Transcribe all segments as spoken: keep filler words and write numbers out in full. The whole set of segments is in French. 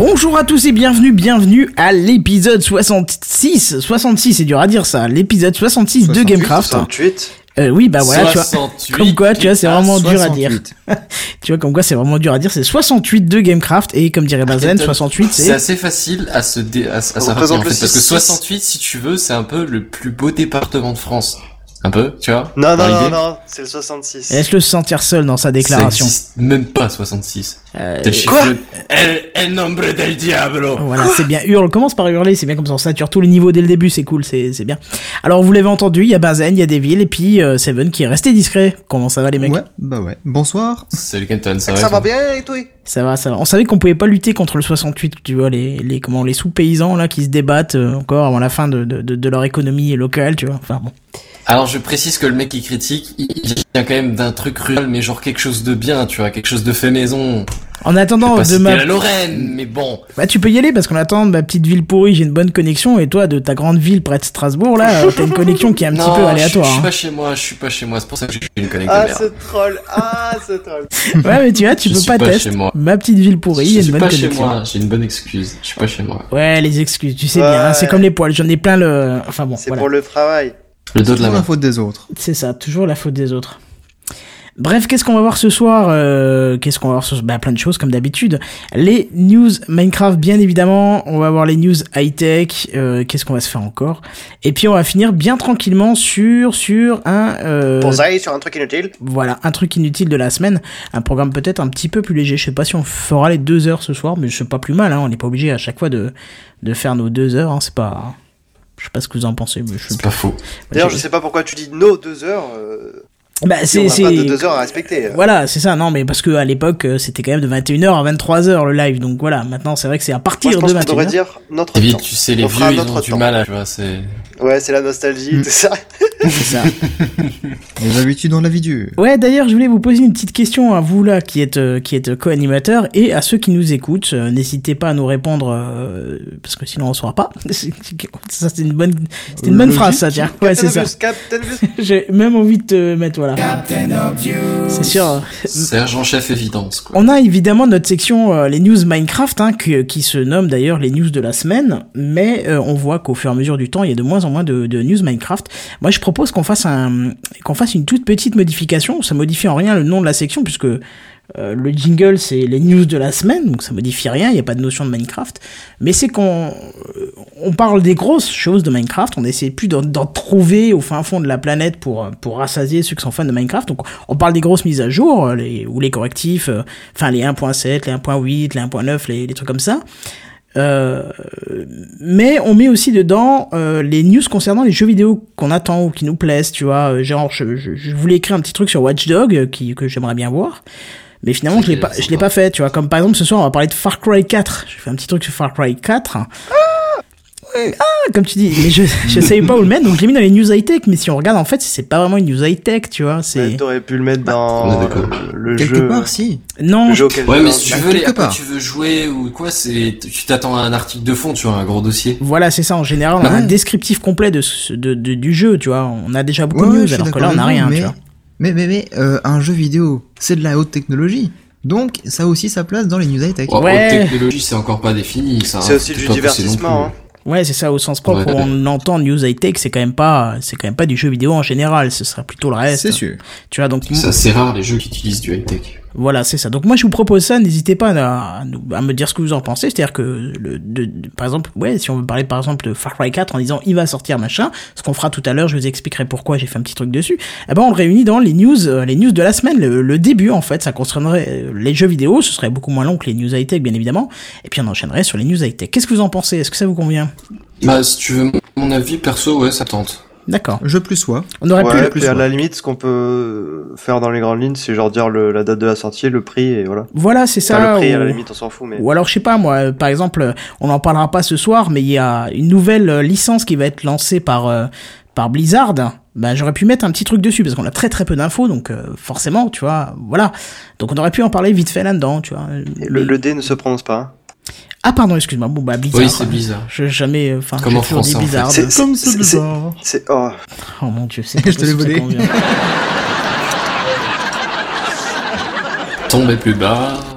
Bonjour à tous et bienvenue, bienvenue à l'épisode soixante-six. soixante-six, c'est dur à dire ça. L'épisode soixante-six de Gamecraft. soixante-huit Euh, oui, bah voilà, soixante-huit, tu vois. Comme quoi, tu vois, c'est vraiment dur à dire. soixante-huit. Tu vois, comme quoi, c'est vraiment dur à dire. C'est soixante-huit de Gamecraft et comme dirait Bazen, soixante-huit, c'est... C'est assez facile à se dé... à, à s'arrêter en fait, parce que soixante-huit, si tu veux, c'est un peu le plus beau département de France. Un peu, tu vois. Non, non, Arrivé. non, non, c'est le soixante-six. Laisse-le se sentir seul dans sa Ça déclaration. existe même pas soixante-six. Euh, T'as le chiffre quoi de- El, el nombre del diablo. Voilà, c'est bien. Hurle, commence par hurler, c'est bien comme ça. On sature tous les niveaux dès le début, c'est cool, c'est, c'est bien. Alors, vous l'avez entendu, il y a Bazen, il y a Devil, et puis euh, Seven qui est resté discret. Comment ça va, les mecs? Ouais, bah ouais. Bonsoir. Salut Kenton, ça, Ça va va bien et toi? Ça va, ça va. On savait qu'on pouvait pas lutter contre le soixante-huit, tu vois, les, les, comment, les sous-paysans, là, qui se débattent euh, encore avant la fin de, de, de, de leur économie locale, tu vois. Enfin, bon. Alors je précise que le mec qui critique, il il vient quand même d'un truc rural, mais genre quelque chose de bien, tu vois, quelque chose de fait maison. En attendant Pas de citer ma... la Lorraine, mais bon. Bah, tu peux y aller, parce qu'en attendant de ma petite ville pourrie, j'ai une bonne connexion, et toi, de ta grande ville près de Strasbourg, là, euh, t'as une connexion qui est un non, petit peu je, aléatoire. je suis hein. pas chez moi, je suis pas chez moi, c'est pour ça que j'ai une connexion Ah, de merde. ce troll, ah, ce troll. Ouais, mais tu vois, tu Je peux suis pas pas tester. chez moi. Ma petite ville pourrie, il y je a une suis bonne pas chez connexion. moi, j'ai une bonne excuse, je suis pas chez moi. Ouais, les excuses, tu sais Ouais. bien, hein, c'est comme les poils, j'en ai plein le... Enfin bon, C'est voilà. pour le travail. Le dos de la Toujours la main. faute des autres. C'est ça, toujours la faute des autres. Bref, qu'est-ce qu'on va voir ce soir euh, Qu'est-ce qu'on va voir ce soir Bah, plein de choses comme d'habitude. Les news Minecraft, bien évidemment. On va voir les news high-tech. Euh, qu'est-ce qu'on va se faire encore? Et puis on va finir bien tranquillement sur sur un euh, Pour ça, sur un truc inutile. voilà, un truc inutile de la semaine. Un programme peut-être un petit peu plus léger. Je sais pas si on fera les deux heures ce soir, mais c'est pas plus mal. Hein. On n'est pas obligé à chaque fois de de faire nos deux heures. Hein. C'est pas... Je sais pas ce que vous en pensez, mais je C'est pas faux. D'ailleurs, je sais pas pourquoi tu dis nos deux heures. Euh... Bah, si c'est, on n'a c'est... pas de deux heures à respecter. euh. Voilà, c'est ça, non, mais parce que à l'époque, euh, c'était quand même de vingt et une heures à vingt-trois heures le live, donc voilà, maintenant c'est vrai que c'est à Moi, partir je pense de qu'on devrait vingt et une heures. dire notre Et vite, temps. tu sais, les On vieux, fera ils notre ont du temps. mal à, tu vois, c'est... Ouais, c'est la nostalgie, Mm. tout ça. C'est ça. Les habitudes dans la vie dure. Ouais, d'ailleurs, je voulais vous poser une petite question à vous là, qui êtes euh, qui êtes co-animateur, et à ceux qui nous écoutent. Euh, n'hésitez pas à nous répondre, euh, parce que sinon on saura pas. Ça, c'est une bonne, c'était une bonne Logique. phrase, ça, tiens. Ouais, c'est ça. Captain Obvious, Captain Obvious. J'ai même envie de te mettre, voilà. C'est sûr. Sergent-chef évidence, quoi. On a évidemment notre section euh, les news Minecraft hein, que- qui se nomme d'ailleurs les news de la semaine, mais euh, on voit qu'au fur et à mesure du temps il y a de moins en moins de, de news Minecraft. Moi je propose qu'on fasse un qu'on fasse une toute petite modification, ça modifie en rien le nom de la section puisque euh, le jingle c'est les news de la semaine, donc ça modifie rien, il n'y a pas de notion de Minecraft, mais c'est qu'on euh, on parle des grosses choses de Minecraft, on essaie plus d'en, d'en trouver au fin fond de la planète pour pour rassasier ceux qui sont fans de Minecraft, donc on parle des grosses mises à jour, euh, les, ou les correctifs, euh, enfin les un point sept, les un point huit, les un point neuf, les, les trucs comme ça. Euh, mais on met aussi dedans euh, les news concernant les jeux vidéo qu'on attend ou qui nous plaisent, tu vois. Euh, Genre, je, je, je voulais écrire un petit truc sur Watch Dogs euh, qui, que j'aimerais bien voir. Mais finalement, je l'ai pas, je l'ai pas fait, tu vois. Comme par exemple, ce soir, on va parler de Far Cry quatre. Je fais un petit truc sur Far Cry quatre. Ouais. Ah, comme tu dis. Mais je, je savais pas où le mettre, donc je l'ai mis dans les news high-tech. Mais si on regarde, en fait, c'est pas vraiment une news high-tech, tu vois. C'est, Ouais, T'aurais pu le mettre on est dans d'accord. le, le Quelque jeu. part, si. non. Le jeu auquel Ouais, je mais lance. si tu Bah, veux, les, quelque après, part. tu veux jouer ou quoi, c'est, tu t'attends à un article de fond, tu vois, un gros dossier. Voilà, c'est ça. En général, on a Ouais. un descriptif complet de, ce- de, de- du jeu, tu vois. On a déjà beaucoup Ouais, de ouais, news, je suis alors que d'accord là, on a avec rien, vous, tu mais, vois. mais, mais, mais, euh, un jeu vidéo, c'est de la haute technologie. Donc, ça a aussi sa place dans les news high-tech. Oh, Ouais. haute technologie, c'est encore pas défini, ça. C'est aussi Faut du pas pousser non divertissement. plus. Hein. Ouais, c'est ça, au sens propre, Ouais. où on entend news high-tech, c'est quand même pas, c'est quand même pas du jeu vidéo en général, ce serait plutôt le reste. C'est sûr. Tu vois, donc, C'est assez rare les jeux qui utilisent du high-tech. voilà, c'est ça. Donc moi, je vous propose ça, n'hésitez pas à, à, nous- à me dire ce que vous en pensez, c'est-à-dire que, le, de, de- par exemple, ouais, si on veut parler par exemple de Far Cry quatre en disant il va sortir machin, ce qu'on fera tout à l'heure, je vous expliquerai pourquoi j'ai fait un petit truc dessus, eh ben on le réunit dans les news, euh, les news de la semaine, le, le début en fait, ça concernerait euh, les jeux vidéo, ce serait beaucoup moins long que les news high-tech bien évidemment, et puis on enchaînerait sur les news high-tech. Qu'est-ce que vous en pensez? Est-ce que ça vous convient? Bah, si tu veux mon avis, perso, ouais, ça tente. D'accord. Je plus sois. On aurait Ouais, pu... puis à la limite, ce qu'on peut faire dans les grandes lignes, c'est genre dire le, la date de la sortie, le prix, et voilà. Voilà, c'est ça. Enfin, le prix, ou... à la limite, on s'en fout, mais... Ou alors, je sais pas, moi, euh, par exemple, euh, on n'en parlera pas ce soir, mais il y a une nouvelle euh, licence qui va être lancée par, euh, par Blizzard. Ben, j'aurais pu mettre un petit truc dessus, parce qu'on a très très peu d'infos, donc euh, forcément, tu vois, voilà. Donc on aurait pu en parler vite fait là-dedans, tu vois. Et le, Mais- le D ne se prononce pas. Hein. Ah, pardon, excuse-moi, bon, bah, Blizzard. Oui, c'est bizarre. Je jamais, enfin, Comme j'ai en toujours dit français, en fait. Blizzard. C'est- Comme c'est- c'est bizarre. C'est... Oh... Oh mon dieu, c'est Je te l'ai volé. Tombez plus bas.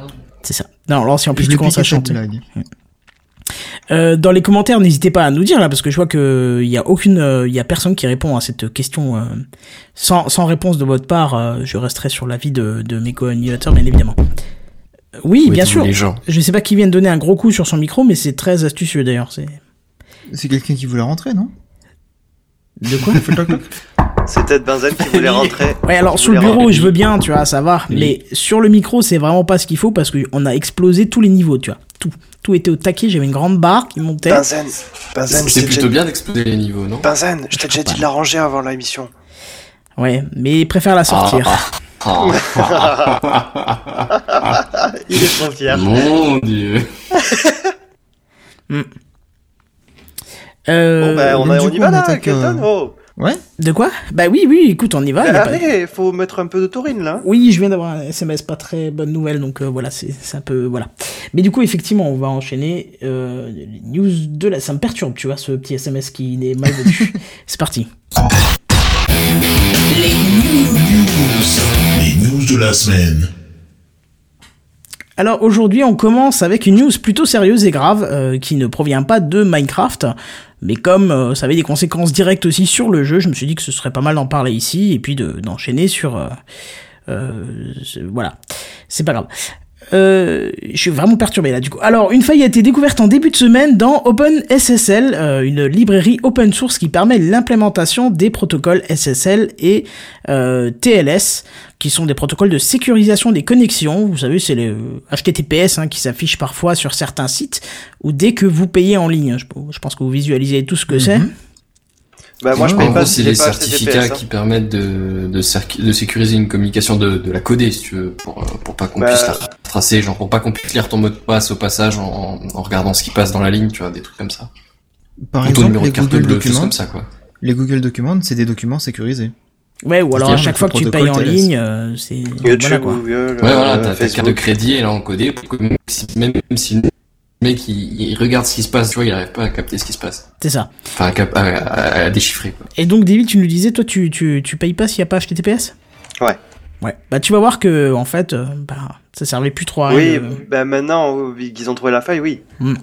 C'est ça. Non, alors si en plus tu commences à chanter. Blague. Euh, dans les commentaires, n'hésitez pas à nous dire là, parce que je vois que il y a aucune, il euh, y a personne qui répond à cette question. Euh, sans, sans réponse de votre part, euh, je resterai sur l'avis de, de mes co-animateurs, bien évidemment. Euh, oui, oui, bien sûr. Je sais pas qui vient de donner un gros coup sur son micro, mais c'est très astucieux d'ailleurs. C'est. C'est quelqu'un qui voulait rentrer, non? De quoi? C'est peut-être Benzen qui voulait rentrer. Ouais, alors sur le bureau, je veux bien, tu vois, ça va. Oui. Mais sur le micro, c'est vraiment pas ce qu'il faut parce qu'on a explosé tous les niveaux, tu vois. Tout. Tout était au taquet, j'avais une grande barre qui montait. Benzen, Benzen, c'est plutôt déjà... bien d'exploser les niveaux, non? Benzen, je t'ai déjà dit de la ranger avant l'émission. Ouais, mais il préfère la sortir. Ah, ah, ah. Il est trop fier. Mon Dieu. mm. euh, bon, bah, on, a, on y va là, Kenton, oh. Ouais. De quoi? Bah oui, oui, écoute, on y va. Bah, allez, pas... faut mettre un peu de taurine, là. Oui, je viens d'avoir un S M S, pas très bonne nouvelle, donc euh, voilà, c'est, c'est un peu... Voilà. Mais du coup, effectivement, on va enchaîner euh, les news de la... Ça me perturbe, tu vois, ce petit S M S qui est mal venu. C'est parti. Les news. Les news de la semaine. Alors aujourd'hui, on commence avec une news plutôt sérieuse et grave, euh, qui ne provient pas de Minecraft, mais comme euh, ça avait des conséquences directes aussi sur le jeu, je me suis dit que ce serait pas mal d'en parler ici, et puis de, d'enchaîner sur... Euh, euh, voilà, c'est pas grave. Euh, je suis vraiment perturbé là du coup. Alors, une faille a été découverte en début de semaine dans OpenSSL, euh, une librairie open source qui permet l'implémentation des protocoles S S L et euh, T L S, qui sont des protocoles de sécurisation des connexions. Vous savez, c'est les H T T P S hein, qui s'affichent parfois sur certains sites, ou dès que vous payez en ligne. Je, je pense que vous visualisez tout ce que mm-hmm. c'est. Bah moi je paye en pas. Gros, c'est les pas certificats H T T P S, hein. qui permettent de, de, circu- de sécuriser une communication, de, de la coder si tu veux, pour, pour pas qu'on bah... puisse la tracer, genre pour pas qu'on puisse lire ton mot de passe au passage en, en regardant ce qui passe dans la ligne, tu vois, des trucs comme ça. Par ou exemple, numéro les de carte Google bleue, Documents, comme ça, quoi. Les Google Documents, c'est des documents sécurisés. Ouais, ou alors à chaque fois que tu payes en ligne, euh, c'est YouTube, voilà, quoi. Google, ouais, voilà, t'as ta carte de crédit, elle est encodée, pour que même si, même si le mec il, il regarde ce qui se passe, tu vois, il arrive pas à capter ce qui se passe. C'est ça. Enfin, à, cap- à, à, à déchiffrer, quoi. Et donc, David, tu nous disais, toi, tu, tu, tu payes pas s'il y a pas H T T P S? Ouais. Ouais. Bah, tu vas voir que, en fait, euh, bah, ça servait plus trop à rien. Oui, de... bah maintenant qu'ils ont trouvé la faille, oui. Mm.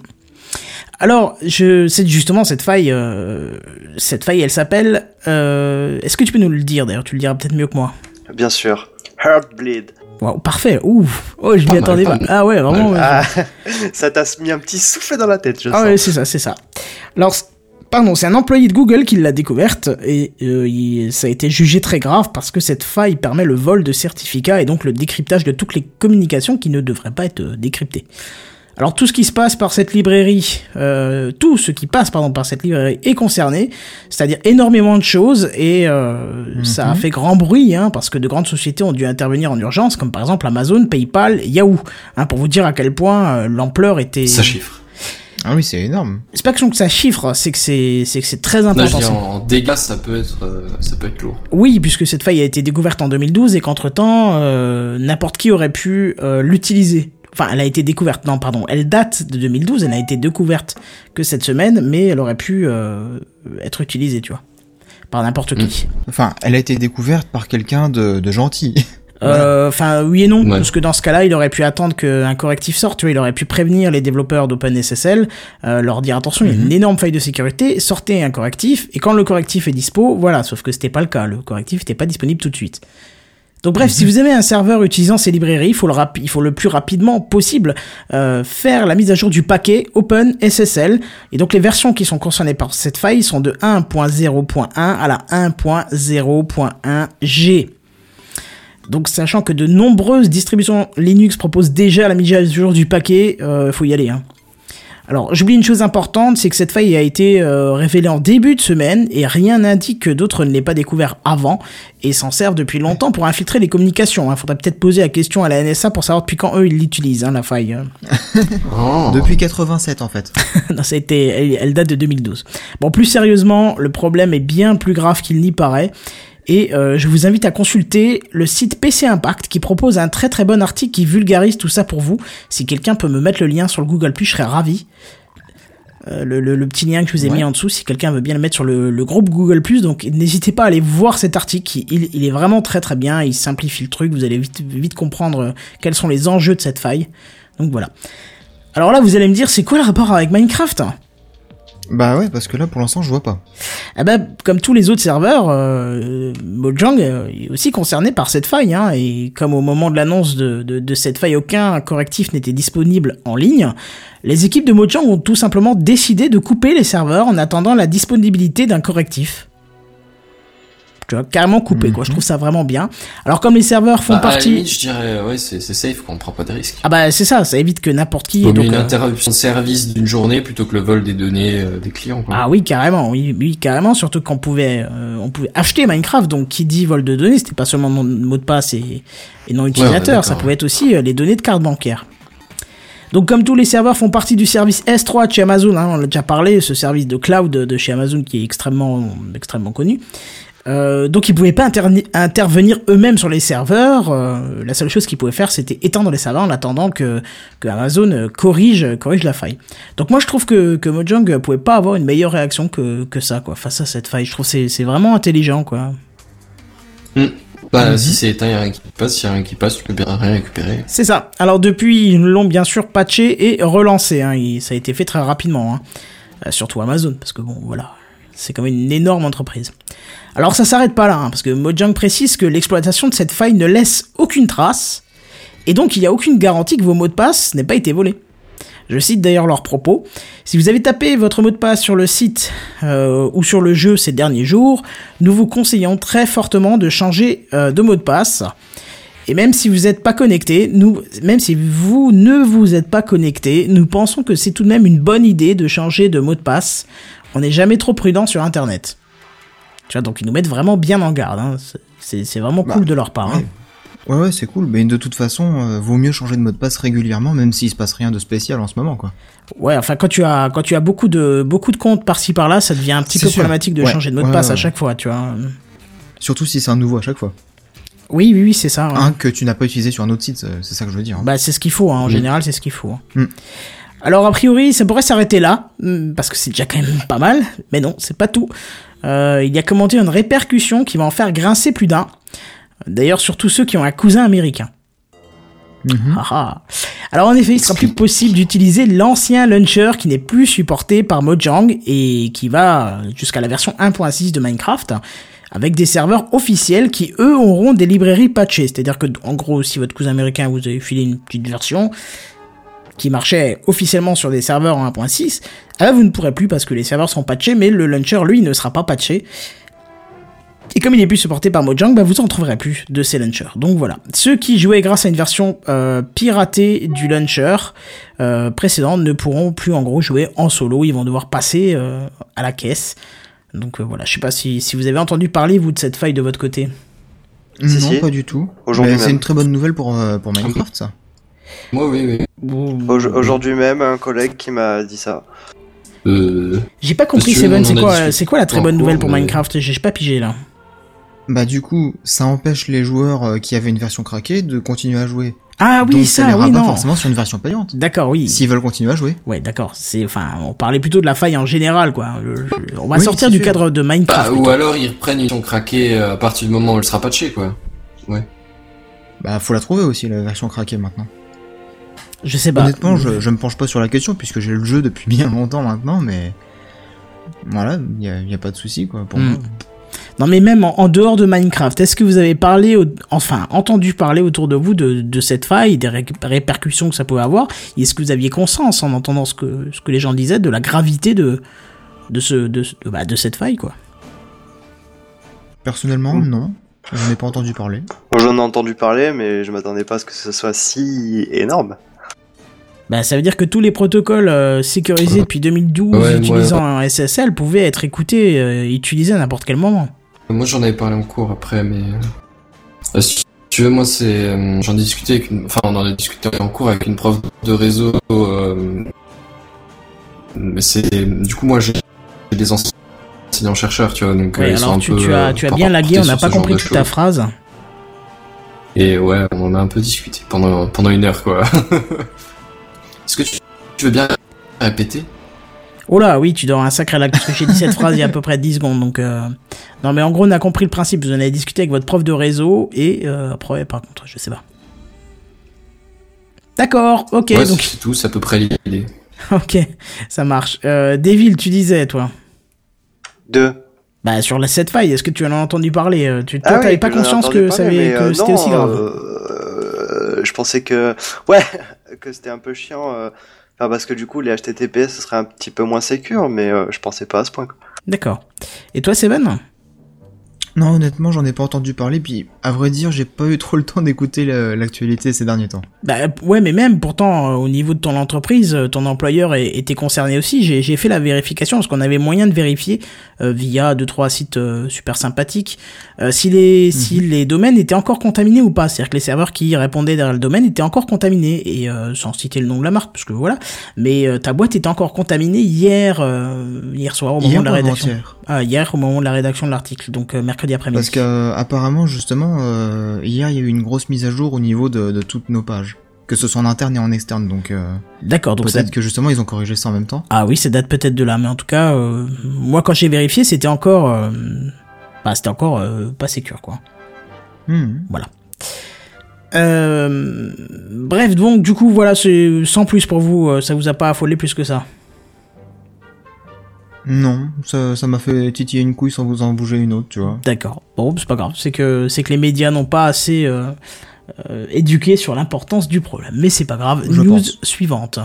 Alors, je, c'est justement cette faille, euh, cette faille, elle s'appelle, euh, est-ce que tu peux nous le dire, d'ailleurs, tu le diras peut-être mieux que moi. Bien sûr. Heartbleed. Wow, parfait. Ouf. Oh, je m'y attendais pas. Ah ouais, vraiment. Ouais. Ah, ça t'a mis un petit soufflet dans la tête, je ah sens. Ouais, c'est ça, c'est ça. Alors, pardon, c'est un employé de Google qui l'a découverte et euh, il, ça a été jugé très grave parce que cette faille permet le vol de certificats et donc le décryptage de toutes les communications qui ne devraient pas être décryptées. Alors tout ce qui se passe par cette librairie, euh, tout ce qui passe pardon par cette librairie est concerné, c'est-à-dire énormément de choses et euh, mm-hmm. ça a fait grand bruit hein, parce que de grandes sociétés ont dû intervenir en urgence, comme par exemple Amazon, PayPal, Yahoo, hein, pour vous dire à quel point euh, l'ampleur était. Ça chiffre. Ah oui, c'est énorme. C'est pas que ça chiffre, c'est que c'est c'est que c'est très important. Non, je dis en, en dégâts, ça peut être euh, ça peut être lourd. Oui, puisque cette faille a été découverte en deux mille douze et qu'entre-temps euh, n'importe qui aurait pu euh, l'utiliser. Enfin, elle a été découverte, non, pardon, elle date de deux mille douze, elle n'a été découverte que cette semaine, mais elle aurait pu euh, être utilisée, tu vois, par n'importe qui. Enfin, elle a été découverte par quelqu'un de, de gentil. Euh, enfin, oui et non, ouais. Parce que dans ce cas-là, il aurait pu attendre qu'un correctif sorte, tu vois, il aurait pu prévenir les développeurs d'OpenSSL, euh, leur dire attention, mm-hmm. il y a une énorme faille de sécurité, sortez un correctif, et quand le correctif est dispo, voilà, sauf que c'était pas le cas, le correctif était pas disponible tout de suite. Donc bref, mmh. si vous avez un serveur utilisant ces librairies, il faut le, rapi- il faut le plus rapidement possible euh, faire la mise à jour du paquet OpenSSL. Et donc les versions qui sont concernées par cette faille sont de un point zéro point un à la un point zéro point un G. Donc sachant que de nombreuses distributions Linux proposent déjà la mise à jour du paquet, euh, faut y aller, hein. Alors, j'oublie une chose importante, c'est que cette faille a été euh, révélée en début de semaine et rien n'indique que d'autres ne l'aient pas découvert avant et s'en servent depuis longtemps pour infiltrer les communications. Il hein. faudrait peut-être poser la question à la N S A pour savoir depuis quand eux ils l'utilisent, hein, la faille. Oh. Depuis quatre-vingt-sept en fait. Non, ça a été, elle, elle date de deux mille douze. Bon, plus sérieusement, le problème est bien plus grave qu'il n'y paraît. Et euh, je vous invite à consulter le site P C Impact qui propose un très très bon article qui vulgarise tout ça pour vous. Si quelqu'un peut me mettre le lien sur le Google Plus, je serais ravi. euh, le, le, le petit lien que je vous ai Ouais. mis en dessous, si quelqu'un veut bien le mettre sur le, le groupe Google plus. Donc n'hésitez pas à aller voir cet article, il, il est vraiment très très bien, il simplifie le truc, vous allez vite, vite comprendre quels sont les enjeux de cette faille. Donc voilà. Alors là, vous allez me dire, c'est quoi le rapport avec Minecraft ? Bah ouais, parce que là, pour l'instant, je vois pas. Ah bah, comme tous les autres serveurs, euh, Mojang euh, est aussi concerné par cette faille, hein, et comme au moment de l'annonce de, de, de cette faille, aucun correctif n'était disponible en ligne, les équipes de Mojang ont tout simplement décidé de couper les serveurs en attendant la disponibilité d'un correctif. Tu vois, carrément coupé, quoi. Je trouve ça vraiment bien. Alors, comme les serveurs font Bah, partie... À la limite, je dirais, ouais, c'est, c'est safe, quoi, on prend pas de risques. Ah bah, c'est ça, ça évite que n'importe qui... Vaut mieux donc, une euh, interruption de service d'une journée plutôt que le vol des données euh, des clients, quoi. Ah oui, carrément, oui, oui, carrément, surtout qu'on pouvait, euh, on pouvait acheter Minecraft, donc qui dit vol de données, c'était pas seulement nom, mot de passe et, et nom utilisateur, ouais, ça pouvait être aussi euh, les données de carte bancaire. Donc comme tous les serveurs font partie du service S trois de chez Amazon, hein, on l'a déjà parlé, ce service de cloud de chez Amazon qui est extrêmement, extrêmement connu. Euh, donc ils pouvaient pas interni- intervenir eux-mêmes sur les serveurs. Euh, la seule chose qu'ils pouvaient faire, c'était étendre les serveurs en attendant que, que Amazon euh, corrige, corrige la faille. Donc moi je trouve que, que Mojang pouvait pas avoir une meilleure réaction que, que ça, quoi, face à cette faille. Je trouve que c'est, c'est vraiment intelligent, quoi. Mm. Bah, Mhm. si c'est éteint, y a rien qui passe, s'il y a rien qui passe, tu peux bien rien récupérer. C'est ça. Alors depuis, ils l'ont bien sûr patché et relancé, hein. Il, ça a été fait très rapidement, hein. Euh, surtout Amazon, parce que bon, voilà, c'est quand même une énorme entreprise. Alors ça s'arrête pas là, hein, parce que Mojang précise que l'exploitation de cette faille ne laisse aucune trace, et donc il n'y a aucune garantie que vos mots de passe n'aient pas été volés. Je cite d'ailleurs leurs propos. Si vous avez tapé votre mot de passe sur le site euh, ou sur le jeu ces derniers jours, nous vous conseillons très fortement de changer euh, de mot de passe. Et même si vous n'êtes pas connecté, nous, même si vous ne vous êtes pas connecté, nous pensons que c'est tout de même une bonne idée de changer de mot de passe. On n'est jamais trop prudent sur Internet. Tu vois, donc ils nous mettent vraiment bien en garde, hein. C'est, c'est vraiment Bah, cool de leur part, hein. Ouais, ouais, c'est cool. Mais de toute façon, euh, vaut mieux changer de mot de passe régulièrement, même s'il se passe rien de spécial en ce moment, quoi. Ouais, enfin quand tu as quand tu as beaucoup de beaucoup de comptes par-ci par-là, ça devient un petit C'est peu sûr. problématique de Ouais. changer de mot de Ouais, passe ouais, à ouais. chaque fois, tu vois. Surtout si c'est un nouveau à chaque fois. Oui, oui, oui, c'est ça. Ouais. Un que tu n'as pas utilisé sur un autre site, euh, c'est ça que je veux dire. hein. Bah c'est ce qu'il faut, hein. En Mm. général, c'est ce qu'il faut. hein. Mm. Alors a priori, ça pourrait s'arrêter là, mm, parce que c'est déjà quand même pas mal, mais non, c'est pas tout. Euh, il y a commenté une répercussion qui va en faire grincer plus d'un. D'ailleurs, surtout ceux qui ont un cousin américain. Mhm. Ah ah. Alors en effet, il sera plus possible d'utiliser l'ancien launcher qui n'est plus supporté par Mojang et qui va jusqu'à la version un point six de Minecraft, avec des serveurs officiels qui eux auront des librairies patchées. C'est-à-dire que en gros, si votre cousin américain vous avez filé une petite version qui marchait officiellement sur des serveurs en un point six, là vous ne pourrez plus parce que les serveurs sont patchés, mais le launcher lui ne sera pas patché. Et comme il n'est plus supporté par Mojang, bah vous en trouverez plus de ces launchers. Donc voilà. Ceux qui jouaient grâce à une version euh, piratée du launcher euh, précédent ne pourront plus en gros jouer en solo. Ils vont devoir passer euh, à la caisse. Donc euh, voilà. Je sais pas si, si vous avez entendu parler vous de cette faille de votre côté. Non, Si, si. pas du tout. Aujourd'hui Mais c'est même. une très bonne nouvelle pour, euh, pour Minecraft, ça. Moi, oui, oui. Au- Aujourd'hui même, un collègue qui m'a dit ça. Euh, J'ai pas compris Parce que Seven. on C'est en a quoi, discuté c'est quoi la très en bonne cours, nouvelle pour mais- Minecraft? J'ai j'ai pas pigé là. Bah du coup, ça empêche les joueurs euh, qui avaient une version craquée de continuer à jouer. Ah oui, Donc ça ça, les oui, rabat non. forcément sur une version payante. D'accord, oui. S'ils veulent continuer à jouer. Ouais, d'accord. C'est, enfin, on parlait plutôt de la faille en général, quoi. Je- je- on va Oui, sortir c'est du sûr. cadre de Minecraft. bah, ou plutôt. alors ils reprennent, ils sont craqués à partir du moment où elle sera patchée, quoi. Ouais. Bah faut la trouver aussi, la version craquée maintenant. Je sais pas. Honnêtement, je, je me penche pas sur la question puisque j'ai le jeu depuis bien longtemps maintenant, mais voilà, y a, y a pas de souci quoi pour Mm. moi. Non, mais même en, en dehors de Minecraft, est-ce que vous avez parlé, au- enfin, entendu parler autour de vous de, de cette faille, des ré- répercussions que ça pouvait avoir? Et est-ce que vous aviez conscience en entendant ce que, ce que les gens disaient de la gravité de, de ce, de, ce- de, bah, de cette faille, quoi? Personnellement, Mm. non, j'en ai pas entendu parler. Moi, j'en ai entendu parler, mais je m'attendais pas à ce que ce soit si énorme. Bah, ça veut dire que tous les protocoles euh, sécurisés depuis deux mille douze Ouais, utilisant ouais. un S S L pouvaient être écoutés euh, et utilisés à n'importe quel moment. Moi, j'en avais parlé en cours après, mais... Euh, si tu veux, moi, c'est... euh, j'en ai discuté avec une... Enfin, on en a discuté en cours avec une prof de réseau. Euh... Mais c'est... Du coup, moi, j'ai des enseignants-chercheurs, tu vois, donc Ouais, euh, ils sont alors un tu, peu... tu as, tu as euh, bien lagué, on portés n'a sur pas ce genre compris de toute ta choses. phrase. Et ouais, on en a un peu discuté pendant, pendant une heure, quoi. Est-ce que tu, tu veux bien répéter? Oh là, oui, tu dois avoir un sacré lac, parce que j'ai dit cette phrase il y a à peu près dix secondes, donc... Euh... Non, mais en gros, on a compris le principe, vous en avez discuté avec votre prof de réseau, et euh, après, par contre, je sais pas. D'accord, ok, ouais, donc... c'est tout, c'est à peu près l'idée. Ok, ça marche. Euh, Devil, tu disais, toi. Deux. Bah, sur la cette faille, est-ce que tu en as entendu parler? tu, Toi, Ah t'avais oui, pas que j'en ai conscience entendu que, parler, ça avait, mais, que euh, c'était non, aussi grave? euh, Je pensais que... Ouais, que c'était un peu chiant... Euh... Enfin, parce que du coup, les H T T P S, ce serait un petit peu moins sécure, mais euh, je pensais pas à ce point, quoi. D'accord. Et toi, Seven? Non, honnêtement, j'en ai pas entendu parler, puis à vrai dire, j'ai pas eu trop le temps d'écouter le- l'actualité ces derniers temps. Bah ouais, mais même pourtant euh, au niveau de ton entreprise, euh, ton employeur est- était concerné aussi. J'ai, j'ai fait la vérification parce qu'on avait moyen de vérifier euh, via deux trois sites euh, super sympathiques euh, si les mm-hmm. si les domaines étaient encore contaminés ou pas. C'est-à-dire que les serveurs qui répondaient derrière le domaine étaient encore contaminés et euh, sans citer le nom de la marque parce que voilà. Mais euh, ta boîte était encore contaminée hier euh, hier soir au moment hier de la rédaction. Avant-hier. Ah, hier au moment de la rédaction de l'article, donc euh, mercredi après-midi. Parce qu'apparemment, justement, euh, hier, il y a eu une grosse mise à jour au niveau de, de toutes nos pages. Que ce soit en interne et en externe, donc... Euh, D'accord, donc peut-être ça... que justement, ils ont corrigé ça en même temps. Ah oui, ça date peut-être de là, mais en tout cas, euh, moi, quand j'ai vérifié, c'était encore... Euh, bah, c'était encore euh, pas sécure, quoi. Mmh. Voilà. Euh, bref, donc, du coup, voilà, c'est sans plus pour vous, ça vous a pas affolé plus que ça? Non, ça, ça m'a fait titiller une couille sans vous en bouger une autre, tu vois. D'accord. Bon, c'est pas grave. C'est que, c'est que les médias n'ont pas assez euh, euh, éduqué sur l'importance du problème. Mais c'est pas grave. Je News pense. suivante.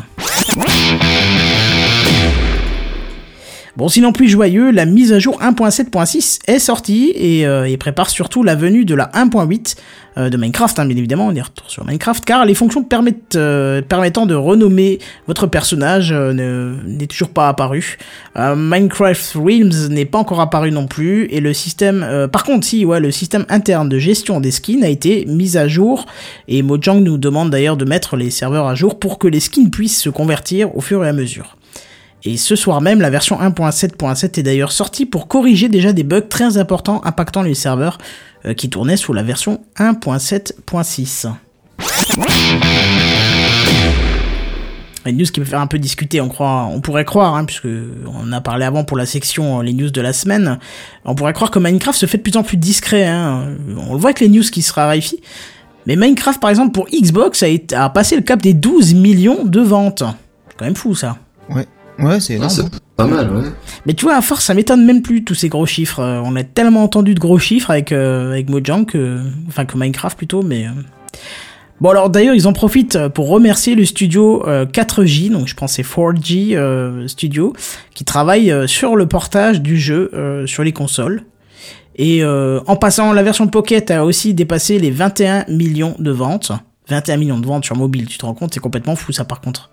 Bon, sinon plus joyeux, la mise à jour un point sept point six est sortie et, euh, et prépare surtout la venue de la un point huit euh, de Minecraft, hein, bien évidemment, on y retourne sur Minecraft, car les fonctions permettent, euh, permettant de renommer votre personnage euh, ne, n'est toujours pas apparu. Euh, Minecraft Realms n'est pas encore apparu non plus, et le système, euh, par contre, si, ouais, le système interne de gestion des skins a été mis à jour, et Mojang nous demande d'ailleurs de mettre les serveurs à jour pour que les skins puissent se convertir au fur et à mesure. Et ce soir même, la version un point sept point sept est d'ailleurs sortie pour corriger déjà des bugs très importants impactant les serveurs euh, qui tournaient sous la version un point sept point six. Une news qui peut faire un peu discuter, on croit, on pourrait croire, hein, puisque on a parlé avant pour la section les news de la semaine, on pourrait croire que Minecraft se fait de plus en plus discret, hein. On le voit avec les news qui se raréfient, mais Minecraft par exemple pour Xbox a, été, a passé le cap des douze millions de ventes. C'est quand même fou ça. Ouais. Ouais, c'est énorme. Ah, c'est pas mal, ouais. Mais tu vois, à force, ça m'étonne même plus, tous ces gros chiffres. Euh, on a tellement entendu de gros chiffres avec, euh, avec Mojang que... Enfin, que Minecraft, plutôt, mais... Euh... Bon, alors, d'ailleurs, ils en profitent pour remercier le studio euh, quatre J, donc je pense que c'est quatre G euh, Studio, qui travaille euh, sur le portage du jeu euh, sur les consoles. Et euh, en passant, la version Pocket a aussi dépassé les vingt et un millions de ventes. vingt et un millions de ventes sur mobile, tu te rends compte? C'est complètement fou, ça, par contre.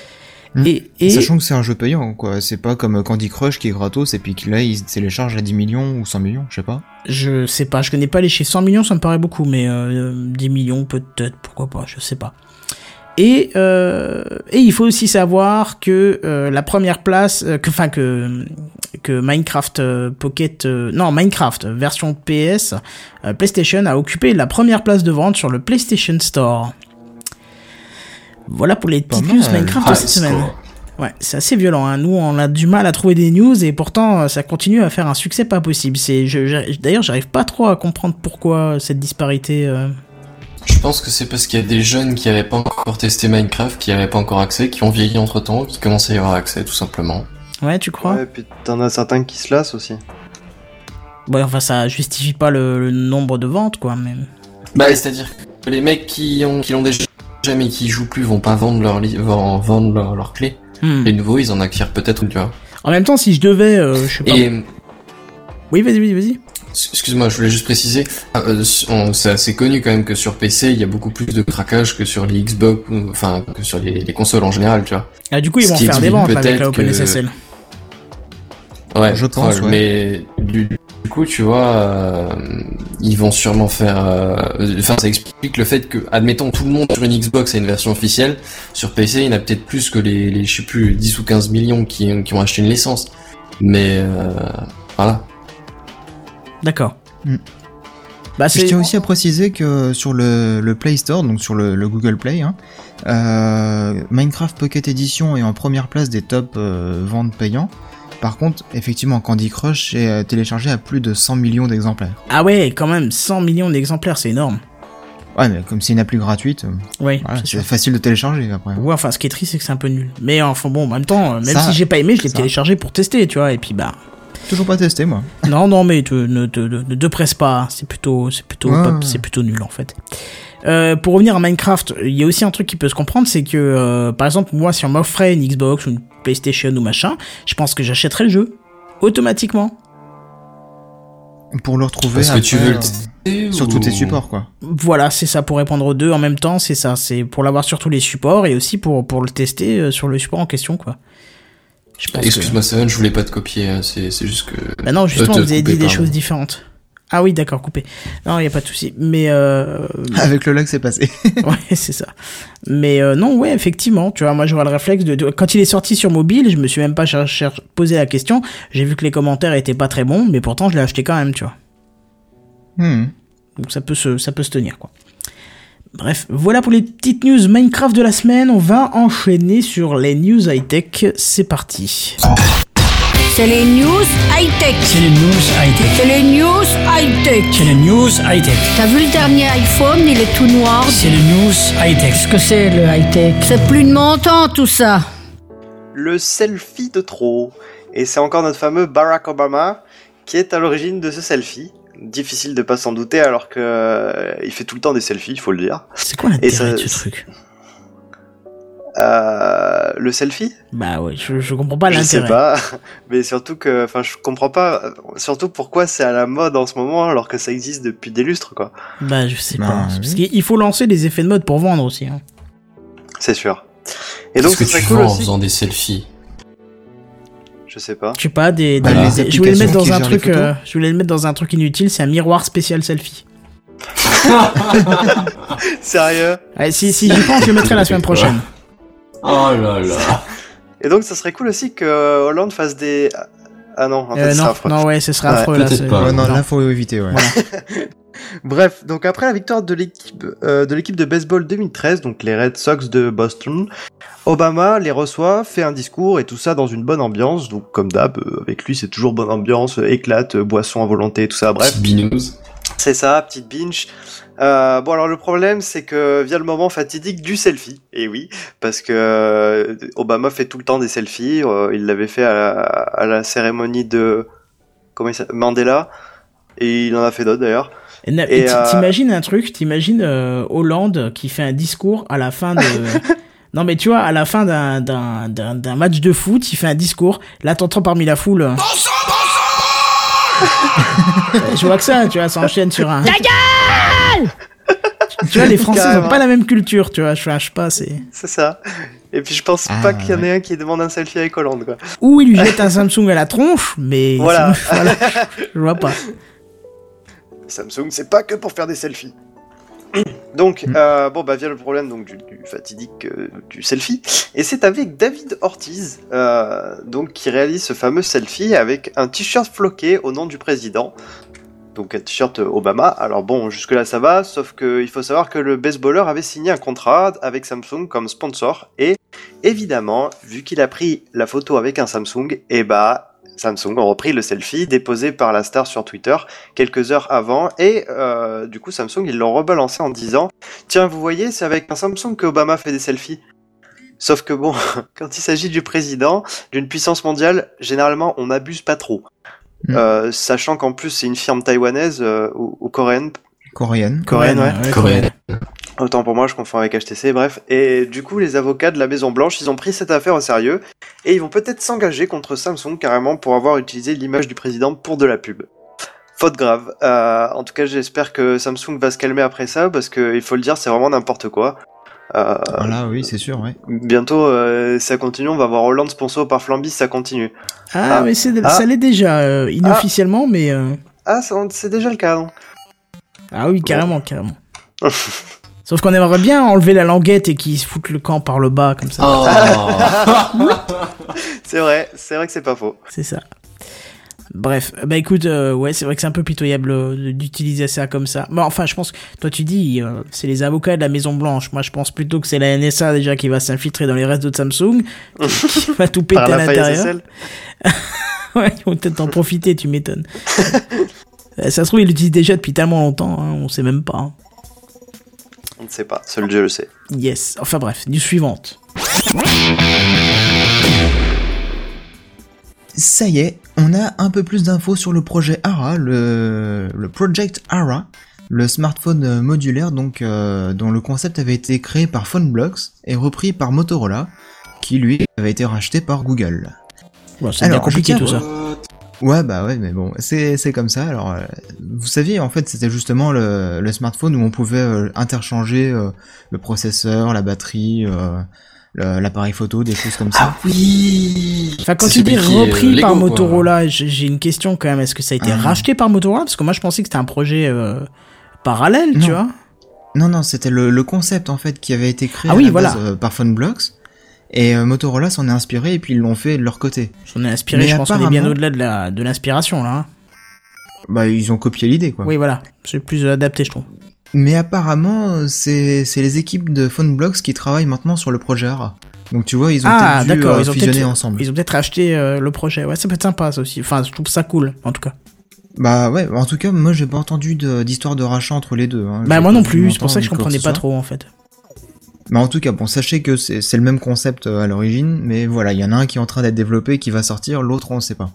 Et, et... Sachant que c'est un jeu payant, quoi. C'est pas comme Candy Crush qui est gratos et puis que là, il se télécharge à dix millions ou cent millions, je sais pas. Je sais pas, je connais pas les chiffres. cent millions, ça me paraît beaucoup, mais euh, dix millions peut-être, pourquoi pas, je sais pas. Et, euh, et il faut aussi savoir que euh, la première place, euh, que, enfin que, que Minecraft euh, Pocket, euh, non Minecraft version P S, euh, PlayStation a occupé la première place de vente sur le PlayStation Store. Voilà pour les petites news Minecraft de cette semaine. Ouais, c'est assez violent, hein. Nous, on a du mal à trouver des news et pourtant, ça continue à faire un succès pas possible. C'est, je, je, d'ailleurs, j'arrive pas trop à comprendre pourquoi cette disparité. Euh... Je pense que c'est parce qu'il y a des jeunes qui avaient pas encore testé Minecraft, qui avaient pas encore accès, qui ont vieilli entre temps, qui commencent à y avoir accès, tout simplement. Ouais, tu crois? Ouais, et puis t'en as certains qui se lassent aussi. Ouais, enfin, ça justifie pas le, le nombre de ventes, quoi, mais... Bah, c'est-à-dire que les mecs qui ont, qui l'ont déjà mais qui jouent plus vont pas vendre leur li- vont vendre leur, leur clé. Hmm. Les nouveaux, ils en acquièrent peut-être, tu vois. En même temps, si je devais, euh, je sais pas. Et... Oui, vas-y, vas-y, vas-y. Excuse-moi, je voulais juste préciser, euh, on, c'est assez connu quand même que sur P C, il y a beaucoup plus de craquage que sur les Xbox, ou, enfin, que sur les, les consoles en général, tu vois. Ah, du coup, ils vont faire des ventes avec la OpenSSL. Que... Ouais, je pense, ouais. Mais du, du coup, tu vois, euh, ils vont sûrement faire... Euh, enfin, ça explique le fait que, admettons, tout le monde sur une Xbox a une version officielle, sur P C, il y en a peut-être plus que les, les je sais plus, dix ou quinze millions qui, qui ont acheté une licence. Mais, euh, voilà. D'accord. Mm. Bah, c'est... Je tiens aussi à préciser que sur le, le Play Store, donc sur le, le Google Play, hein, euh, Minecraft Pocket Edition est en première place des top euh, ventes payants. Par contre, effectivement, Candy Crush est euh, téléchargé à plus de cent millions d'exemplaires. Ah ouais, quand même, cent millions d'exemplaires, c'est énorme. Ouais, mais comme c'est une appli gratuite, oui, voilà, c'est, c'est facile de télécharger après. Ouais, enfin, ce qui est triste, c'est que c'est un peu nul. Mais enfin bon, en même temps, même ça, si j'ai pas aimé, je l'ai ça. téléchargé pour tester, tu vois, et puis bah... Toujours pas testé, moi. Non, non, mais te, ne te ne, ne te presse pas, c'est plutôt, c'est plutôt, ouais, pas, ouais. c'est plutôt nul en fait. Euh, pour revenir à Minecraft, il y a aussi un truc qui peut se comprendre, c'est que, euh, par exemple, moi, si on m'offrait une Xbox ou une PlayStation ou machin, je pense que j'achèterais le jeu, automatiquement. Pour le retrouver Parce que après, tu veux le euh, tester sur ou... tous tes supports, quoi. Voilà, c'est ça, pour répondre aux deux en même temps, c'est ça, c'est pour l'avoir sur tous les supports et aussi pour, pour le tester euh, sur le support en question, quoi. Je pense Excuse-moi, que... Seven, je voulais pas te copier, hein, c'est, c'est juste que... Bah non, justement, Euh, te vous avez couper, dit des pardon. choses différentes. Ah oui, d'accord, coupé. Non, il y a pas de souci. Mais euh... Avec le lag, c'est passé. ouais, c'est ça. Mais euh, non, ouais, effectivement, tu vois, moi j'aurais le réflexe de, de... Quand il est sorti sur mobile, je me suis même pas cher... cher... posé la question. J'ai vu que les commentaires étaient pas très bons, mais pourtant je l'ai acheté quand même, tu vois. Hmm. Donc ça peut se, ça peut se tenir, quoi. Bref, voilà pour les petites news Minecraft de la semaine. On va enchaîner sur les news high-tech. C'est parti. C'est les news high-tech. C'est les news high-tech. C'est les news high-tech. C'est les news high-tech. T'as vu le dernier iPhone, il est tout noir. C'est les news high-tech. Qu'est-ce que c'est le high-tech? C'est plus de mon temps tout ça. Le selfie de trop. Et c'est encore notre fameux Barack Obama qui est à l'origine de ce selfie. Difficile de pas s'en douter alors que euh, il fait tout le temps des selfies, il faut le dire. C'est quoi l'intérêt de ce truc? Euh, le selfie? Bah ouais, je, je comprends pas Je l'intérêt. sais pas, mais surtout que, enfin, je comprends pas, surtout pourquoi c'est à la mode en ce moment alors que ça existe depuis des lustres, quoi. Bah je sais Bah, pas. oui. Parce qu'il faut lancer des effets de mode pour vendre aussi. Hein. C'est sûr. Et donc, Qu'est-ce que ce serait tu cool vends en aussi. faisant des selfies? Je sais pas. Je sais pas, des, Bah, des- les des- je voulais le mettre applications dans qui un gèrent les truc, photos. euh, je voulais le mettre dans un truc inutile, c'est un miroir spécial selfie. Sérieux? Ouais, si si j'y pense, je le mettrai la semaine prochaine. Oh là là. Et donc, ça serait cool aussi que Hollande fasse des. Ah non, en fait, Euh, c'est non, affreux. non ouais, ce serait Ouais, affreux là. peut-être c'est- pas. Ouais, non, non. là, faut éviter, ouais. Voilà. Bref, donc après la victoire de l'équipe euh, de l'équipe de baseball deux mille treize, donc les Red Sox de Boston, Obama les reçoit, fait un discours et tout ça dans une bonne ambiance. Donc comme d'hab, euh, avec lui c'est toujours bonne ambiance, euh, éclate, euh, boisson à volonté, tout ça. Bref, Petite binouze. c'est ça, petite binge. Euh, bon alors le problème c'est que vient le moment fatidique du selfie. Et oui, parce que euh, Obama fait tout le temps des selfies. Euh, il l'avait fait à la, à la cérémonie de comment il s'appelle Mandela. Et il en a fait d'autres d'ailleurs. Et na- Et, et t- euh, t'imagines un truc, t'imagines euh, Hollande qui fait un discours à la fin de... non mais tu vois, à la fin d'un, d'un, d'un, d'un match de foot, il fait un discours, là t'entends parmi la foule... euh, je vois que ça, tu vois, ça enchaîne sur un... Ta gueule! Tu vois, les Français Carrément. ont pas la même culture, tu vois, je je sais pas, c'est... C'est ça. Et puis je pense Ah, pas qu'il y en ait ouais. un qui demande un selfie avec Hollande, quoi. Ou il lui jette un Samsung à la tronche, mais... Voilà. sinon, voilà, je vois pas. Samsung, c'est pas que pour faire des selfies. Donc, euh, bon, bah, vient le problème donc du, du fatidique euh, du selfie. Et c'est avec David Ortiz, euh, donc, qui réalise ce fameux selfie avec un t-shirt floqué au nom du président. Donc, un t-shirt Obama. Alors bon, jusque-là, ça va, sauf que il faut savoir que le baseballeur avait signé un contrat avec Samsung comme sponsor. Et, évidemment, vu qu'il a pris la photo avec un Samsung, et bah... Samsung ont repris le selfie déposé par la star sur Twitter quelques heures avant et euh, du coup Samsung ils l'ont rebalancé en disant tiens vous voyez c'est avec un Samsung que Obama fait des selfies. Sauf que bon quand il s'agit du président d'une puissance mondiale généralement on n'abuse pas trop. Mm. Euh, sachant qu'en plus c'est une firme taïwanaise euh, ou, ou coréenne. Coréenne. Coréenne ouais. Coréenne. Autant pour moi, je confonds avec H T C, bref. Et du coup, les avocats de la Maison Blanche, ils ont pris cette affaire au sérieux, et ils vont peut-être s'engager contre Samsung carrément pour avoir utilisé l'image du président pour de la pub. Faute grave. Euh, en tout cas, j'espère que Samsung va se calmer après ça, parce que il faut le dire, c'est vraiment n'importe quoi. Euh, Voilà, oui, c'est sûr, ouais. bientôt, euh, ça continue, on va voir Hollande sponsor par Flambis, ça continue. Ah, Ah. mais c'est, Ah. ça l'est déjà, euh, inofficiellement, mais... euh, Ah, ça- c'est déjà le cas, non? Ah oui, carrément, carrément. Sauf qu'on aimerait bien enlever la languette et qu'ils se foutent le camp par le bas, comme ça. Oh. C'est vrai, c'est vrai que c'est pas faux. C'est ça. Bref, bah écoute, euh, ouais, c'est vrai que c'est un peu pitoyable euh, d'utiliser ça comme ça. Bon, enfin, je pense que toi tu dis, euh, c'est les avocats de la Maison Blanche. Moi, je pense plutôt que c'est la N S A déjà qui va s'infiltrer dans les restes de Samsung, qui va tout péter Par à la faille l'intérieur. S S L. Ouais, ils vont peut-être en profiter, tu m'étonnes. Euh, ça se trouve, ils l'utilisent déjà depuis tellement longtemps, hein, on sait même pas. Hein. On ne sait pas, seul Dieu le sait. Yes. Enfin bref, news suivante. Ça y est, on a un peu plus d'infos sur le projet Ara, le, le Project Ara, le smartphone modulaire donc euh, dont le concept avait été créé par PhoneBlocks et repris par Motorola, qui lui avait été racheté par Google. Bon, c'est Alors, bien compliqué je tout tiens- ça. Ouais, bah ouais, mais bon, c'est c'est comme ça. Alors, euh, vous saviez, en fait, c'était justement le, le smartphone où on pouvait euh, interchanger euh, le processeur, la batterie, euh, le- l'appareil photo, des choses comme ça. Ah oui. Enfin, quand C'est tu dis celui qui est, repris euh, par Lego, quoi. Motorola, j'ai j'ai une question quand même. Est-ce que ça a été Ah. racheté par Motorola? Parce que moi, je pensais que c'était un projet euh, parallèle, tu Non. vois. Non, non, c'était le, le concept en fait qui avait été créé Ah à oui, la voilà. base, euh, par PhoneBlocks. Et euh, Motorola s'en est inspiré et puis ils l'ont fait de leur côté. J'en ai inspiré, Mais je pense qu'on est bien apparemment- au-delà de la de l'inspiration là. Hein. Bah, ils ont copié l'idée, quoi. Oui, voilà, c'est plus adapté, je trouve. Mais apparemment, euh, c'est c'est les équipes de PhoneBlocks qui travaillent maintenant sur le projet Ara. Donc tu vois, ils ont Ah, peut-être dû d'accord, euh, ils ont fusionner peut-être ensemble. ils ont peut-être acheté euh, le projet. Ouais, ça peut être sympa ça aussi. Enfin, je trouve ça cool, en tout cas. Bah ouais, en tout cas, moi j'ai pas entendu de- d'histoire de rachat entre les deux. Hein. Bah J'ai moi pas non vu plus, c'est pour entendre ça que je ni quoi comprenais ce pas soit. trop en fait. Mais en tout cas, bon, sachez que c'est c'est le même concept euh, à l'origine, mais voilà, il y en a un qui est en train d'être développé, qui va sortir, l'autre on sait pas.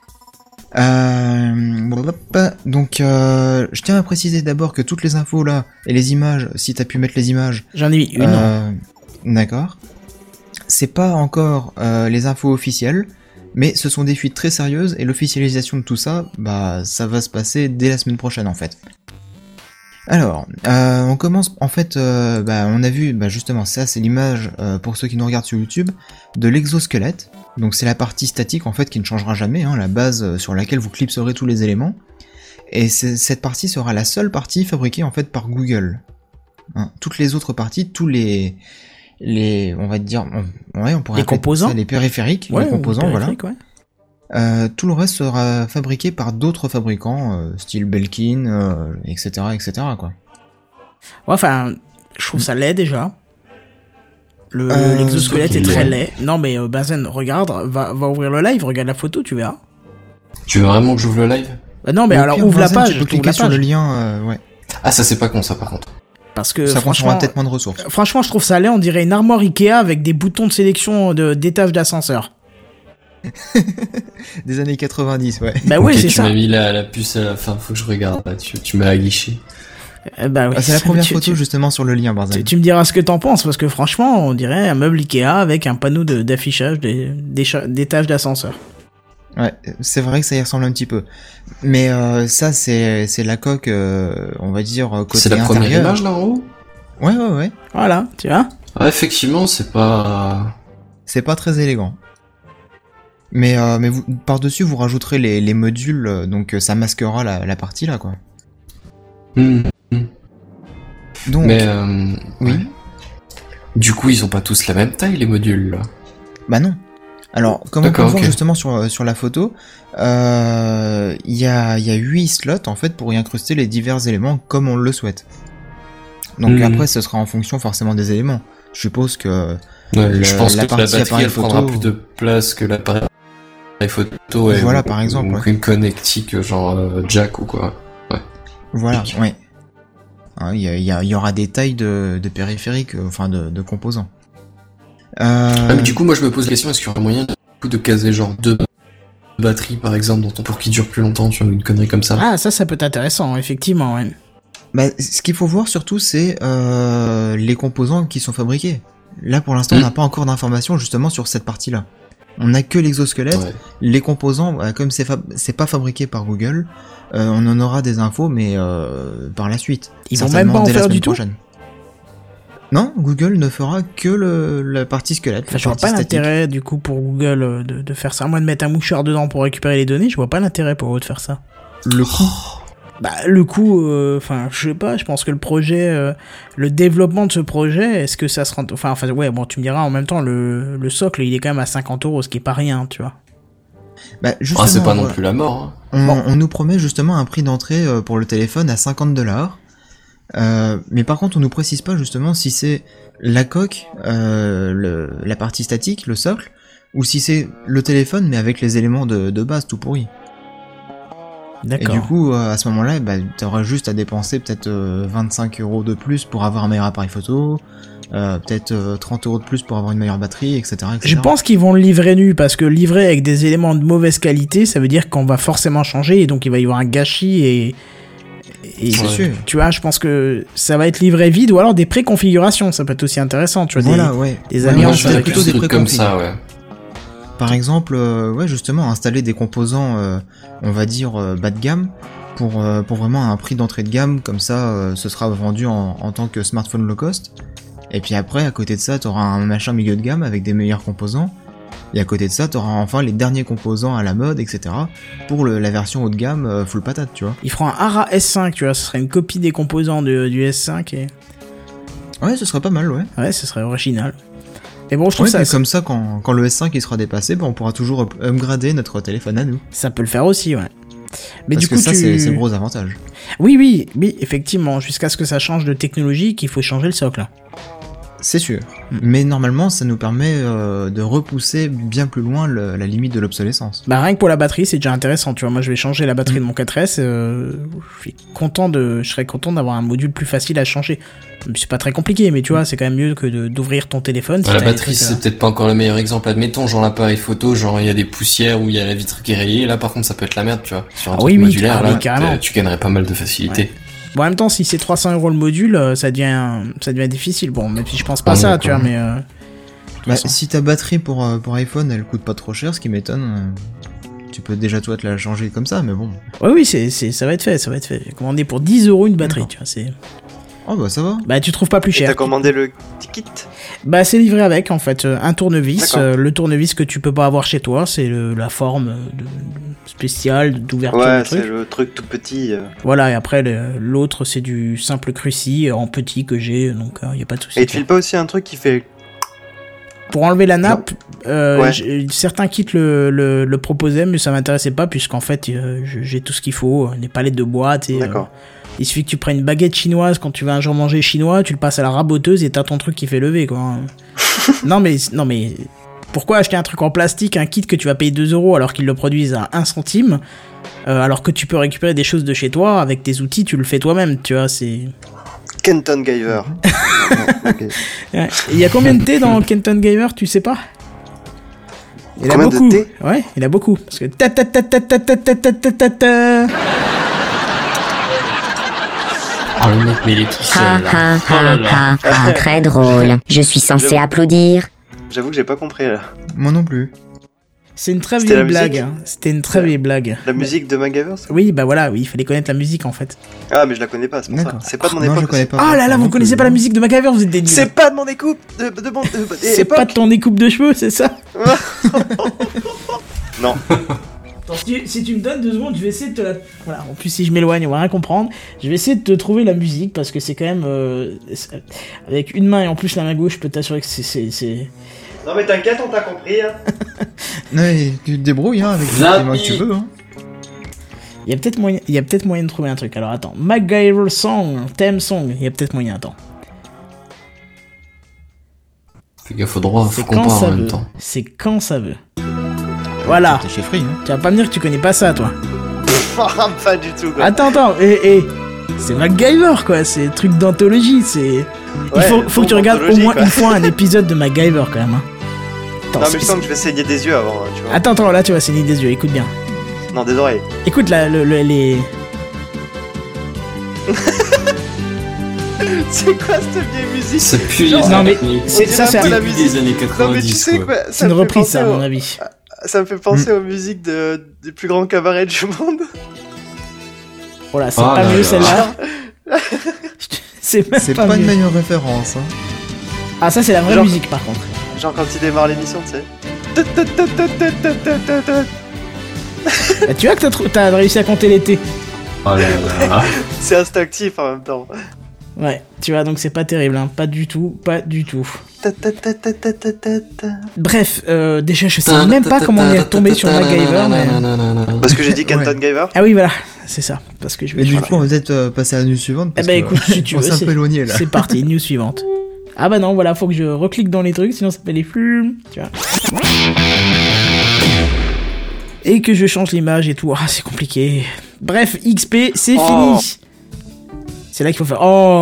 Euh, blablabla. Donc, euh, je tiens à préciser d'abord que toutes les infos là et les images, si t'as pu mettre les images, J'en ai mis une. euh, d'accord. C'est pas encore euh, les infos officielles, mais ce sont des fuites très sérieuses et l'officialisation de tout ça, bah, ça va se passer dès la semaine prochaine en fait. Alors, euh, on commence en fait, euh, bah, on a vu, bah, justement, ça c'est l'image euh, pour ceux qui nous regardent sur YouTube de l'exosquelette. Donc c'est la partie statique en fait qui ne changera jamais, hein, la base euh, sur laquelle vous clipserez tous les éléments. Et c'est- cette partie sera la seule partie fabriquée en fait par Google. Hein, toutes les autres parties, tous les, les, on va dire, on, ouais, on pourrait Les appeler composants. ça les périphériques, Ouais, les composants, ou voilà. périphérique, ouais. Euh, tout le reste sera fabriqué par d'autres fabricants, euh, style Belkin, euh, et cetera, et cetera, quoi. Ouais, enfin, je trouve ça laid déjà. Le Euh, l'exosquelette est surtout, très ouais. laid. Non mais euh, Benzen, regarde, va, va ouvrir le live, regarde la photo, tu verras. Tu veux vraiment que j'ouvre le live? Bah non mais Au alors pire, ouvre la Benzen, page, tu peux ouvre cliquer la sur le page. lien, euh, ouais. Ah, ça c'est pas con ça par contre. Parce que Ça franchement, consommera peut-être moins de ressources. franchement, je trouve ça laid. On dirait une armoire Ikea avec des boutons de sélection de d'étage d'ascenseur. Des années quatre-vingt-dix, ouais. Bah ouais, Ok, c'est tu ça. m'as mis la, la puce à la fin, faut que je regarde là, tu, tu m'as aguiché. Euh, bah oui. Ah, c'est la première Tu- photo tu- justement sur le lien, Benzen. Tu, tu me diras ce que t'en penses, parce que franchement, on dirait un meuble Ikea avec un panneau de- d'affichage des- d'écha- d'étage d'ascenseur. Ouais, c'est vrai que ça y ressemble un petit peu. Mais euh, ça, c'est c'est la coque, euh, on va dire, côté C'est la première intérieur. image là en haut? Ouais, ouais, ouais. Voilà, tu vois. Ah, effectivement, c'est pas... C'est pas très élégant. Mais, euh, mais vous, par-dessus, vous rajouterez les, les modules, euh, donc euh, ça masquera la, la partie là, quoi. Hmm. Donc, Mais euh, oui. ouais. Du coup, ils ont pas tous la même taille les modules là. Bah non. Alors, comme on peut D'accord, voir ok. justement sur, sur la photo, euh, il y a, il y a huit slots en fait pour y incruster les divers éléments comme on le souhaite. Donc Mhm. après, ce sera en fonction forcément des éléments. Je suppose que Ouais, Le- je pense la que la partie batterie appareil elle photo- prendra plus de place que l'appareil photo et Voilà, ou- par exemple, ou ouais. qu'une connectique genre euh, jack ou quoi. voilà, Ok. ouais. Hein, Il y, a- il y a- il y aura des tailles de, de périphériques, euh, enfin de, de composants. Euh, Ah, mais du coup, moi je me pose la question, est-ce qu'il y aura moyen du coup, de caser genre deux batteries par exemple dans ton pour qui dure plus longtemps, tu vois, une connerie comme ça. Ah, ça, ça peut être intéressant, effectivement, ouais. bah, ce qu'il faut voir surtout, c'est euh, les composants qui sont fabriqués. Là, pour l'instant, Mm. on n'a pas encore d'informations justement sur cette partie-là. On n'a que l'exosquelette. Ouais. Les composants, bah, comme c'est fab- c'est pas fabriqué par Google, euh, on en aura des infos, mais euh, par la suite. Ils vont Certainement même pas en dès la faire semaine du tout. prochaine. Non, Google ne fera que le, la partie squelette. Enfin, la je vois partie pas statique. l'intérêt, du coup, pour Google euh, de, de faire ça. À moins de mettre un mouchoir dedans pour récupérer les données, je vois pas l'intérêt pour eux de faire ça. Le coût. Bah, le coup, enfin, je sais pas, je pense que le projet, euh, le développement de ce projet, est-ce que ça se rend... Enfin, enfin, ouais, bon, tu me diras, en même temps, le, le socle, il est quand même à cinquante euros, ce qui est pas rien, tu vois. Bah, justement, Ah, c'est pas non voilà. plus la mort. Hein. On, Bon. on nous promet justement un prix d'entrée euh, pour le téléphone à cinquante dollars. Euh, mais par contre, on nous précise pas justement si c'est la coque, euh, le, la partie statique, le socle, ou si c'est le téléphone mais avec les éléments de, de base tout pourris. Et D'accord. du coup, euh, à ce moment-là, bah, t'auras juste à dépenser peut-être euh, vingt-cinq euros de plus pour avoir un meilleur appareil photo, euh, peut-être euh, trente euros de plus pour avoir une meilleure batterie, et cetera, et cetera. Je pense qu'ils vont le livrer nu, parce que livrer avec des éléments de mauvaise qualité, ça veut dire qu'on va forcément changer, et donc il va y avoir un gâchis, et... et C'est Ouais. sûr. tu vois, je pense que ça va être livré vide, ou alors des préconfigurations, ça peut être aussi intéressant, tu vois. Voilà, des- ouais. des Ouais, alliances moi, Moi, je je fais fais plutôt plus des des trucs comme préconfig. ça, ouais. Par exemple, euh, ouais, justement, installer des composants, euh, on va dire, euh, bas de gamme, pour, euh, pour vraiment un prix d'entrée de gamme, comme ça, euh, ce sera vendu en, en tant que smartphone low cost. Et puis après, à côté de ça, t'auras un machin milieu de gamme avec des meilleurs composants. Et à côté de ça, t'auras enfin les derniers composants à la mode, et cetera. Pour le, la version haut de gamme, euh, full patate, tu vois. Ils feront un Ara S cinq, tu vois, ce serait une copie des composants de, du S cinq, et... Ouais, ce serait pas mal, ouais. Ouais, ce serait original. Mais bon, je trouve Ouais, ça, puis comme ça, quand, quand le S cinq il sera dépassé, bah, on pourra toujours up- upgrader notre téléphone à nous. ça peut le faire aussi, ouais. Mais Parce du que coup, ça, tu... c'est c'est le gros avantage. Oui, oui, oui, effectivement, jusqu'à ce que ça change de technologie, qu'il faut changer le socle. C'est sûr. Mm. Mais normalement, ça nous permet euh, de repousser bien plus loin le- la limite de l'obsolescence. Bah rien que pour la batterie, c'est déjà intéressant, tu vois. Moi, je vais changer la batterie de mon quatre S. Euh, je suis content de, je serais content d'avoir un module plus facile à changer. C'est pas très compliqué, mais tu vois, c'est quand même mieux que de- d'ouvrir ton téléphone. si Ah, la t'as des batterie, trucs, euh, c'est peut-être pas encore le meilleur exemple. Admettons, genre l'appareil photo, genre il y a des poussières ou il y a la vitre qui est rayée. Là, par contre, ça peut être la merde, tu vois. Sur un Ah truc oui, oui, modulaire, ah là, oui, carrément. euh, tu gagnerais pas mal de facilité. Bon, en même temps, si c'est trois cents euros le module, euh, ça devient, ça devient difficile. Bon, même si je pense pas Ah, ça, d'accord. tu vois, mais. Euh... Bah, façon. si ta batterie pour, euh, pour iPhone, elle coûte pas trop cher, ce qui m'étonne, euh, tu peux déjà toi te la changer comme ça, mais bon. Ouais, oui, c'est, c'est, ça va être fait, ça va être fait. J'ai commandé pour dix euros une batterie, D'accord. tu vois, c'est. Oh bah ça va. Bah, tu trouves pas plus Et t'as cher. commandé le ticket? Bah, c'est livré avec, en fait, euh, un tournevis. D'accord. euh, le tournevis que tu peux pas avoir chez toi, c'est le- la forme euh, de, de- spéciale d'ouverture Ouais, du truc. c'est le truc tout petit. euh. Voilà, et après, le- l'autre, c'est du simple cruci euh, en petit que j'ai, donc il y a pas de souci. Et il te file pas aussi un truc qui fait. Pour enlever la nappe, euh, Ouais. j'ai- certains kits le, le, le proposaient, mais ça m'intéressait pas, puisqu'en fait, euh, je- j'ai tout ce qu'il faut, des palettes de boîte, et euh, D'accord. il suffit que tu prennes une baguette chinoise quand tu vas un jour manger chinois, tu le passes à la raboteuse et t'as ton truc qui fait lever, quoi. non, mais, non, mais, pourquoi acheter un truc en plastique, un kit que tu vas payer deux euros alors qu'ils le produisent à un centime, euh, alors que tu peux récupérer des choses de chez toi, avec tes outils, tu le fais toi-même, tu vois, c'est... Kenton Giver. Ouais, ok. Ouais. Et il y a combien de thé dans Kenton Giver, tu sais pas? Il a Combien de beaucoup. thé Ouais, il a beaucoup. Parce que ta ta ta ta ta ta ta ta ta ta ta. Oh, le mec, mais il est tout seul, Ha là. ha Oh là ha là. ha ha, très drôle. Je suis censé J'avoue. applaudir. J'avoue que j'ai pas compris là. Moi non plus. C'est une très C'était vieille la blague. musique hein. C'était une très Ouais. vieille blague. La musique de MacGyver, ça Oui, bah voilà, oui, il fallait connaître la musique en fait. Ah, mais je la connais pas, c'est pour ça. D'accord. C'est pas de mon Non, époque. je connais aussi. pas. Oh là là, Non vous plus, connaissez pas la non. musique de MacGyver, vous êtes des nuls. C'est pas de mon écoute de, de mon. de- C'est époque. pas de ton découpe de cheveux, c'est ça? Non. Attends, si, tu, si tu me donnes deux secondes, je vais essayer de te la... Voilà, en plus si je m'éloigne, on va rien comprendre. Je vais essayer de te trouver la musique, parce que c'est quand même... euh, c'est- avec une main et en plus la main gauche, je peux t'assurer que c'est... c'est, c'est... Non, mais t'inquiète, on t'a compris. Hein. Ouais, tu te débrouilles hein, avec Zappy. les mots que tu veux. Hein. Il y a peut-être moyen, il y a peut-être moyen de trouver un truc. Alors attends, MacGyver Song, theme song, il y a peut-être moyen, attends. Fais gaffe au droit, C'est faut qu'on quand part ça en veut. même temps. C'est quand ça veut. Voilà. T'es chez Free, hein. Tu vas pas me dire que tu connais pas ça, toi. Pas du tout, quoi. Attends, attends, et, et c'est MacGyver, quoi. C'est truc d'anthologie, c'est... Il Ouais, faut, faut que tu bon, regardes au anthologie, moins quoi. une fois un épisode de MacGyver, quand même. Hein. Attends, Non, mais c'est- je sens que je vais saigner des yeux avant, hein, tu vois. Attends, attends, là tu vas saigner des yeux, écoute bien. Non, des oreilles. Écoute là, le, le- les... C'est quoi cette vieille musique? Ça pue les Non, mais techniques. c'est- On ça, dirait c'est pas un- la Début musique. des années Non, mais tu quatre-vingt-dix, sais quoi. quoi? C'est une me fait reprise, penser ça, à au- mon avis. Ça me fait penser aux musiques de... des plus grands cabarets du monde. Voilà, c'est Oh pas là mieux là. celle-là. c'est même C'est pas, pas, mieux. une meilleure référence. Hein. Ah, ça c'est la vraie Genre- musique par contre. Genre quand il démarre l'émission, tu sais. Bah, tu vois que t'as, trou- t'as réussi à compter l'été. Oh là là. C'est instinctif en même temps. Ouais, tu vois, donc c'est pas terrible, hein. Pas du tout, pas du tout. Ta, ta, ta, ta, ta, ta, ta, ta. Bref, euh, déjà, je sais même pas comment on est tombé sur MacGyver, mais... Parce que j'ai dit Kenton Ouais. Guyver. Ah oui, voilà, c'est ça, parce que je vais... Mais du coup, on va peut-être euh, passer à la news suivante. Eh Parce ben que, écoute, si tu on veux, s'est un c'est, peu éloigné là. c'est parti, news suivante. Ah bah non, voilà, faut que je reclique dans les trucs, sinon ça fait les flux, tu vois. Et que je change l'image et tout, ah c'est compliqué. Bref, X P, c'est Oh. fini. C'est là qu'il faut faire...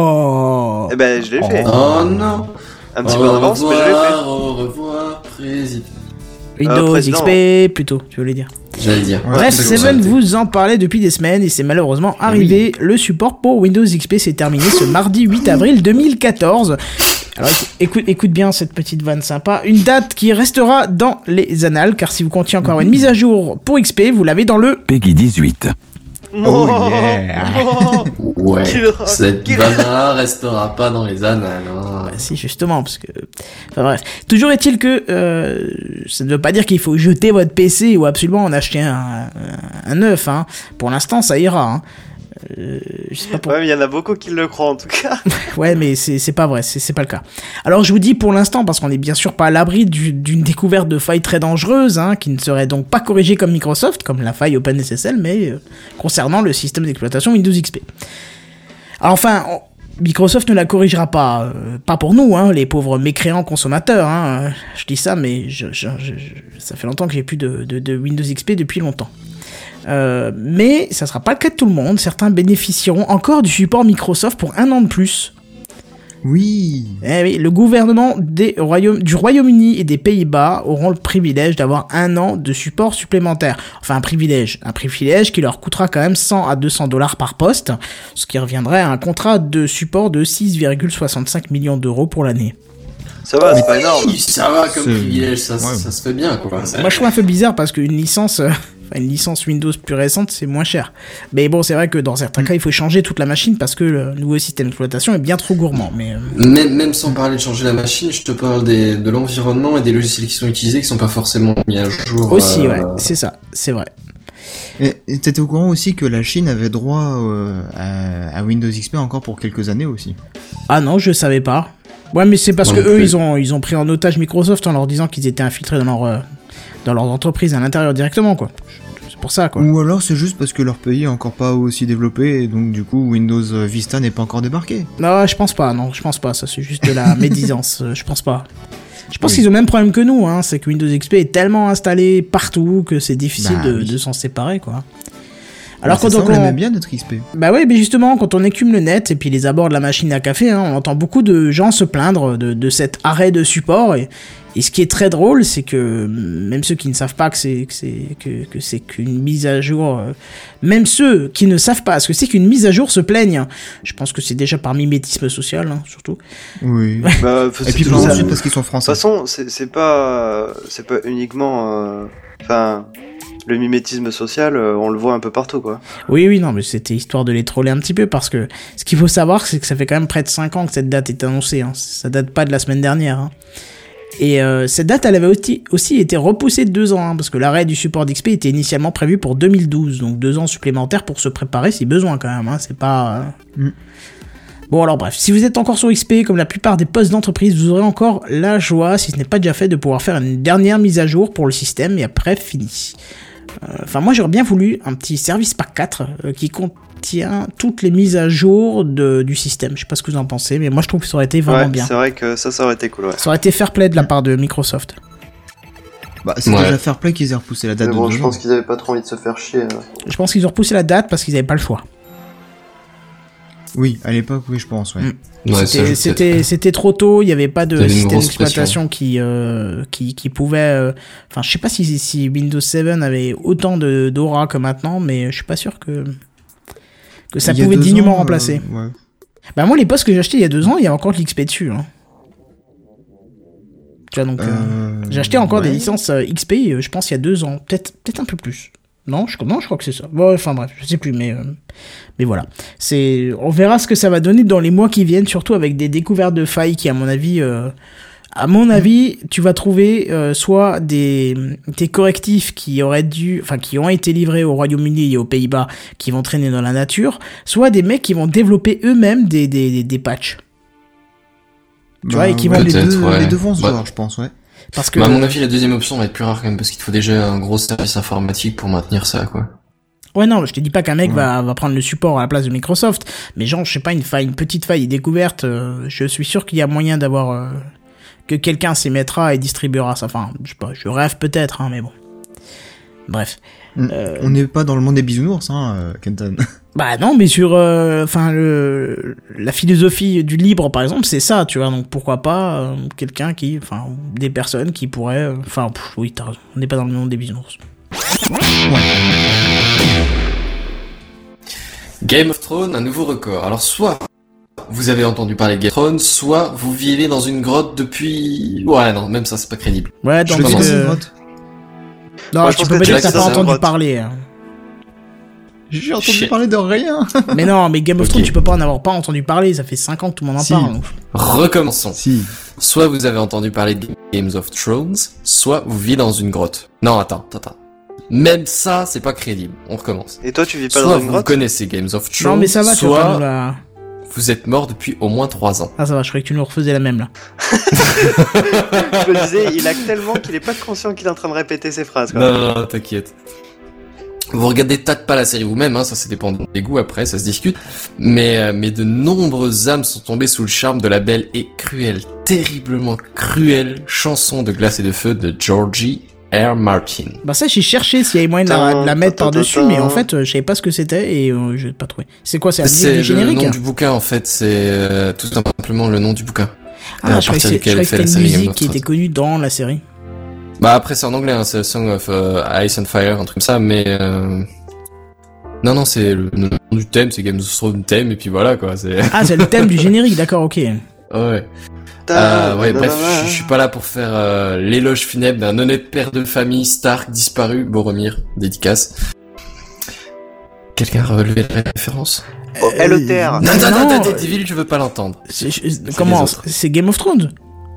Oh. Eh ben, je l'ai fait. Oh non. Un petit Au peu en avance, mais je l'ai fait. revoir, Au revoir, président. Windows Euh, président. X P, plutôt, tu voulais dire. J'allais dire. Ouais, Bref, c'est Seven bon. vous en parlait depuis des semaines et c'est malheureusement arrivé. Le support pour Windows X P s'est terminé ce mardi huit avril deux mille quatorze. Alors écoute, écoute bien cette petite vanne sympa. Une date qui restera dans les annales, car si vous comptiez encore une mise à jour pour X P, vous l'avez dans le... Peggy dix-huit. Oh yeah. Oh. Ouais. Qu'il aura- Cette qu'il- vanne-là restera pas dans les annales. Hein. Bah si, justement, parce que... Enfin bref. Toujours est-il que... Euh, ça ne veut pas dire qu'il faut jeter votre P C ou absolument en acheter un, un, un neuf. Hein. Pour l'instant, ça ira. Hein. Euh, je sais pas pour... Ouais, mais il y en a beaucoup qui le croient en tout cas. Ouais, mais c'est c'est pas vrai, c'est c'est pas le cas. Alors je vous dis pour l'instant, parce qu'on est bien sûr pas à l'abri du- d'une découverte de faille très dangereuse, hein, qui ne serait donc pas corrigée comme Microsoft, comme la faille OpenSSL, mais euh, concernant le système d'exploitation Windows X P. Alors enfin, on- Microsoft ne la corrigera pas, euh, pas pour nous, hein, les pauvres mécréants consommateurs. Hein, je dis ça, mais je, je, je, je- ça fait longtemps que j'ai plus de, de, de Windows X P depuis longtemps. Euh, mais ça sera pas le cas de tout le monde. Certains bénéficieront encore du support Microsoft pour un an de plus. Oui. Eh oui, le gouvernement des Royaumes, du Royaume-Uni et des Pays-Bas auront le privilège d'avoir un an de support supplémentaire. Enfin, un privilège. Un privilège qui leur coûtera quand même cent à deux cents dollars par poste, ce qui reviendrait à un contrat de support de six virgule soixante-cinq millions d'euros pour l'année. Ça va, c'est pas énorme. Oui, ça va comme C'est- privilège, ça, Ouais. ça se fait bien quoi. Moi, je trouve un peu bizarre parce qu'une licence, euh, enfin, une licence Windows plus récente, c'est moins cher. Mais bon, c'est vrai que dans certains cas, il faut changer toute la machine parce que le nouveau système d'exploitation est bien trop gourmand. Mais euh, Même, même sans parler de changer la machine, je te parle des, de l'environnement et des logiciels qui sont utilisés qui sont pas forcément mis à jour. aussi, euh, ouais, c'est ça, c'est vrai. Et et t'étais au courant aussi que la Chine avait droit euh, à, à Windows X P encore pour quelques années aussi. Ah non, je savais pas. Ouais, mais c'est parce Moi que non eux, plus. ils ont, ils ont pris en otage Microsoft en leur disant qu'ils étaient infiltrés dans leur, euh, dans leur entreprise à l'intérieur directement, quoi. C'est pour ça, quoi. Ou alors c'est juste parce que leur pays est encore pas aussi développé et donc du coup Windows Vista n'est pas encore débarqué. Non, je pense pas, non, je pense pas. Ça, c'est juste de la médisance. euh, Je pense pas. Je pense Oui. qu'ils ont le même problème que nous, hein. C'est que Windows X P est tellement installé partout que c'est difficile Bah de, oui. de s'en séparer, quoi. Alors Alors quand quand ça, on, on aimait bien notre X P. Bah ouais, mais justement, quand on écume le net et puis les abords de la machine à café, hein, on entend beaucoup de gens se plaindre de, de cet arrêt de support. Et, et ce qui est très drôle, c'est que même ceux qui ne savent pas que c'est que c'est que, que c'est qu'une mise à jour, euh, même ceux qui ne savent pas ce que c'est qu'une mise à jour se plaignent. Je pense que c'est déjà par mimétisme social, hein, surtout. Oui. Bah, Et c'est puis toujours par ça. ensuite De parce qu'ils sont toute français. façon, c'est c'est pas, c'est pas uniquement, euh, enfin, le mimétisme social, euh, on le voit un peu partout, quoi. Oui, oui, non, mais c'était histoire de les troller un petit peu parce que ce qu'il faut savoir, c'est que ça fait quand même près de cinq ans que cette date est annoncée. Hein. Ça date pas de la semaine dernière. Hein. Et euh, cette date, elle avait aussi, aussi été repoussée de deux ans, hein, parce que l'arrêt du support d'X P était initialement prévu pour deux mille douze, donc deux ans supplémentaires pour se préparer si besoin quand même. Hein. C'est pas. Euh... Mm. Bon alors bref, si vous êtes encore sur X P, comme la plupart des postes d'entreprise, vous aurez encore la joie, si ce n'est pas déjà fait, de pouvoir faire une dernière mise à jour pour le système et après fini. Enfin, moi j'aurais bien voulu un petit service pack quatre euh, qui contient toutes les mises à jour de, du système. Je sais pas ce que vous en pensez, mais moi je trouve que ça aurait été vraiment Ouais, bien. c'est vrai que ça, ça aurait été cool, ouais. Ça aurait été fair play de la part de Microsoft. Bah c'est Ouais. déjà fair play qu'ils aient repoussé la date Mais de bon, deux je ans. pense qu'ils avaient pas trop envie de se faire chier. euh. Je pense qu'ils ont repoussé la date parce qu'ils avaient pas le choix. Oui, à l'époque, oui, je pense, ouais. Mm. Ouais, ça C'était- joue C'était peut-être. c'était trop tôt, il n'y avait pas de Il y avait une système grosse d'exploitation qui, euh, qui, qui pouvait... euh, Enfin, je sais pas si, si Windows sept avait autant de d'aura que maintenant, mais je suis pas sûr que, que ça Il y a pouvait deux dignement ans, euh, remplacer. ouais. Bah moi, les postes que j'ai achetés il y a deux ans, il y a encore de l'X P dessus. Hein. Tu vois, donc... euh, Euh, J'ai acheté encore ouais. des licences euh, X P, euh, je pense, il y a deux ans. Peut-être peut-être un peu plus. Non, je, non, je crois que c'est ça. Bon, enfin bref, je sais plus, mais, euh, mais voilà. C'est, on verra ce que ça va donner dans les mois qui viennent, surtout avec des découvertes de failles qui, à mon avis, euh, À mon avis, tu vas trouver euh, soit des, des correctifs qui auraient dû, enfin qui ont été livrés au Royaume-Uni et aux Pays-Bas, qui vont traîner dans la nature, soit des mecs qui vont développer eux-mêmes des des des, des patchs. Tu Bah, vois, et qui vont ouais, les, peut-être, deux, ouais. les deux vont se Bah. voir, je pense, ouais. parce que Bah, à mon avis, la deuxième option va être plus rare quand même, parce qu'il te faut déjà un gros service informatique pour maintenir ça, quoi. ouais non, je te dis pas qu'un mec Ouais. va va prendre le support à la place de Microsoft, mais genre je sais pas une faille, une petite faille découverte, euh, je suis sûr qu'il y a moyen d'avoir euh, que quelqu'un s'y mettra et distribuera ça. Enfin, je sais pas, je rêve peut-être, hein, mais bon. Bref. Mm. Euh, On n'est pas dans le monde des bisounours, hein, euh, Kenton. Bah non, mais sur, enfin le la philosophie du libre, par exemple, c'est ça, tu vois. Donc pourquoi pas euh, quelqu'un qui, enfin, des personnes qui pourraient, enfin, euh, oui, t'as raison. On n'est pas dans le monde des bisounours. Game of Thrones, un nouveau record. Alors soit vous avez entendu parler de Game of Thrones, soit vous vivez dans une grotte depuis... Ouais, non, même ça, c'est pas crédible. Ouais, Je donc le dis dans euh, une grotte. non, Moi, je tu pense peux que pas tu dire l'as que t'as dit pas dans une entendu grotte. parler. Hein. J'ai entendu Shit. parler de rien. Mais non, mais Game of Ok. Thrones, tu peux pas en avoir pas entendu parler. Ça fait cinq ans que tout le monde en Si. parle. donc. Recommençons. Si. Soit vous avez entendu parler de Games of Thrones, soit vous vivez dans une grotte. Non, attends, attends, attends. Même ça, c'est pas crédible. On recommence. Et toi, tu vis pas Soit dans une vous grotte? connaissez Games of Thrones, Non, mais ça va, tu vas pas nous soit la... vous êtes mort depuis au moins trois ans. Ah, ça va, je croyais que tu nous refaisais la même, là. Je me disais, il a tellement qu'il est pas conscient qu'il est en train de répéter ses phrases, quoi. Non, non, non, t'inquiète. Vous regardez peut-être pas la série vous-même, hein, ça, ça dépend des goûts après, ça se discute. Mais, euh, mais de nombreuses âmes sont tombées sous le charme de la belle et cruelle, terriblement cruelle chanson de glace et de feu de Georgie R. Martin. Bah ça, j'ai cherché s'il y avait moyen de la, de la mettre Tin, tin, par-dessus, tin, mais tin. en fait, euh, je savais pas ce que c'était et euh, je l'ai pas trouvé. C'est quoi, c'est la musique C'est du le générique nom du bouquin en fait, c'est euh, tout simplement le nom du bouquin. Ah, à je croyais que partir c'est- je duquel croyais que fait c'était la une série Game musique of qui était Thrones. connue dans la série. Bah après c'est en anglais, hein, c'est Song of euh, Ice and Fire, un truc comme ça, mais euh... non non c'est le nom du thème, c'est Game of Thrones thème et puis voilà quoi. C'est Ah, c'est le thème du générique, d'accord, ok. ouais. Ta- Euh, ouais, na- bref, na- na- je je suis pas là pour faire euh, l'éloge funèbre d'un honnête père de famille, Stark disparu, Boromir, dédicace. Quelqu'un a relevé la référence? Oh, L E T R. Non, non, non, non, non, euh, Daredevil, je veux pas l'entendre. C'est- je- les Comment autres. c'est Game of Thrones.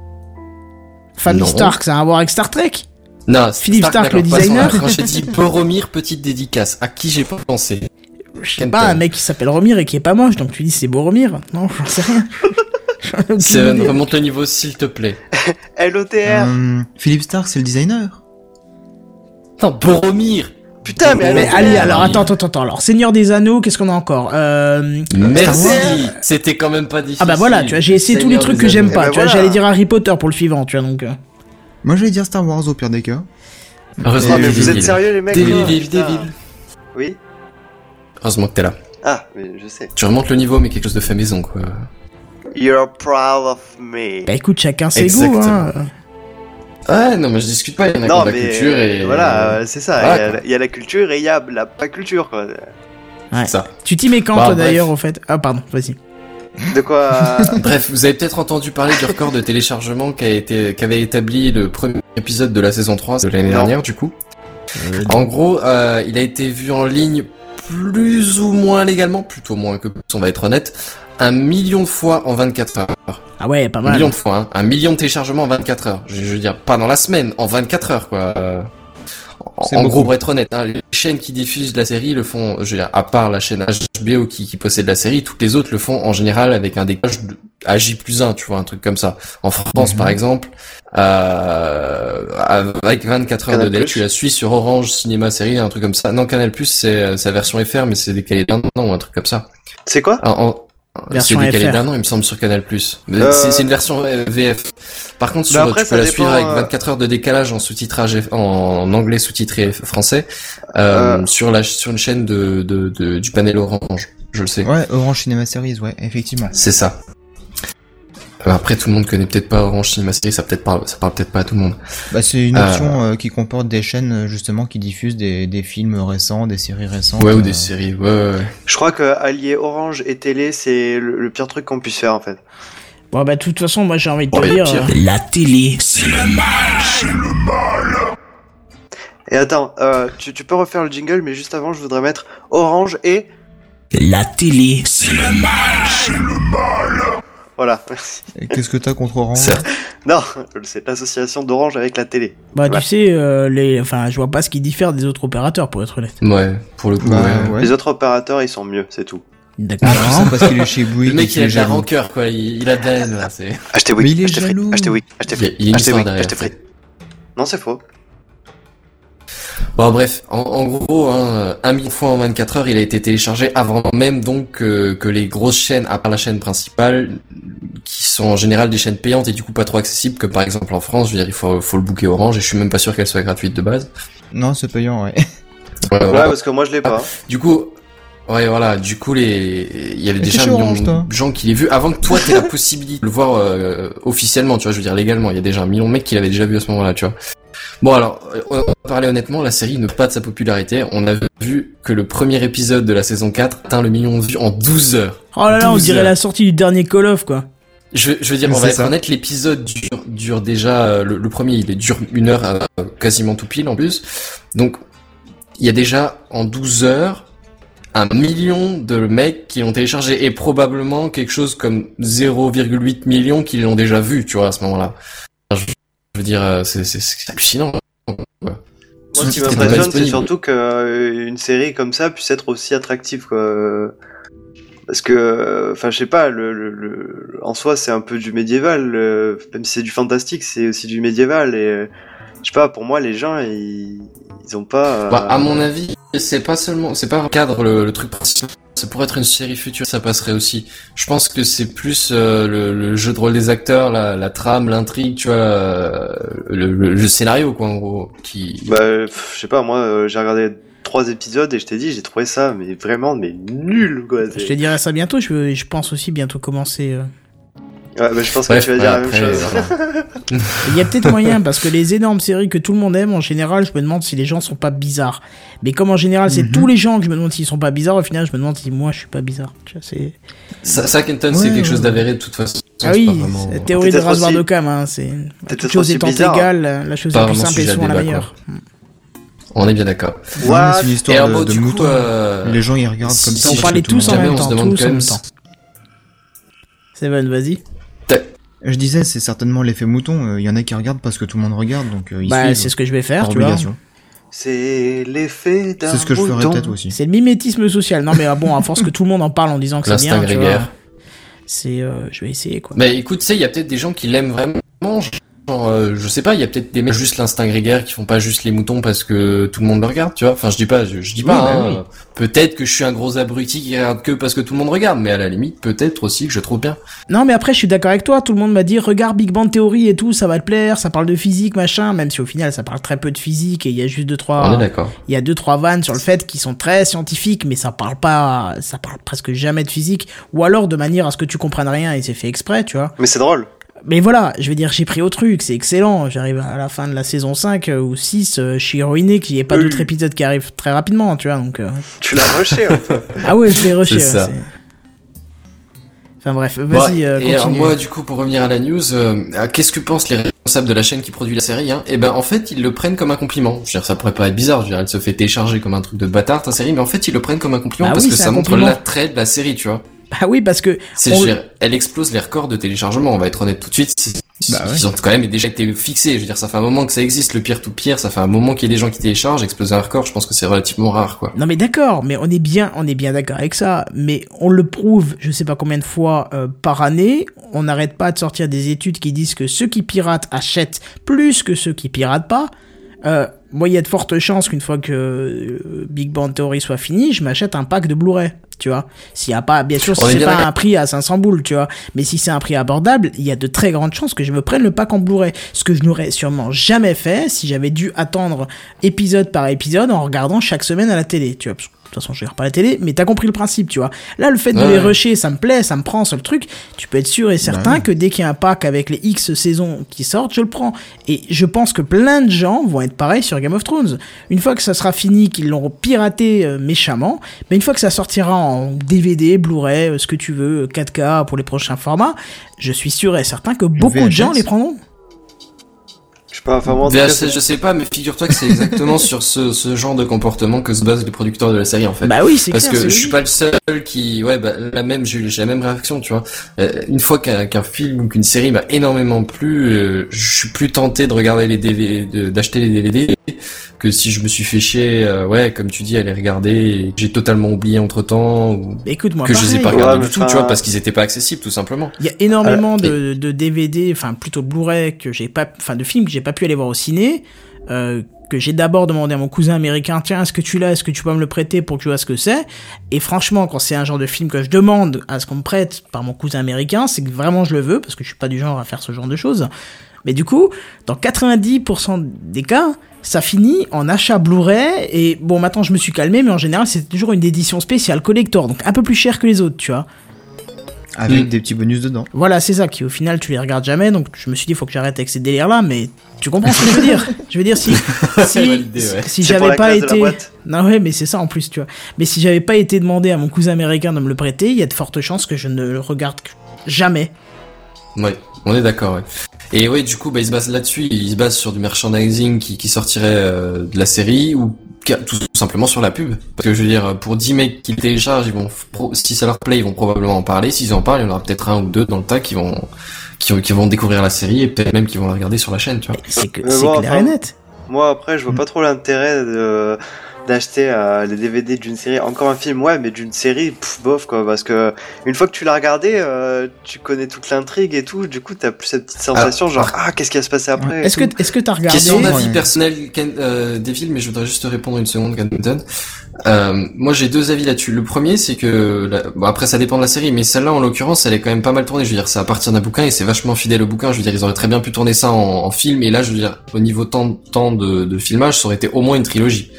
Famille Non. Stark, ça a à voir avec Star Trek. Non, Philippe Stark, le d'accord, passons designer. à- Quand j'ai dit Boromir, petite dédicace, à qui j'ai pas pensé? Je sais Kenton. pas, un mec qui s'appelle Romir et qui est pas moche, donc tu dis c'est Boromir. Non, j'en sais rien. J'en ai aucune C'est- idée. remonte le niveau s'il te plaît. L E T R. Euh, Philippe Stark, c'est le designer. Non, Boromir. Putain, mais Mais L E T R. allez, alors attends, attends, attends. Alors, Seigneur des Anneaux, qu'est-ce qu'on a encore euh... Merci. Star Wars. C'était quand même pas difficile. Ah bah voilà, tu vois, j'ai essayé tous les Seigneur trucs des que j'aime Anneaux. pas. Eh ben tu vois, voilà. j'allais dire Harry Potter pour le suivant, tu vois, donc. euh. Moi, j'allais dire Star Wars au pire des cas. Heureusement Ah, que mais t'es vous êtes Devil. sérieux, les mecs? Devil, là Devil, Putain. Devil. Oui? Heureusement que t'es là. Ah, mais je sais. Tu remontes le niveau, mais quelque chose de fait maison, quoi. You're proud of me. Bah écoute, chacun ses goûts, Exactement. hein. Ouais, non, mais je discute pas, il y en a qui ont Non, de la mais culture et... euh, voilà, euh, c'est ça. Voilà, Il y a- quoi. il y, a la culture et il y a la pas culture, quoi. Ouais. Ça. Tu t'y mets quand, Bah, toi, bref. d'ailleurs, au fait? Ah, pardon, vas-y. De quoi? Bref, vous avez peut-être entendu parler du record de téléchargement qu'a été, qu'avait établi le premier épisode de la saison trois de l'année Non. dernière, du coup. En gros, euh, il a été vu en ligne plus ou moins légalement, plutôt moins que plus, on va être honnête, un million de fois en vingt-quatre heures. Ah ouais, pas Un mal. million de fois, hein. Un million de téléchargements en vingt-quatre heures. Je, je veux dire, pas dans la semaine, en vingt-quatre heures, quoi. Euh, en C'est en beaucoup. gros, pour être honnête, hein, les chaînes qui diffusent la série le font, je veux dire, à part la chaîne H B O qui, qui possède la série, toutes les autres le font en général avec un décalage de- à J plus un, tu vois, un truc comme ça. En France, Mhm. par exemple, euh, avec vingt-quatre heures Canal+. de délai, tu la suis sur Orange Cinéma Série, un truc comme ça. Non, Canal+, c'est sa version F R, mais c'est décalé d'un an ou un truc comme ça. C'est quoi? En- en- Version c'est décalé F R. d'un an, il me semble, sur Canal+. Mais Euh, C'est c'est une version euh, V F. Par contre, sur, après, tu ça peux la dépend, suivre avec euh, vingt-quatre heures de décalage en sous-titrage F- en anglais sous-titré français euh, Euh. sur la sur une chaîne de, de, de du panel Orange. Je le sais. Ouais, Orange Cinema Series, ouais, effectivement. C'est ça. Euh, Après, tout le monde connaît peut-être pas Orange Cinema Série, ça peut-être parle, ça parle peut-être pas à tout le monde. Bah, c'est une Euh. option euh, qui comporte des chaînes euh, justement qui diffusent des, des films récents, des séries récentes. Ouais, ou euh, des séries. Ouais, ouais, ouais. Je crois que allier Orange et télé, c'est le, le pire truc qu'on puisse faire, en fait. Bon, bah, de toute façon, moi, j'ai envie de te Ouais, dire. pire. euh, La télé. Et attends, euh, tu, tu peux refaire le jingle, mais juste avant, je voudrais mettre Orange et... La télé. Voilà, merci. Et qu'est-ce que t'as contre Orange? Certes. Non, c'est l'association d'Orange avec la télé. Bah, Voilà. tu sais, euh, les... enfin, je vois pas ce qui diffère des autres opérateurs, pour être honnête. Ouais, pour le coup, Bah, ouais. ouais. Les autres opérateurs, ils sont mieux, c'est tout. D'accord. Ah, non, parce qu'il est chez Bouygues. Le mec, et il a qu'il de est la jaloux. rancœur, quoi. Il, il a de la haine, là. C'est... Achetez Mais Wii, il est achetez Free, jaloux. achetez Wii, achetez Il y a- Free, il y a une achetez histoire Wii, derrière, achetez Free. Non, c'est faux. Bon, bref, en, en gros, hein, un million de fois en vingt-quatre heures, il a été téléchargé avant même donc euh, que les grosses chaînes, à part la chaîne principale, qui sont en général des chaînes payantes et du coup pas trop accessibles, comme par exemple en France, je veux dire, il faut, faut le booker Orange et je suis même pas sûr qu'elle soit gratuite de base. Non, c'est payant, ouais. Ouais, Ouais, voilà. parce que moi, je l'ai pas. Du coup, ouais, voilà, du coup, les, il y avait Mais déjà t'es un chez million Orange, toi. de gens qui l'aient vu avant que toi t'aies la possibilité de le voir euh, officiellement, tu vois, je veux dire légalement, il y a déjà un million de mecs qui l'avaient déjà vu à ce moment-là, tu vois. Bon alors, on va parler honnêtement, la série ne pas de sa popularité. On a vu que le premier épisode de la saison quatre atteint le million de vues en douze heures. Oh là là, on douze dirait heures. la sortie du dernier Call of, quoi. Je, je veux dire, Mais on va c'est être ça. honnête, l'épisode dure, dure déjà, euh, le, le premier il est dure une heure, euh, quasiment tout pile en plus. Donc, il y a déjà en douze heures un million de mecs qui l'ont téléchargé et probablement quelque chose comme zéro virgule huit millions qui l'ont déjà vu, tu vois, à ce moment-là. Enfin, je, je veux dire, euh, c'est, c'est, c'est hallucinant. Moi, ce qui C'était pas m'impressionne, c'est disponible. surtout qu'une série comme ça puisse être aussi attractive, quoi. Parce que, enfin, je sais pas, le, le, le- en soi, c'est un peu du médiéval, euh, même si c'est du fantastique, c'est aussi du médiéval, et euh, je sais pas, pour moi, les gens, ils, ils ont pas. euh, Bah, à mon avis, c'est pas seulement, c'est pas un cadre le, le truc principal. Ça pourrait être une série future, ça passerait aussi. Je pense que c'est plus euh, le, le jeu de rôle des acteurs, la, la trame, l'intrigue, tu vois, euh, le, le, le scénario quoi en gros, qui. Bah, pff, je sais pas, moi, euh, j'ai regardé trois épisodes et je t'ai dit, j'ai trouvé ça, mais vraiment, mais nul, quoi. Je te dirai ça bientôt, je, je pense aussi bientôt commencer. euh. Ouais, bah, je pense Bref, que tu vas dire ouais, la après, même chose. voilà. Il y a peut-être moyen, parce que les énormes séries que tout le monde aime, en général, je me demande si les gens sont pas bizarres. Mais comme en général, c'est Mhm. tous les gens que je me demande s'ils sont pas bizarres, au final, je me demande si moi, je suis pas bizarre. Tu vois, c'est... Ça, ça Kenton, Ouais, c'est quelque ouais. chose d'avéré de toute façon. Ah c'est oui, pas vraiment- c'est la théorie de Peut-être rasoir aussi- de Cam, hein, c'est... peut-être Toute chose aussi étant bizarre. égale, la chose Pas la plus vraiment simple est sujet à souvent la débat, meilleure. On est bien d'accord. Non, mais c'est une Et histoire alors, de, bon, de du coup, mouton. euh, Les gens, ils regardent si- comme si ça. On je- parce parlait que tout le tous en monde jamais, même on se temps, demande tous quand en même même si- temps. Seven, vas-y. Je disais, c'est certainement l'effet mouton. Il y en a qui regardent parce que tout le monde regarde, donc euh, ils Bah, suivent c'est ce que je vais faire, par tu vois. obligation. C'est l'effet d'un C'est ce que je ferais mouton. peut-être aussi. C'est le mimétisme social. Non, mais ah, bon, à force que tout le monde en parle en disant que c'est L'instinct bien, tu vois. grégaire. C'est, euh, je vais essayer, quoi. Mais écoute, tu sais, il y a peut-être des gens qui l'aiment vraiment. Genre, euh, je sais pas, il y a peut-être des mecs juste l'instinct grégaire qui font pas juste les moutons parce que tout le monde le regarde, tu vois. Enfin, je dis pas, je, je dis pas. Oui, bah hein, oui. euh, Peut-être que je suis un gros abruti qui regarde que parce que tout le monde regarde, mais à la limite, peut-être aussi que je trouve bien. Non, mais après, je suis d'accord avec toi. Tout le monde m'a dit, regarde Big Bang Theory et tout, ça va te plaire. Ça parle de physique, machin. Même si au final, ça parle très peu de physique et il y a juste deux, On trois, est d'accord. il y a deux, trois vannes sur le fait qu'ils sont très scientifiques, mais ça parle pas, ça parle presque jamais de physique. Ou alors de manière à ce que tu comprennes rien et c'est fait exprès, tu vois. Mais c'est drôle. Mais voilà, je veux dire, j'ai pris au truc, c'est excellent. J'arrive à la fin de la saison cinq euh, ou six, euh, je suis ruiné qu'il n'y ait pas Oui. d'autres épisodes qui arrivent très rapidement, tu vois, donc... euh, Tu l'as rushé, un peu. Ah ouais, je l'ai rushé. C'est ouais, ça. Enfin bref, vas-y, Bon, euh, et alors continue. moi, du coup, pour revenir à la news, euh, ah, qu'est-ce que pensent les responsables de la chaîne qui produit la série hein? Eh ben, en fait, ils le prennent comme un compliment. Je veux dire, ça pourrait pas être bizarre. Je veux dire, elle se fait télécharger comme un truc de bâtard ta série, mais en fait, ils le prennent comme un compliment Bah parce oui, que c'est ça un montre compliment. l'attrait de la série, tu vois. Bah oui, parce que... C'est, on- je veux dire, elle explose les records de téléchargement. On va être honnête tout de suite. C'est- Bah ouais. Ils ont quand même déjà été fixés. Je veux dire, ça fait un moment que ça existe, le peer to peer. Ça fait un moment qu'il y a des gens qui téléchargent. Exploser un record, je pense que c'est relativement rare, quoi. Non mais d'accord, mais on est bien, on est bien d'accord avec ça, mais on le prouve, je sais pas combien de fois euh, par année, on n'arrête pas de sortir des études qui disent que ceux qui piratent achètent plus que ceux qui piratent pas. Euh, moi, il y a de fortes chances qu'une fois que euh, Big Bang Theory soit fini, je m'achète un pack de Blu-ray, tu vois. S'il y a pas, bien sûr, si On est c'est bien pas d'accord. un prix à cinq cents boules, tu vois. Mais si c'est un prix abordable, il y a de très grandes chances que je me prenne le pack en Blu-ray. Ce que je n'aurais sûrement jamais fait si j'avais dû attendre épisode par épisode en regardant chaque semaine à la télé, tu vois. Parce que, de toute façon, je regarde pas la télé, mais t'as compris le principe, tu vois. Là, le fait de Ouais, les ouais. rusher, ça me plaît, ça me prend sur le truc. Tu peux être sûr et certain oui. que dès qu'il y a un pack avec les X saisons qui sortent, je le prends. Et je pense que plein de gens vont être pareils sur Game of Thrones. Une fois que ça sera fini, qu'ils l'auront piraté euh, méchamment, mais une fois que ça sortira en D V D, Blu-ray, euh, ce que tu veux, euh, quatre K pour les prochains formats, je suis sûr et certain que beaucoup de V H S. gens les prendront. Je Enfin, moi, en tout V cas, H S, je sais pas, mais figure-toi que c'est exactement sur ce, ce genre de comportement que se basent les producteurs de la série, en fait. Bah oui, c'est Parce clair, que c'est je suis pas le seul qui, ouais, bah, la même, j'ai eu j'ai la même réaction, tu vois. Euh, une fois qu'un, qu'un film ou qu'une série m'a énormément plu, euh, je suis plus tenté de regarder les D V D, de, d'acheter les D V D, que si je me suis fait chier, euh, ouais, comme tu dis, à les regarder, et que j'ai totalement oublié entre temps, ou Écoute-moi, que je les ai pas pareil. regardés Ouais, du tout, enfin- tu vois, parce qu'ils étaient pas accessibles, tout simplement. Il y a énormément Euh, de, de D V D, enfin plutôt de Blu-ray que j'ai pas, enfin de films que j'ai pas pu aller voir au ciné, euh, que j'ai d'abord demandé à mon cousin américain, tiens, est-ce que tu l'as, est-ce que tu peux me le prêter pour que tu vois ce que c'est? Et franchement, quand c'est un genre de film que je demande à ce qu'on me prête par mon cousin américain, c'est que vraiment je le veux, parce que je suis pas du genre à faire ce genre de choses. Mais du coup, dans quatre-vingt-dix pour cent des cas, ça finit en achat Blu-ray, et bon, maintenant je me suis calmé, mais en général, c'est toujours une édition spéciale collector, donc un peu plus cher que les autres, tu vois. Avec Mm. des petits bonus dedans. Voilà, c'est ça, qui au final tu les regardes jamais, donc je me suis dit faut que j'arrête avec ces délires là, mais tu comprends ce que je veux dire. Je veux dire si si, validé, ouais. si C'est pour j'avais la pas classe de la été boîte. non ouais, mais c'est ça en plus, tu vois. Mais si j'avais pas été demandé à mon cousin américain de me le prêter, il y a de fortes chances que je ne le regarde jamais. Ouais, on est d'accord, ouais. Et ouais, du coup, bah, il se base là-dessus, il se base sur du merchandising qui, qui sortirait euh, de la série, ou ca- tout simplement sur la pub. Parce que je veux dire, pour dix mecs qui le téléchargent, ils vont, pro- si ça leur plaît, ils vont probablement en parler. S'ils en parlent, il y en aura peut-être un ou deux dans le tas qui vont, qui, qui vont découvrir la série, et peut-être même qui vont la regarder sur la chaîne, tu vois. C'est que Mais c'est bon, clair enfin, et net. Moi, après, je vois pas trop l'intérêt de d'acheter euh, les D V D d'une série. Encore un film, ouais, mais d'une série, pff, bof, quoi. Parce que une fois que tu l'as regardé, euh, tu connais toute l'intrigue et tout. Du coup, t'as plus cette petite sensation, genre, ah, qu'est-ce qui va se passer après? Est-ce que et tout. est-ce que t'as regardé Question d'avis ouais. personnel, Ken, euh, Devil, mais je voudrais juste te répondre une seconde, Kenton. Euh, moi, j'ai deux avis là-dessus. Le premier, c'est que, la- bon, après, ça dépend de la série, mais celle-là, en l'occurrence, elle est quand même pas mal tournée. Je veux dire, c'est à partir d'un bouquin et c'est vachement fidèle au bouquin. Je veux dire, ils auraient très bien pu tourner ça en, en film, et là, je veux dire, au niveau temps, temps de, de filmage, ça aurait été au moins une trilogie.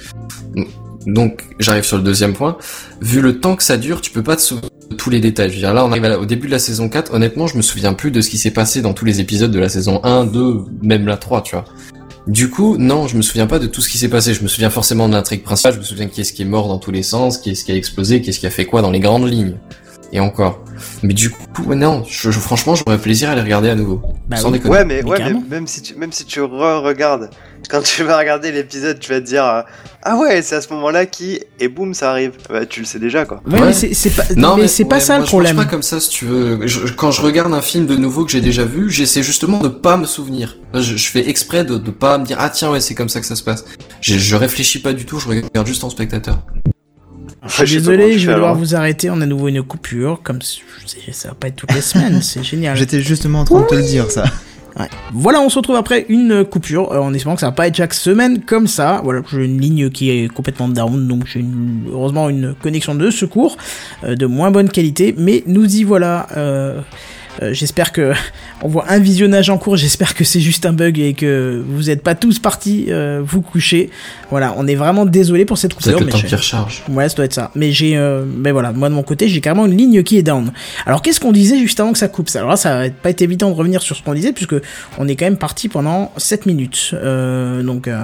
Donc, j'arrive sur le deuxième point. Vu le temps que ça dure, tu peux pas te souvenir de tous les détails. Je veux dire, là, on arrive à la- au début de la saison quatre. Honnêtement, je me souviens plus de ce qui s'est passé dans tous les épisodes de la saison un, deux, même la trois, tu vois. Du coup, non, je me souviens pas de tout ce qui s'est passé. Je me souviens forcément de l'intrigue principale. Je me souviens qui est-ce qui est mort dans tous les sens, qui est-ce qui a explosé, qui est-ce qui a fait quoi dans les grandes lignes. Et encore. Mais du coup, ouais, non, je, je- franchement, j'aurais plaisir à les regarder à nouveau. Bah Sans oui. déconner. Ouais, mais, Mais ouais, mais carrément. même si tu, même si tu re-regardes, quand tu vas regarder l'épisode, tu vas te dire, euh, ah ouais, c'est à ce moment-là qui, et boum, ça arrive. Bah, tu le sais déjà, quoi. Ouais, Ouais. mais c'est c'est pas Non, mais mais, c'est pas ouais, ça moi, le je problème. pense pas comme ça, si tu veux. Je- je- quand je regarde un film de nouveau que j'ai déjà vu, j'essaie justement de pas me souvenir. Je, je fais exprès de, de pas me dire, ah tiens, ouais, c'est comme ça que ça se passe. Je, je réfléchis pas du tout, je regarde juste en spectateur. Je suis Je sais pas comment désolé, tu je fais, vais devoir alors. vous arrêter. On a à nouveau une coupure, comme c'est- ça va pas être toutes les semaines, c'est génial. J'étais justement en train de te le dire, ça. Ouais. Voilà, on se retrouve après une coupure, euh, en espérant que ça va pas être chaque semaine comme ça. Voilà, j'ai une ligne qui est complètement down, donc j'ai une, heureusement une connexion de secours euh, de moins bonne qualité, mais nous y voilà. Euh, euh, j'espère que on voit un visionnage en cours. J'espère que c'est juste un bug et que vous êtes pas tous partis euh, vous coucher. Voilà, on est vraiment désolé pour cette C'est coupure. le mais temps j'ai- qui recharge. Ouais, ça doit être ça. Mais j'ai, euh, mais voilà, moi de mon côté, j'ai carrément une ligne qui est down. Alors qu'est-ce qu'on disait juste avant que ça coupe ça? Alors là, ça va pas être évident de revenir sur ce qu'on disait puisque on est quand même parti pendant sept minutes. Euh, donc. Euh...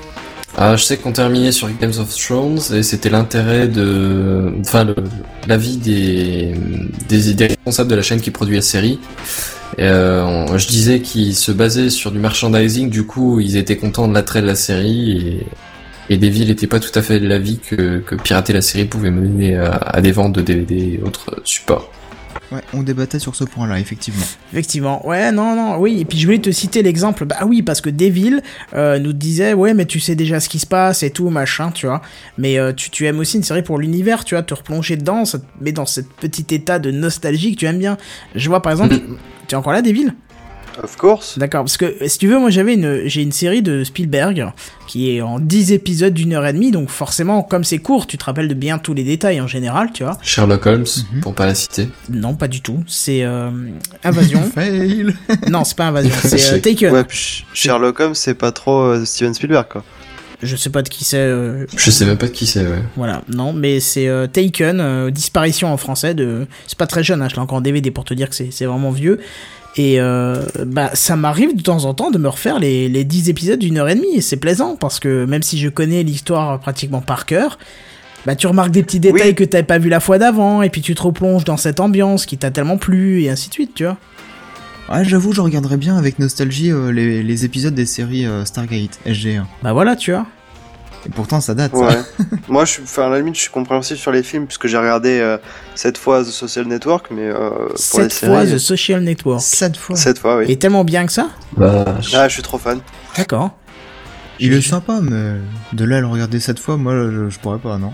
Ah, je sais qu'on terminait sur Games of Thrones et c'était l'intérêt de, enfin, le- l'avis des, des, des responsables de la chaîne qui produit la série. Et, euh, on- je disais qu'ils se basaient sur du merchandising, du coup, ils étaient contents de l'attrait de la série et, et Devil n'était pas tout à fait de l'avis que, que pirater la série pouvait mener à, à des ventes de D V D et autres supports. Ouais, on débattait sur ce point-là, effectivement. Effectivement, ouais, non, non, oui, et puis je voulais te citer l'exemple, bah oui, parce que Devil euh, nous disait, ouais, mais tu sais déjà ce qui se passe et tout, machin, tu vois, mais euh, tu, tu aimes aussi une série pour l'univers, tu vois, te replonger dedans, ça te met dans ce petit état de nostalgie que tu aimes bien. Je vois par exemple, tu es encore là, Devil ? Of course. D'accord, parce que si tu veux, moi j'avais une, j'ai une série de Spielberg qui est en dix épisodes d'une heure et demie, donc forcément, comme c'est court, tu te rappelles de bien tous les détails en général, tu vois. Sherlock Holmes, Mhm. pour pas la citer. Non, pas du tout, c'est euh, Invasion. Fail. Non, c'est pas Invasion, c'est euh, Taken. Ouais, puis Sherlock Holmes, c'est pas trop euh, Steven Spielberg, quoi. Je sais pas de qui c'est, euh, Je sais même pas de qui c'est, ouais. voilà, non, mais c'est euh, Taken, euh, Disparition en français, de... c'est pas très jeune, hein, je l'ai encore en D V D pour te dire que c'est, c'est vraiment vieux. Et euh, bah ça m'arrive de temps en temps de me refaire les, les dix épisodes d'une heure et demie, et c'est plaisant, parce que même si je connais l'histoire pratiquement par cœur, bah tu remarques des petits détails Oui. que t'avais pas vu la fois d'avant, et puis tu te replonges dans cette ambiance qui t'a tellement plu, et ainsi de suite, tu vois. Ah, j'avoue, je regarderais bien avec nostalgie euh, les, les épisodes des séries euh, Stargate, S G un. Bah voilà, tu vois. Et pourtant, ça date, Ouais. ça. Moi, je suis, enfin, à la limite, je suis compréhensif sur les films puisque j'ai regardé euh, sept fois The Social Network, mais euh, pour Sept les fois séries, The Social Network. Sept fois. sept fois, oui. Et tellement bien que ça. Bah, je- Ah, je suis trop fan. D'accord. Il est sympa, mais de là à le regarder sept fois, moi, je, je pourrais pas, non.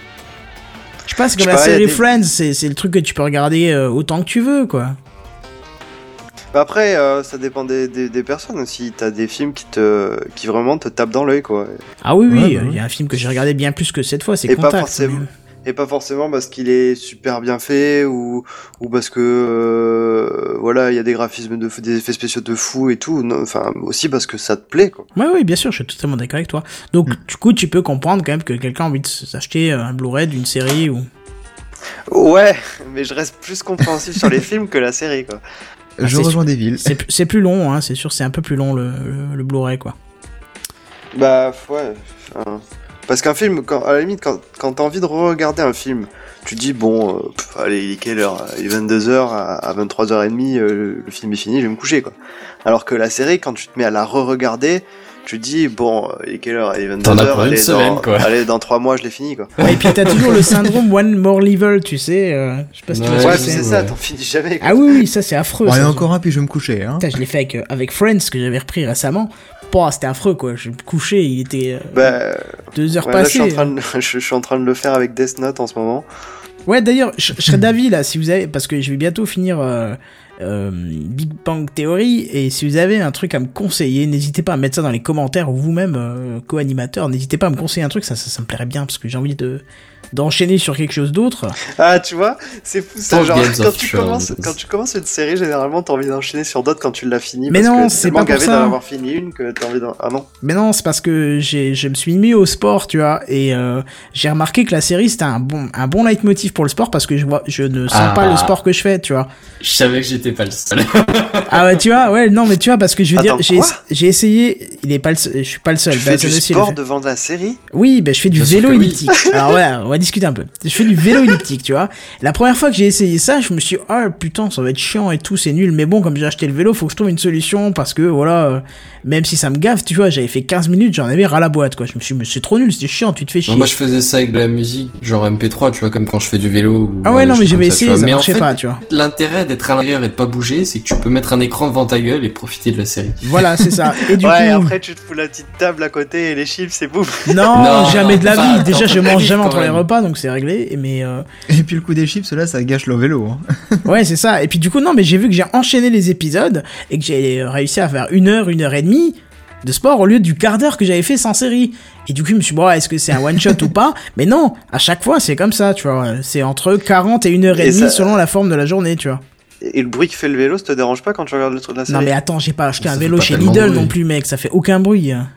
Je pense que Je sais la pas, y a série des- Friends, c'est, c'est le truc que tu peux regarder euh, autant que tu veux, quoi. Bah après, euh, ça dépend des, des, des personnes aussi. T'as des films qui te, qui vraiment te tapent dans l'œil, quoi. Ah oui, oui, Ouais, il bah y a un film que j'ai regardé bien plus que cette fois, c'est Et pas Contact. forcément. mais- Et pas forcément parce qu'il est super bien fait ou, ou parce que euh, voilà, il y a des graphismes de des effets spéciaux de fou et tout. Non, enfin, aussi parce que ça te plaît, quoi. Ouais, oui, bien sûr, je suis totalement d'accord avec toi. Donc, Mm. du coup, tu peux comprendre quand même que quelqu'un a envie de s'acheter euh, un Blu-ray d'une série ou... Ouais, mais je reste plus compréhensif sur les films que la série, quoi. Ah, je c'est rejoins des villes. C'est, c'est plus long, hein, c'est sûr, c'est un peu plus long le, le, le Blu-ray, quoi. Bah ouais. enfin, Parce qu'un film, quand, à la limite, quand, quand t'as envie de re-regarder un film, tu te dis bon, euh, pff, allez, il est quelle heure? Il est vingt-deux heures, à, à vingt-trois heures trente, euh, le film est fini, je vais me coucher, quoi. Alors que la série, quand tu te mets à la re-regarder, tu te dis bon, euh, il est quelle heure? Il est T'en vingt-deux as heures, pour une allez, semaine, dans, quoi. allez, dans trois mois, je l'ai fini, quoi. Ouais, et puis t'as toujours le syndrome One More Level, tu sais, euh, je sais pas si tu Ouais, vois Ouais, ce puis que c'est c'est. ça, ouais. t'en finis jamais, quoi. Ah oui, oui, ça c'est affreux. Bon, ça. et encore un, puis je vais me coucher, hein. Putain, je l'ai fait avec, euh, avec Friends, que j'avais repris récemment. Pouah, c'était affreux, quoi. Je me couchais, il était euh, Bah, deux heures ouais, là, je suis, passées. en train de, je, je suis en train de le faire avec Death Note en ce moment. Ouais, d'ailleurs, je, je serais d'avis là, si vous avez, parce que je vais bientôt finir euh, euh, Big Bang Theory, et si vous avez un truc à me conseiller, n'hésitez pas à mettre ça dans les commentaires, ou vous-même, euh, co-animateur, n'hésitez pas à me conseiller un truc, ça, ça, ça me plairait bien, parce que j'ai envie de d'enchaîner sur quelque chose d'autre. Ah, tu vois, c'est fou ça. Tant Genre, Games quand of tu, Thrones. commences, quand tu commences une série, généralement, t'as envie d'enchaîner sur d'autres quand tu l'as fini. Mais parce non, que c'est t'es tellement pas pour gavé ça. d'en avoir fini une que t'as envie d'en. Ah non. Mais non, c'est parce que j'ai, je me suis mis au sport, tu vois, et euh, j'ai remarqué que la série c'était un bon, un bon leitmotiv pour le sport parce que je vois, je ne sens Ah. pas le sport que je fais, tu vois. Je savais que j'étais pas le seul. Ah ouais, tu vois, ouais, non, mais tu vois, parce que je veux Attends, dire, j'ai, quoi j'ai essayé, il est pas le seul, je suis pas le seul. Tu bah, fais c'est du aussi le sport fait. devant la série? Oui, ben je fais du Bien sûr vélo que oui. elliptique. Alors voilà, on va discuter un peu. Je fais du vélo elliptique, tu vois. La première fois que j'ai essayé ça, je me suis dit, oh putain, ça va être chiant et tout, c'est nul. Mais bon, comme j'ai acheté le vélo, faut que je trouve une solution parce que voilà, euh, même si ça me gaffe, tu vois, j'avais fait quinze minutes, j'en avais ras la boîte, quoi. Je me suis dit, mais c'est trop nul, c'est chiant, tu te fais chier. Non, moi je faisais ça avec de la musique, genre M P trois, tu vois, comme quand je fais du vélo. Ou, Ah ouais, euh, non, des mais choses j'avais comme ça, tu essayé, vois. ça Mais en marchait fait, pas, tu vois. l'intérêt d'être à l'intérieur et de pas bouger, c'est que tu peux mettre un écran devant ta gueule et profiter de la série. Voilà, c'est ça. Et du Ouais, coup, après tu te fous la petite table à côté et les chiffres, c'est bouf. non, Non, jamais de la enfin, vie. Déjà, attends, je mange vite, jamais quand entre les même. repas, donc c'est réglé. Mais euh, Et puis le coup des chips, là, ça gâche le vélo, hein. ouais, c'est ça. Et puis du coup, non, mais j'ai vu que j'ai enchaîné les épisodes et que j'ai euh, réussi à faire une heure, une heure et demie de sport au lieu du quart d'heure que j'avais fait sans série. Et du coup, je me suis dit, bon, est-ce que c'est un one shot ou pas? Mais non, à chaque fois, c'est comme ça, tu vois. C'est entre quarante et une heure et Et demie ça- selon la forme de la journée, tu vois. Et le bruit que fait le vélo, ça te dérange pas quand tu regardes le truc de la série? Non, mais attends, j'ai pas acheté Ça un fait vélo pas chez tellement Lidl bruit. non plus, mec. Ça fait aucun bruit. hein.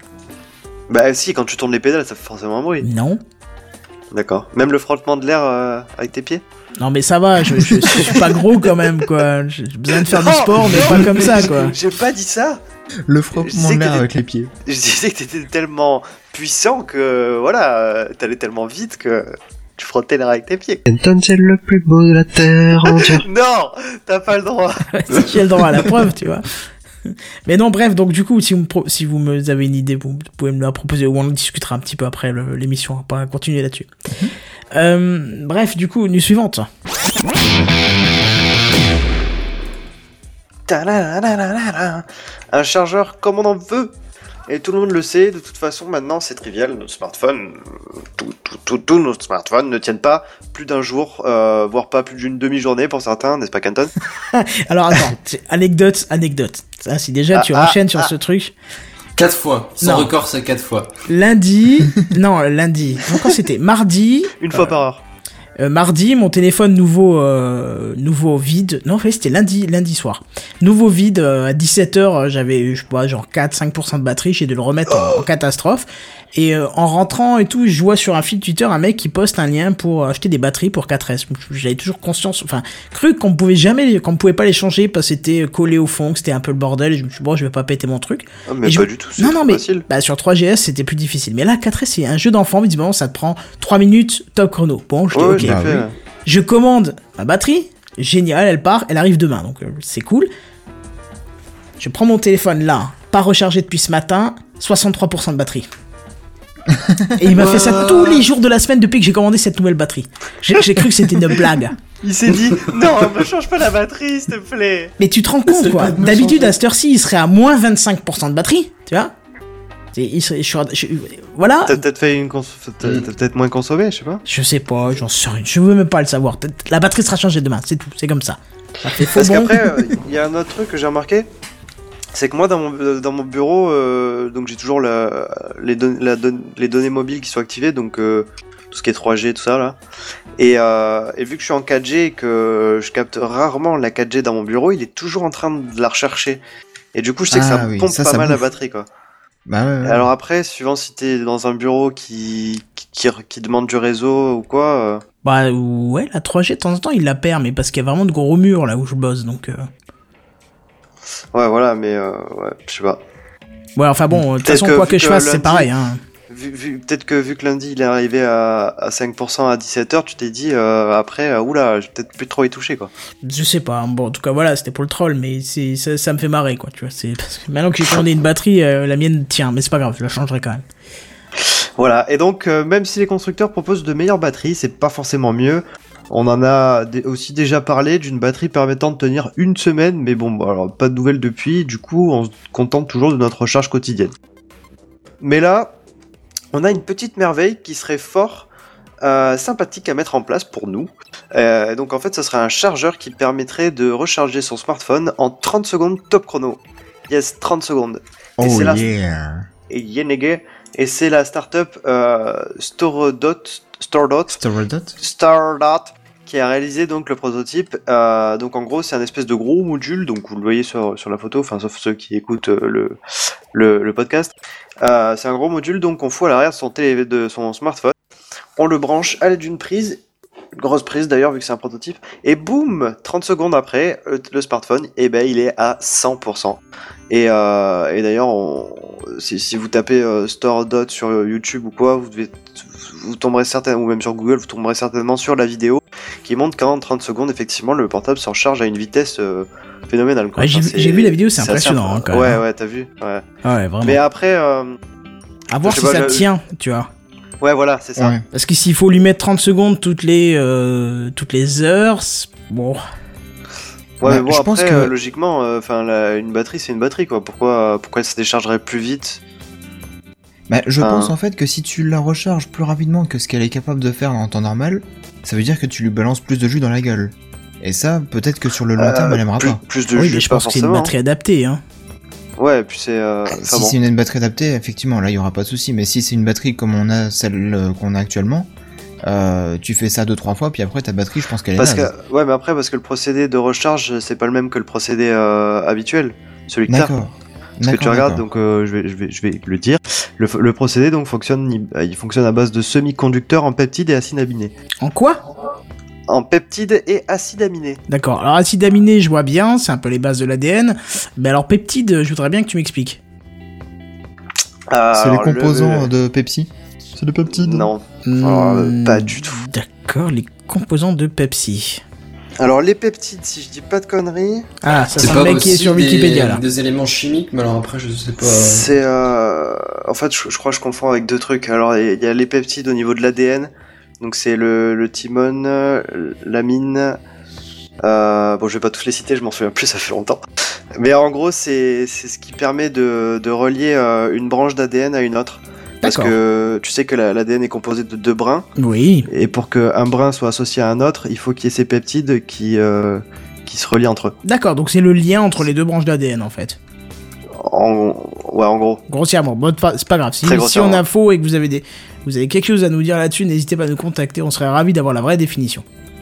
Bah si, quand tu tournes les pédales, ça fait forcément un bruit. Non. D'accord. Même le frottement de l'air euh, avec tes pieds? Non, mais ça va, je, je, je suis pas gros quand même, quoi. J'ai besoin de faire du Non, sport, mais pas comme ça, quoi. J'ai pas dit ça. Le Je frottement sais de l'air que- avec les pieds. Je disais que t'étais tellement puissant que voilà, euh, t'allais tellement vite que tu frottais l'air avec tes pieds. Kenton, c'est le plus beau de la terre entière. Non, t'as pas le droit. Si j'ai le droit à la preuve, tu vois. Mais non, bref, donc du coup, si vous me, pro- si vous me avez une idée, vous pouvez me la proposer ou on en discutera un petit peu après le- l'émission. On va pas continuer là-dessus. Euh, bref, du coup, news suivante. Ta-la-la-la-la-la. Un chargeur comme on en veut. Et tout le monde le sait, de toute façon, maintenant, c'est trivial. Nos smartphones, euh, tout, tout, tout, tous nos smartphones ne tiennent pas plus d'un jour, euh, voire pas plus d'une demi-journée pour certains, n'est-ce pas, Canton? Alors attends, c'est- anecdote, anecdote. Ça, si déjà tu Ah, enchaînes ah, sur ah. ce truc. Quatre fois. Son Non. record, c'est quatre fois. Lundi, non, lundi. Donc, quand c'était mardi. Une fois par heure. Euh, mardi, mon téléphone nouveau, euh, nouveau vide. Non, en fait, c'était lundi, lundi soir. Nouveau vide, euh, à dix-sept heures, je sais pas, genre quatre à cinq pour cent de batterie, j'ai dû le remettre en, en catastrophe. Et euh, en rentrant et tout, je vois sur un fil Twitter un mec qui poste un lien pour acheter des batteries pour quatre S. J'avais toujours conscience, enfin, cru qu'on pouvait jamais, qu'on pouvait pas les changer parce que c'était collé au fond, que c'était un peu le bordel. Et je me suis dit, bon, je vais pas péter mon truc. Oh, mais Et je pas me- du tout, c'est Non, trop non, mais facile. bah, sur trois G S, c'était plus difficile. Mais là, quatre S, c'est un jeu d'enfant, visiblement, ça te prend trois minutes, top chrono. Bon, je dis, Ouais, ouais, ok. je l'ai Bah fait. oui. là. Je commande ma batterie, génial, elle part, elle arrive demain, donc euh, c'est cool. Je prends mon téléphone là, pas rechargé depuis ce matin, soixante-trois pour cent de batterie. Et il m'a fait ça tous les jours de la semaine depuis que j'ai commandé cette nouvelle batterie. J'ai, j'ai cru que c'était une blague. Il s'est dit, non, me change pas la batterie, s'il te plaît. Mais tu te rends compte, quoi. D'habitude, à cette heure-ci, il serait à moins vingt-cinq pour cent de batterie, tu vois. Il serait, je, je, voilà. T'as peut-être fait une cons... t'as, t'as peut-être moins consommé, je sais pas. Je sais pas, j'en sais rien. Je veux même pas le savoir. La batterie sera changée demain, c'est tout. C'est comme ça. ça fait Parce bon. qu'après, il euh, y a un autre truc que j'ai remarqué. C'est que moi, dans mon, dans mon bureau, euh, donc j'ai toujours la, les, don- la don- les données mobiles qui sont activées, donc euh, tout ce qui est trois G, tout ça là. Et, euh, et vu que je suis en quatre G et que je capte rarement la quatre G dans mon bureau, il est toujours en train de la rechercher. Et du coup, je sais que Ah ça oui, pompe ça, pas ça mal bouffe. la batterie, quoi. Bah ouais, ouais. Alors après, suivant si t'es dans un bureau qui, qui, qui, qui demande du réseau ou quoi... Euh... Bah ouais, la trois G de temps en temps il la perd, mais parce qu'il y a vraiment de gros murs là où je bosse, donc... Euh... Ouais, voilà, mais euh, ouais, je sais pas. Ouais, enfin bon, de toute façon, quoi que, que je fasse, lundi, c'est pareil, hein. Vu, vu, peut-être que vu que lundi il est arrivé à, à cinq pour cent à dix-sept heures, tu t'es dit euh, après, euh, oula, j'ai peut-être plus trop y toucher, quoi. Je sais pas, bon, en tout cas, voilà, c'était pour le troll, mais c'est, ça, ça me fait marrer, quoi, tu vois. C'est, parce que maintenant que j'ai commandé une batterie, euh, la mienne tient, mais c'est pas grave, je la changerai quand même. Voilà, et donc, euh, même si les constructeurs proposent de meilleures batteries, c'est pas forcément mieux. On en a d- aussi déjà parlé d'une batterie permettant de tenir une semaine, mais bon, alors pas de nouvelles depuis, du coup, on se contente toujours de notre recharge quotidienne. Mais là, on a une petite merveille qui serait fort euh, sympathique à mettre en place pour nous. Euh, donc en fait, ce serait un chargeur qui permettrait de recharger son smartphone en trente secondes top chrono. Yes, trente secondes. Oh et c'est la... yeah. Et yeah, et c'est la startup euh, Stardot, Stardot, Stardot, Stardot, qui a réalisé donc le prototype. Euh, donc en gros, c'est un espèce de gros module. Donc vous le voyez sur sur la photo, enfin sauf ceux qui écoutent euh, le, le le podcast. Euh, c'est un gros module donc on fout à l'arrière de son télé de son smartphone. On le branche à l'aide d'une prise. Grosse prise d'ailleurs vu que c'est un prototype, et boum, trente secondes après, le, le smartphone, eh ben il est à cent pour cent. Et, euh, et d'ailleurs, on, si, si vous tapez euh, Stardot sur YouTube ou quoi, vous devez, vous tomberez certainement, ou même sur Google, vous tomberez certainement sur la vidéo qui montre qu'en trente secondes, effectivement, le portable s'en charge à une vitesse euh, phénoménale. Quoi. Ouais, j'ai, enfin, j'ai vu la vidéo, c'est, c'est impressionnant. Hein, quand ouais, même. ouais, t'as vu. Ouais. ouais, vraiment. Mais après, euh, à voir si pas, ça je... tient, tu vois. Ouais, voilà, c'est ça. Ouais. Parce que s'il faut lui mettre trente secondes toutes les, euh, toutes les heures, bon. Ouais, bah, mais bon, je après, pense que... euh, logiquement, enfin, euh, une batterie, c'est une batterie, quoi. Pourquoi, pourquoi elle se déchargerait plus vite? Bah, je enfin... pense en fait que si tu la recharges plus rapidement que ce qu'elle est capable de faire en temps normal, ça veut dire que tu lui balances plus de jus dans la gueule. Et ça, peut-être que sur le long terme, euh, elle aimera plus, pas. Plus de oui, jus, mais je pense que c'est une batterie adaptée, hein. Ouais, et puis c'est. Euh, si bon. c'est une batterie adaptée, effectivement, là il y aura pas de souci. Mais si c'est une batterie comme on a celle qu'on a actuellement, euh, tu fais ça deux trois fois, puis après ta batterie, je pense qu'elle est parce naze. que, ouais, mais après parce que le procédé de recharge, c'est pas le même que le procédé euh, habituel, celui que t'as. D'accord. Parce que tu regardes, donc euh, je vais, je vais, je vais le dire. Le, le procédé donc fonctionne, il, il fonctionne à base de semi-conducteurs en peptides et acides aminés. En quoi? En peptides et acides aminés. D'accord. Alors acides aminés, je vois bien, c'est un peu les bases de l'A D N. Mais alors peptides, je voudrais bien que tu m'expliques. Euh, c'est les composants le... de Pepsi. C'est des peptides. Non, mmh, alors, euh, pas du tout. D'accord, les composants de Pepsi. Alors les peptides, si je dis pas de conneries. Ah, ça c'est le mec qui est sur Wikipédia des, là. Des éléments chimiques, mais alors après je sais pas. C'est euh... en fait je, je crois que je confonds avec deux trucs. Alors il y a les peptides au niveau de l'A D N. Donc c'est le, le thymone, l'amine. Euh, bon, je vais pas tous les citer, je m'en souviens plus, ça fait longtemps. Mais en gros, c'est c'est ce qui permet de de relier euh, une branche d'A D N à une autre. Parce D'accord. que tu sais que la, l'A D N est composé de deux brins. Oui. Et pour qu'un brin soit associé à un autre, il faut qu'il y ait ces peptides qui euh, qui se relient entre eux. D'accord, donc c'est le lien entre les deux branches d'A D N en fait. En ouais, en gros. Grossièrement, bon, c'est pas grave. Si, si on a faux et que vous avez des vous avez quelque chose à nous dire là-dessus, n'hésitez pas à nous contacter, on serait ravis d'avoir la vraie définition.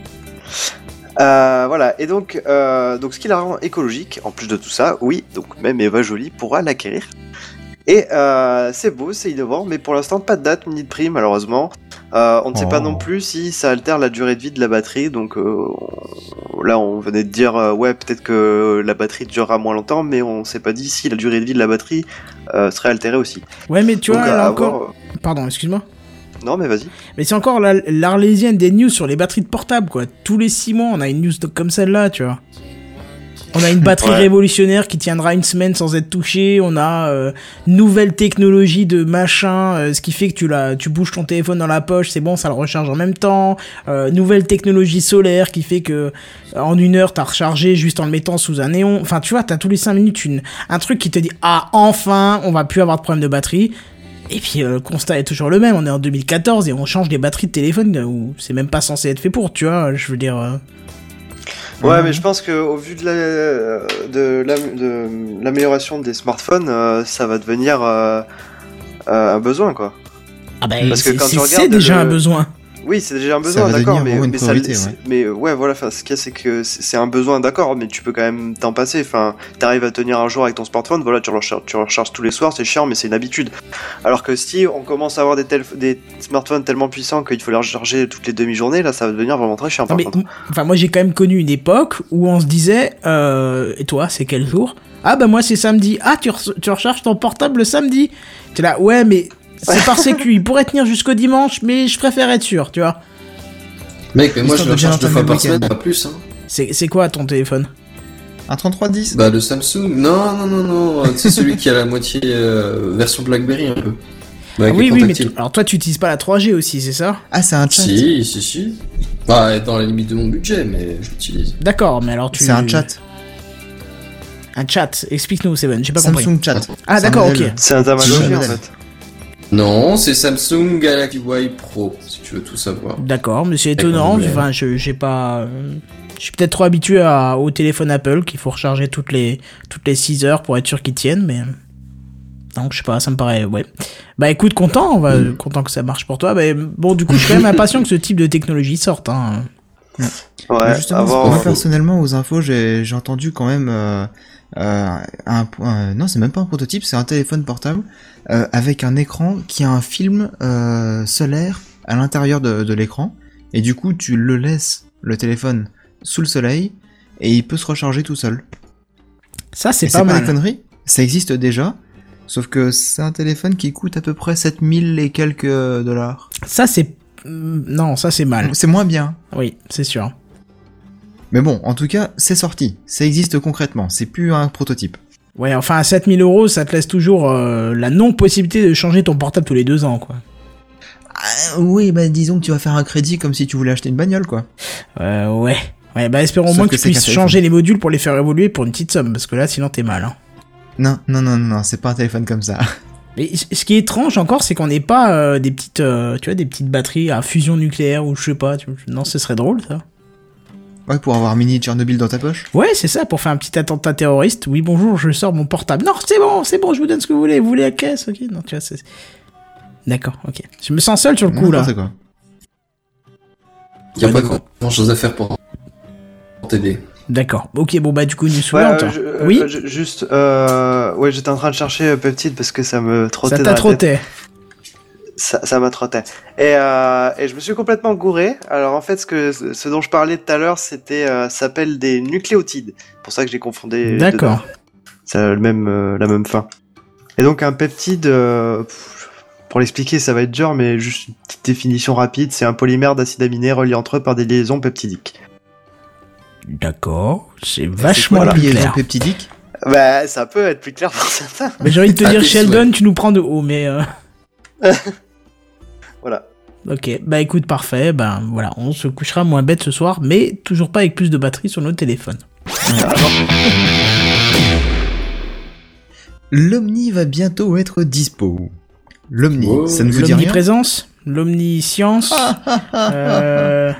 Euh, voilà, et donc, euh, donc ce qui la rend écologique, en plus de tout ça, oui, donc même Eva Jolie pourra l'acquérir. Et euh, c'est beau, c'est innovant, mais pour l'instant pas de date ni de prix malheureusement. Euh, on ne sait oh. pas non plus si ça altère la durée de vie de la batterie, donc euh, on, là on venait de dire euh, ouais peut-être que la batterie durera moins longtemps, mais on s'est pas dit si la durée de vie de la batterie euh, serait altérée aussi. Ouais mais tu donc, vois, là avoir... encore... Pardon, excuse-moi. Non mais vas-y. Mais c'est encore la, l'arlésienne des news sur les batteries de portable quoi. Tous les six mois on a une news comme celle-là, tu vois. On a une batterie Ouais. révolutionnaire qui tiendra une semaine sans être touchée. On a euh, nouvelle technologie de machin, euh, ce qui fait que tu la, tu bouges ton téléphone dans la poche, c'est bon, ça le recharge en même temps. Euh, nouvelle technologie solaire qui fait que euh, en une heure t'as rechargé juste en le mettant sous un néon. Enfin, tu vois, t'as tous les cinq minutes une, un truc qui te dit ah enfin, on va plus avoir de problème de batterie. Et puis euh, le constat est toujours le même. On est en deux mille quatorze et on change des batteries de téléphone euh, où c'est même pas censé être fait pour, tu vois. Je veux dire. Euh... Ouais, mais je pense que au vu de la- de la- de l'amélioration des smartphones, euh, ça va devenir euh, euh, un besoin, quoi. Ah ben, Parce que c'est, quand tu c'est, regardes c'est déjà le- un besoin. Oui, c'est déjà un Ça besoin, va d'accord, devenir mais, vraiment une mais, ça, priorité, c'est- ouais. mais ouais, voilà, enfin, ce qu'il y a, c'est que c'est c'est un besoin, d'accord, mais tu peux quand même t'en passer. Enfin, t'arrives à tenir un jour avec ton smartphone, voilà, tu le recharges, tu le recharges tous les soirs, c'est chiant, mais c'est une habitude. Alors que si on commence à avoir des, tel- des smartphones tellement puissants qu'il faut les recharger toutes les demi-journées, là, ça va devenir vraiment très chiant. Non, Par mais, contre. m- enfin, moi j'ai quand même connu une époque où on se disait, euh, et toi, c'est quel jour? Ah bah moi c'est samedi. Ah, tu, re- tu recharges ton portable le samedi. T'es là, ouais, mais c'est par sécu, il pourrait tenir jusqu'au dimanche, mais je préfère être sûr, tu vois. Mec, mais moi je Histoire le de bien recharge deux entamer fois le par week-end. semaine, pas plus, hein. C'est, c'est quoi ton téléphone? Un trente-trois dix. Bah, le Samsung, non, non, non, non, c'est celui qui a la moitié euh, version Blackberry un peu. Bah, avec Ah oui, l'écran oui, mais tactile. tu- alors toi tu utilises pas la trois G aussi, c'est ça? Ah, c'est un chat. Si, si, si. Bah, dans la limite de mon budget, mais j'utilise. D'accord, mais alors tu... C'est un chat. Un chat, explique-nous, Seven, j'ai pas compris. Samsung Chat. Ah C'est un d'accord, ok. modèle. C'est un Tamagotchi, C'est en le fait. Non, c'est Samsung Galaxy Y Pro, si tu veux tout savoir. D'accord, mais c'est Avec étonnant, un double enfin, je, j'ai pas... euh, Je suis peut-être trop habitué à, au téléphone Apple qu'il faut recharger toutes les, toutes les six heures pour être sûr qu'ils tiennent, mais... Donc, je sais pas, ça me paraît... Ouais. Bah écoute, content, on va, Mm. content que ça marche pour toi. Mais bon, du coup, je suis quand même impatient que ce type de technologie sorte. Hein. Ouais, Mais justement, avant, moi euh, personnellement, aux infos, j'ai j'ai entendu quand même euh, euh, un, un- non, c'est même pas un prototype, c'est un téléphone portable euh, avec un écran qui a un film euh, solaire à l'intérieur de, de l'écran, et du coup, tu le laisses le téléphone sous le soleil et il peut se recharger tout seul. Ça, c'est Et pas c'est pas mal. des conneries, ça existe déjà. Sauf que c'est un téléphone qui coûte à peu près sept mille et quelques dollars. Ça, c'est... Non, ça, c'est mal. C'est moins bien. Oui, c'est sûr. Mais bon, en tout cas, c'est sorti. Ça existe concrètement. C'est plus un prototype. Ouais, enfin, à sept mille euros, ça te laisse toujours euh, la non-possibilité de changer ton portable tous les deux ans, quoi. Ah, oui, bah disons que tu vas faire un crédit comme si tu voulais acheter une bagnole, quoi. Euh, ouais. Ouais, bah espérons au Sauf moins que que tu c'est puisses qu'un changer les modules pour les faire évoluer pour une petite somme, parce que là, sinon, t'es mal, hein. Non, non, non, non, non, c'est pas un téléphone comme ça. Mais c- ce qui est étrange encore, c'est qu'on n'ait pas euh, des petites, euh, tu vois, des petites batteries à fusion nucléaire ou je sais pas. Tu... Non, ce serait drôle, ça. Ouais, pour avoir un mini Tchernobyl dans ta poche. Ouais, c'est ça, pour faire un petit attentat terroriste. Oui, bonjour, je sors mon portable. Non, c'est bon, c'est bon, je vous donne ce que vous voulez. Vous voulez la caisse, ok. Non, tu vois, c'est... D'accord, ok. Je me sens seul sur le coup, là. N'importe quoi. Y a Ouais, pas d'accord. grand chose à faire pour pour t'aider. D'accord. Ok, bon, bah, du coup, news Ouais, suivante. euh, je- euh, Oui, je- juste, euh, ouais, j'étais en train de chercher euh, Peptide parce que ça me trottait ça dans t'a la tête. trotté. Ça, ça m'a trotté. Et, euh, et je me suis complètement gouré. Alors en fait, ce que ce dont je parlais tout à l'heure, c'était euh, ça s'appelle des nucléotides. C'est pour ça que j'ai confondu. les D'accord. deux. Ça a le même euh, la même fin. Et donc un peptide, euh, pff, pour l'expliquer, ça va être dur, mais juste une petite définition rapide, c'est un polymère d'acides aminés reliés entre eux par des liaisons peptidiques. D'accord. C'est C'est vachement quoi la plus liaison clair. peptidique? Bah, ça peut être plus clair pour certains. Mais j'ai envie de te Ah, dire, tes Sheldon, tu nous prends de haut, mais... euh, Voilà. Ok, bah écoute, parfait, ben voilà, on se couchera moins bête ce soir, mais toujours pas avec plus de batterie sur notre téléphone. L'Omni va bientôt être dispo. L'Omni, Wow. ça ne vous dit rien? L'omniprésence, l'omniscience, euh,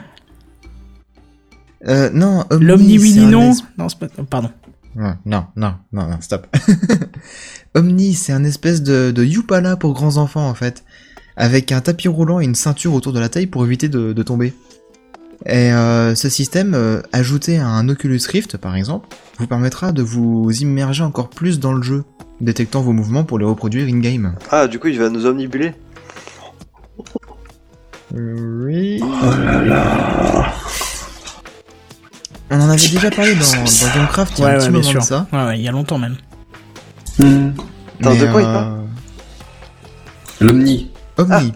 Euh, non, Omni, l'omni oui c'est ni un non. es- Non, c'est pas... Pardon. Ouais, non, non, non, non, stop. Omni, c'est un espèce de, de Youpala pour grands enfants, en fait. Avec un tapis roulant et une ceinture autour de la taille pour éviter de, de tomber. Et euh, ce système, euh, ajouté à un Oculus Rift, par exemple, vous permettra de vous immerger encore plus dans le jeu, détectant vos mouvements pour les reproduire in-game. Ah, du coup, il va nous omnibuler. Oui. On en avait déjà parlé dans, dans Gamecraft il y a Ouais, un petit ouais, bien moment sûr. de ça. Ouais, ouais, il y a longtemps même. Attends, mais, de quoi il euh, parle L'Omni. Omni.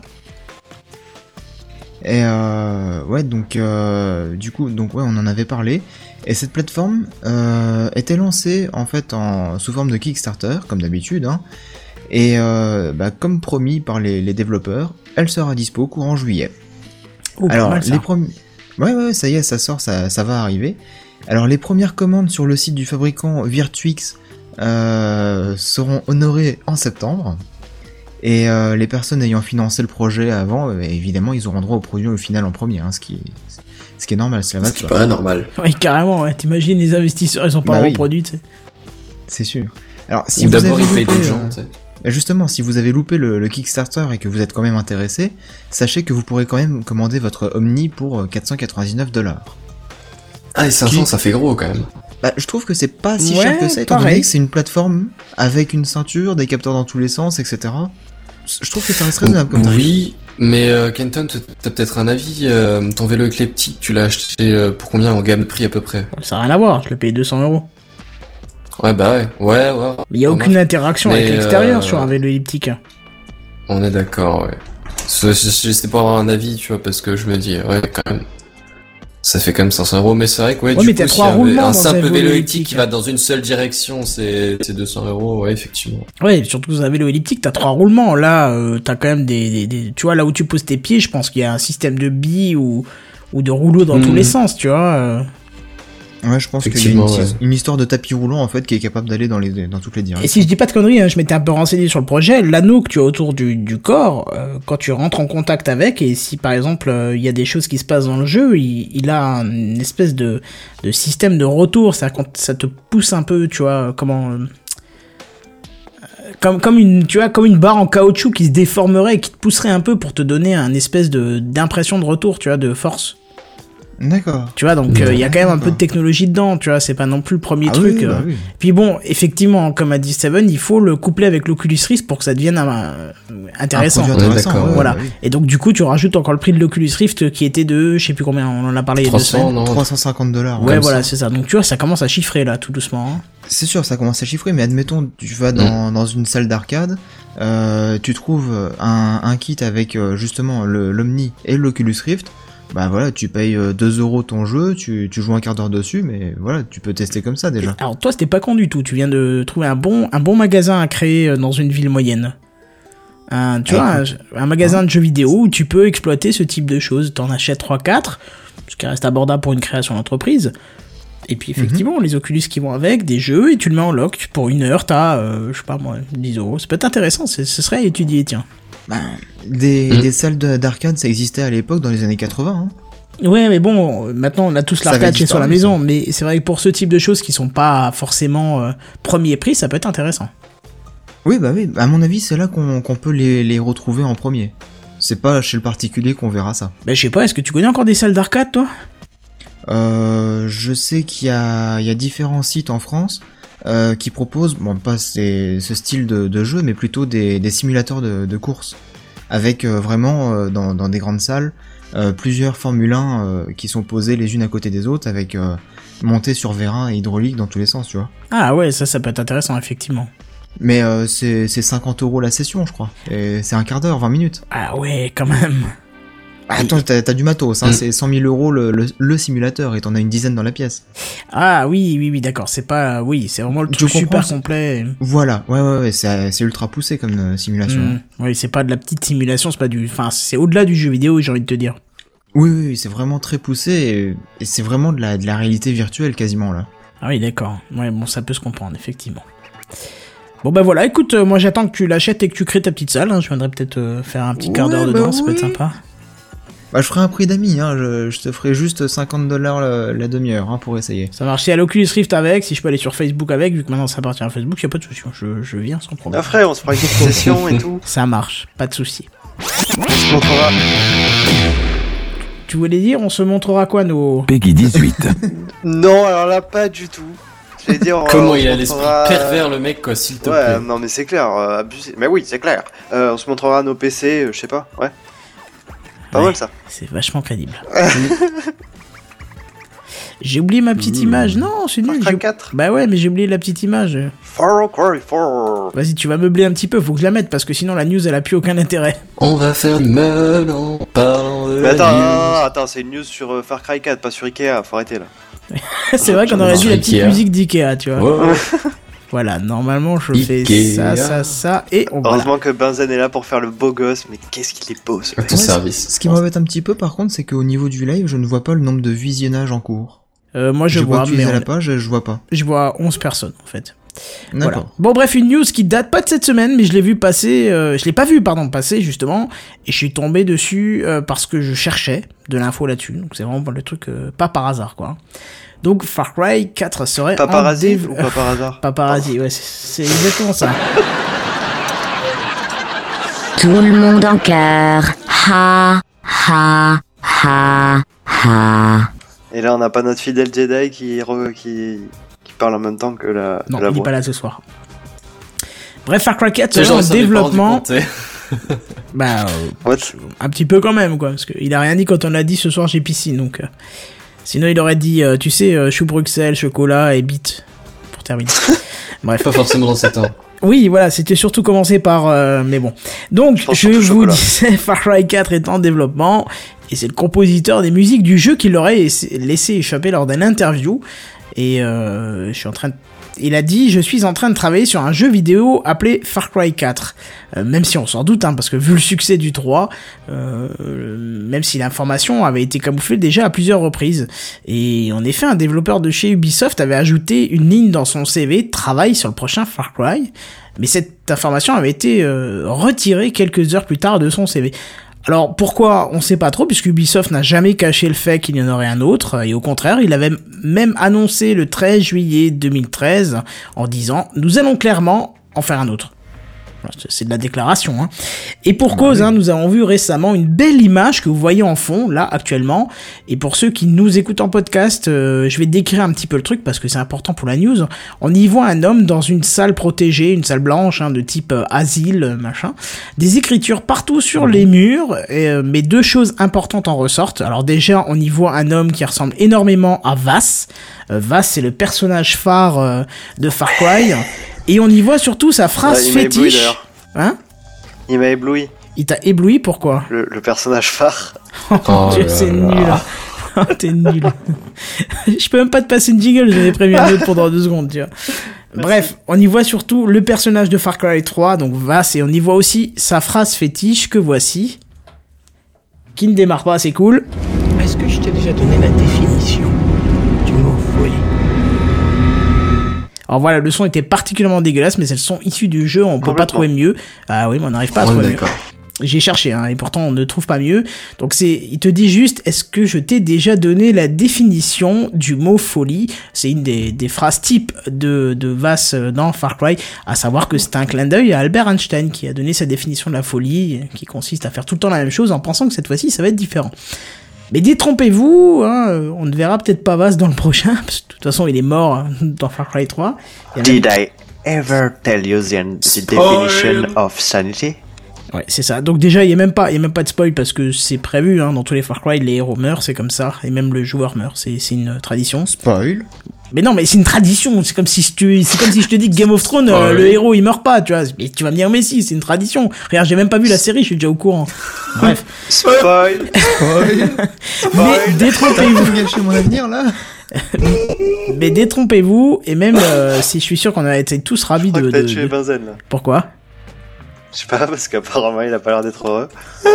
Et euh, ouais, donc euh, du coup, donc ouais, on en avait parlé. Et cette plateforme euh, était lancée en fait en, sous forme de Kickstarter, comme d'habitude, hein, et euh, bah, comme promis par les, les développeurs, elle sera dispo courant juillet. Oh, Alors, mal, ça. les premiers... Ouais, ouais, ça y est, ça sort, ça, ça va arriver. Alors, les premières commandes sur le site du fabricant Virtuix euh, seront honorées en septembre. Et euh, les personnes ayant financé le projet avant, euh, évidemment, ils auront droit au produit au final en premier, hein, ce qui est, ce qui est normal, ça va. Ce qui paraît normal. Oui, carrément, ouais. T'imagines les investisseurs, ils sont pas Bah en oui. produit, tu sais. C'est sûr. Alors, si Ou vous d'abord avez ils payent loupé, des gens, euh, tu sais. bah justement, si vous avez loupé le, le Kickstarter et que vous êtes quand même intéressé, sachez que vous pourrez quand même commander votre Omni pour quatre cent quatre-vingt-dix-neuf dollars. Ah, et cinq cents, Qui- ça fait gros quand même. Bah, je trouve que c'est pas si Ouais, cher que ça, étant pareil. donné que c'est une plateforme avec une ceinture, des capteurs dans tous les sens, et cetera. Je trouve que ça reste raisonnable comme tarif. Oui, mais euh, Kenton, t- t'as peut-être un avis. euh, ton vélo éclectique, tu l'as acheté euh, pour combien en gamme de prix à peu près? Ça n'a rien à voir, je l'ai payé deux cents euros. Ouais, bah ouais, ouais, ouais. Il y a remarque. aucune interaction Mais, avec l'extérieur euh, sur un vélo elliptique. On est d'accord, ouais. C'est c'est- c'est pour avoir un avis, tu vois, parce que je me dis, ouais, quand même. Ça fait quand même cinq cents euros, mais c'est vrai que, ouais, Ouais, du mais coup, t'as si trois un, roulements un dans un simple vélo vélo elliptique. électrique qui va dans une seule direction, c'est c'est deux cents euros, ouais, effectivement. Ouais, surtout dans un vélo elliptique, t'as trois roulements. Là, euh, t'as quand même des, des, des- tu vois, là où tu poses tes pieds, je pense qu'il y a un système de billes ou, ou de rouleaux dans Mhm. tous les sens, tu vois. euh. Ouais, je pense qu'il y a une, Effectivement, ouais. une histoire de tapis roulant en fait qui est capable d'aller dans, les, dans toutes les directions. Et si je dis pas de conneries, hein, je m'étais un peu renseigné sur le projet, l'anneau que tu as autour du, du corps, euh, quand tu rentres en contact avec, et si par exemple euh, il y a des choses qui se passent dans le jeu, il, il a une espèce de, de système de retour, c'est-à-dire quand ça te pousse un peu, tu vois, comment... euh, comme, comme une, tu vois, comme une barre en caoutchouc qui se déformerait et qui te pousserait un peu pour te donner un espèce de, d'impression de retour, tu vois, de force. D'accord. Tu vois, donc il euh, y a quand même un peu D'accord. de technologie dedans, tu vois, c'est pas non plus le premier Ah truc. oui, euh. bah oui. Puis bon, effectivement, comme a dit Steven, il faut le coupler avec l'Oculus Rift pour que ça devienne euh, intéressant. Un produit Ouais, intéressant, d'accord, ouais, Voilà. bah oui. Et donc du coup, tu rajoutes encore le prix de l'Oculus Rift qui était de, je sais plus combien, on en a parlé il y a deux trois cents, semaines. non? trois cent cinquante dollars. Ouais, comme voilà, ça. c'est ça. Donc tu vois, ça commence à chiffrer là, tout doucement. Hein. C'est sûr, ça commence à chiffrer, mais admettons, tu vas dans, dans une salle d'arcade, euh, tu trouves un, un kit avec euh, justement le, l'Omni et l'Oculus Rift, bah voilà, tu payes euh, deux euros ton jeu, tu, tu joues un quart d'heure dessus, mais voilà, tu peux tester comme ça déjà. Alors toi, c'était pas con du tout. Tu viens de trouver un bon, un bon magasin à créer euh, dans une ville moyenne. Un, tu Ah, vois, un, écoute. un magasin de jeux vidéo où tu peux exploiter ce type de choses. T'en achètes trois quatre, ce qui reste abordable pour une création d'entreprise. Et puis effectivement, les Oculus qui vont avec, des jeux, et tu le mets en lock. Pour une heure, t'as, euh, je sais pas moi, dix euros. Ça peut être intéressant, c'est- ce serait à étudier, tiens. Bah, des, Mm. des salles de- d'arcade, ça existait à l'époque dans les années quatre-vingts. Hein. Ouais, mais bon, euh, maintenant on a tous Ça l'arcade va chez soi à la disparaître, maison, mais c'est vrai que pour ce type de choses qui sont pas forcément euh, premier prix, ça peut être intéressant. Oui, bah oui, à mon avis, c'est là qu'on qu'on peut les, les retrouver en premier. C'est pas chez le particulier qu'on verra ça. Ben je sais pas, est-ce que tu connais encore des salles d'arcade, toi? Euh, je sais qu'il y a, il y a différents sites en France euh, qui proposent, bon, pas ces- ce style de, de jeu, mais plutôt des, des simulateurs de, de course. Avec euh, vraiment, euh, dans, dans des grandes salles, euh, plusieurs Formule un euh, qui sont posées les unes à côté des autres, avec euh, montées sur vérin et hydraulique dans tous les sens, tu vois. Ah ouais, ça, ça peut être intéressant, effectivement. Mais euh, c'est c'est cinquante euros la session, je crois. Et c'est un quart d'heure, vingt minutes. Ah ouais, quand même. Ah, attends, t'as t'as du matos, hein, Mm. c'est cent mille euros le, le, le simulateur et t'en as une dizaine dans la pièce. Ah oui, oui, oui, d'accord, c'est pas... Oui, c'est vraiment le Tu truc comprends, super c'est- complet. Voilà, ouais, ouais, ouais, c'est c'est ultra poussé comme euh, simulation. Mm. Oui, c'est pas de la petite simulation, c'est pas du... Enfin, c'est au-delà du jeu vidéo, j'ai envie de te dire. Oui, oui, oui, c'est vraiment très poussé et, et c'est vraiment de la, de la réalité virtuelle quasiment là. Ah oui, d'accord. Ouais, bon, ça peut se comprendre, effectivement. Bon bah voilà, écoute, euh, moi j'attends que tu l'achètes et que tu crées ta petite salle, hein. Je viendrai peut-être euh, faire un petit quart Ouais, d'heure bah dedans, ça peut être oui. sympa. Bah, je ferai un prix d'amis, hein, je, je te ferai juste cinquante dollars la, la demi-heure hein, pour essayer. Ça marche, si à l'Oculus Rift avec, si je peux aller sur Facebook avec, vu que maintenant ça appartient à Facebook, y a pas de souci, je, je viens sans problème. Après, on se fera une petite session et tout. Ça marche, pas de souci. On se montrera. Tu voulais dire, on se montrera quoi nos... Peggy dix-huit. Non, alors là, pas du tout. J'allais dire. Comment on il se a l'esprit montrera- pervers, le mec, quoi, s'il te Ouais, plaît. non, mais c'est clair, euh, abusé. Mais oui, c'est clair. Euh, on se montrera nos P C, euh, je sais pas, ouais. Pas Ouais, mal ça. C'est vachement crédible. J'ai oublié ma petite Mmh. image, non, c'est Far nul. Cry j'ai- quatre. Bah ouais, mais j'ai oublié la petite image. Far Cry four. Vas-y, tu vas meubler un petit peu, faut que je la mette, parce que sinon la news elle a plus aucun intérêt. On va faire du meul en parlant de Mais la attends, news. attends, attends, c'est une news sur euh, Far Cry quatre, pas sur Ikea, faut arrêter là. C'est vrai qu'on aurait dit la petite Ikea. musique d'Ikea, tu vois. Ouais, ouais. Voilà, normalement je fais Ikea. ça, ça, ça, et on voilà. Heureusement que Benzen est là pour faire le beau gosse, mais qu'est-ce qu'il est beau ce À mec. ton Ouais, service. Ce qui m'embête un petit peu par contre, c'est qu'au niveau du live, je ne vois pas le nombre de visionnages en cours. Euh, moi je, Je vois vois, que tu mais es à la on- page, je vois pas. je vois onze personnes en fait. Voilà. D'accord. Bon bref, une news qui date pas de cette semaine, mais je l'ai vu passer, euh, je l'ai pas vu pardon passer justement, et je suis tombé dessus euh, parce que je cherchais de l'info là-dessus. Donc c'est vraiment le truc euh, pas par hasard quoi. Donc Far Cry quatre serait en Paparazzi dév- ou pas par hasard? Paparazzi, ouais, c'est c'est exactement ça. Tout le monde en cœur. Ha, ha, ha, ha. Et là, on n'a pas notre fidèle Jedi qui, re- qui, qui parle en même temps que la, Non, que la il est voix. pas là ce soir. Bref, Far Cry quatre C'est serait genre, en ça dépend du développement. comté. Bah, euh, What? un petit peu quand même, quoi, parce qu'il a rien dit quand on a dit ce soir j'ai piscine, donc. euh, sinon, il aurait dit, euh, tu sais, euh, chou Bruxelles, chocolat et bite. Pour terminer. Bref. Pas forcément dans cet ordre. Oui, voilà, c'était surtout commencé par... euh, mais bon. Donc, pense je surtout vous chocolat. disais, Far Cry quatre est en développement, et c'est le compositeur des musiques du jeu qui l'aurait laissé- laissé échapper lors d'une interview. Et euh, je suis en train de... Il a dit, je suis en train de travailler sur un jeu vidéo appelé Far Cry quatre. Euh, même si on s'en doute, hein, parce que vu le succès du trois, euh, même si l'information avait été camouflée déjà à plusieurs reprises. Et en effet, un développeur de chez Ubisoft avait ajouté une ligne dans son C V, travaille sur le prochain Far Cry. Mais cette information avait été euh, retirée quelques heures plus tard de son C V. Alors pourquoi, on sait pas trop, puisque Ubisoft n'a jamais caché le fait qu'il y en aurait un autre, et au contraire, il avait même annoncé le treize juillet deux mille treize en disant « Nous allons clairement en faire un autre ». C'est de la déclaration, hein. Et pour cause, hein, nous avons vu récemment une belle image que vous voyez en fond, là, actuellement. Et pour ceux qui nous écoutent en podcast, euh, je vais décrire un petit peu le truc parce que c'est important pour la news. On y voit un homme dans une salle protégée, une salle blanche, hein, de type euh, asile, euh, machin. Des écritures partout sur les murs, et, euh, mais deux choses importantes en ressortent. Alors déjà, on y voit un homme qui ressemble énormément à Vass. Euh, Vass, c'est le personnage phare euh, de Far Cry. Et on y voit surtout sa phrase Ouais, il m'a ébloui, fétiche. d'ailleurs. Hein? Il m'a ébloui, Il t'a ébloui, pourquoi? le, le personnage phare. Oh, Oh Dieu, là c'est là. nul. Oh, t'es nul. Je peux même pas te passer une jingle, j'en ai prévu un autre pendant deux secondes, tu vois. Bref, on y voit surtout le personnage de Far Cry trois, donc Vass, et on y voit aussi sa phrase fétiche que voici. Qui ne démarre pas, c'est cool. Est-ce que je t'ai déjà donné la définition du mot folie? Alors voilà, le son était particulièrement dégueulasse, mais c'est le son issu du jeu, on peut pas Complètement. trouver mieux. Ah oui, mais on n'arrive pas à On est trouver mieux. d'accord. J'ai cherché, hein, et pourtant on ne trouve pas mieux. Donc c'est, il te dit juste, est-ce que je t'ai déjà donné la définition du mot folie? C'est une des, des phrases type de, de Vass dans Far Cry, à savoir que c'est un clin d'œil à Albert Einstein qui a donné sa définition de la folie, qui consiste à faire tout le temps la même chose en pensant que cette fois-ci ça va être différent. Mais détrompez-vous, hein, on ne verra peut-être pas Vass dans le prochain, parce que de toute façon il est mort hein, dans Far Cry trois. Il y a même- Did I ever tell you the, the definition of sanity? Ouais, c'est ça. Donc déjà, il y a même pas, il y a même pas de spoil parce que c'est prévu, hein, dans tous les Far Cry, les héros meurent, c'est comme ça, et même le joueur meurt, c'est, c'est une tradition. Spoil. Mais non, mais c'est une tradition, c'est comme si je te, c'est comme si je te dis que Game of Thrones, euh, Ouais. le héros il meurt pas, tu vois. Mais tu vas me dire, mais si, c'est une tradition. Regarde, j'ai même pas vu la série, je suis déjà au courant. Bref. Spoil! Spoil. Mais détrompez-vous. Vous gâchez mon avenir là. Mais détrompez-vous, et même, euh, si je suis sûr qu'on a été tous ravis Je crois de, que t'as de- tué de- Benzen là. Pourquoi? Je sais pas, parce qu'apparemment il a pas l'air d'être heureux.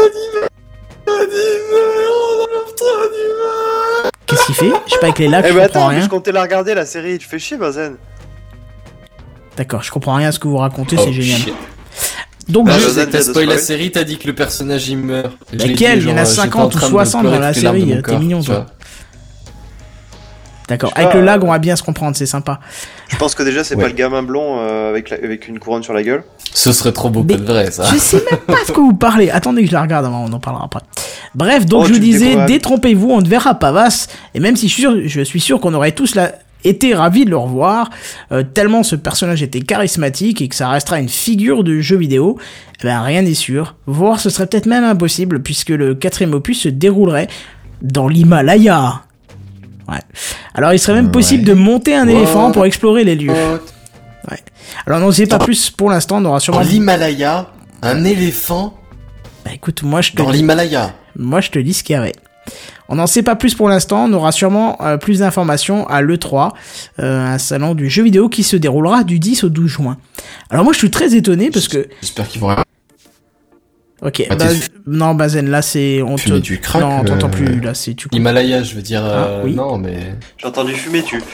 Qu'est-ce qu'il fait? Je sais pas, avec les lacs, Eh je mais comprends attends, mais rien. je comptais la regarder la série, tu fais chier Benzen. D'accord, je comprends rien à ce que vous racontez, Oh, c'est génial. shit. Donc, Bah, je- je Benzen sais que t'as vient de spoil la spoil. série, t'as dit que le personnage il meurt. Et je l'ai Laquelle? dit, Il y en a genre, j'étais en cinquante ou train de soixante pleurer dans la toutes les larmes de série, mon t'es corps, mignon, tu toi. vois. D'accord. Je sais Avec pas, le lag, euh, on va bien se comprendre, c'est sympa. Je pense que déjà c'est Ouais. pas le gamin blond euh, avec, la- avec une couronne sur la gueule. Ce serait trop beau Mais- que de vrai, ça. Je sais même pas ce que vous parlez. Attendez que je la regarde avant, on en parlera après. Bref, donc Oh, je vous tu me disais, décourages. détrompez-vous, on ne verra pas Vass. Et même si je suis sûr, je suis sûr qu'on aurait tous la... été ravis de le revoir, euh, tellement ce personnage était charismatique et que ça restera une figure de jeu vidéo, eh ben rien n'est sûr. Voir, ce serait peut-être même impossible puisque le quatrième opus se déroulerait dans l'Himalaya. Ouais. Alors il serait même Ouais. possible de monter un What? éléphant pour explorer les lieux. Oh, Alors n'en sait pas plus pour l'instant, on aura Dans sûrement... l'Himalaya, un éléphant Bah écoute, moi je te dans dis, l'Himalaya. moi je te dis ce qu'il y avait. On n'en sait pas plus pour l'instant, on aura sûrement euh, plus d'informations à l'E trois, euh, un salon du jeu vidéo qui se déroulera du dix au douze juin. Alors moi je suis très étonné parce que... J'espère qu'ils vont rien. Ok, Ah, bah, t'es- non Bazen, là c'est... On Fumer te... du crack, Non, on t'entend euh, plus, là c'est... Tu... Himalaya, je veux dire. Ah, euh, oui. Non, mais. J'ai entendu fumer tu.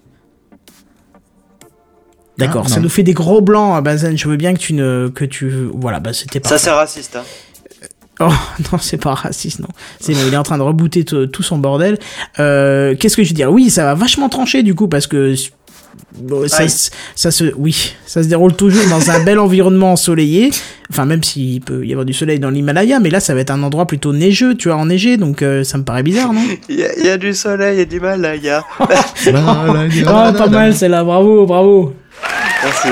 D'accord, Ah, ça non. nous fait des gros blancs, hein, Bazen, je veux bien que tu ne... que tu... Voilà, bah c'était pas... Ça c'est raciste hein. Oh non, c'est pas raciste, non. C'est bon, il est en train de rebooter t- tout son bordel. Euh, qu'est-ce que je veux dire? Oui, ça va vachement trancher du coup parce que bon, ça, Aïe. se- ça se, oui, ça se déroule toujours dans un bel environnement ensoleillé. Enfin, même s'il peut y avoir du soleil dans l'Himalaya, mais là, ça va être un endroit plutôt neigeux, tu vois, enneigé, donc euh, ça me paraît bizarre, non? Il y, a- il y a du soleil et du Malaya. Oh, pas mal, celle-là, bravo, bravo. Merci.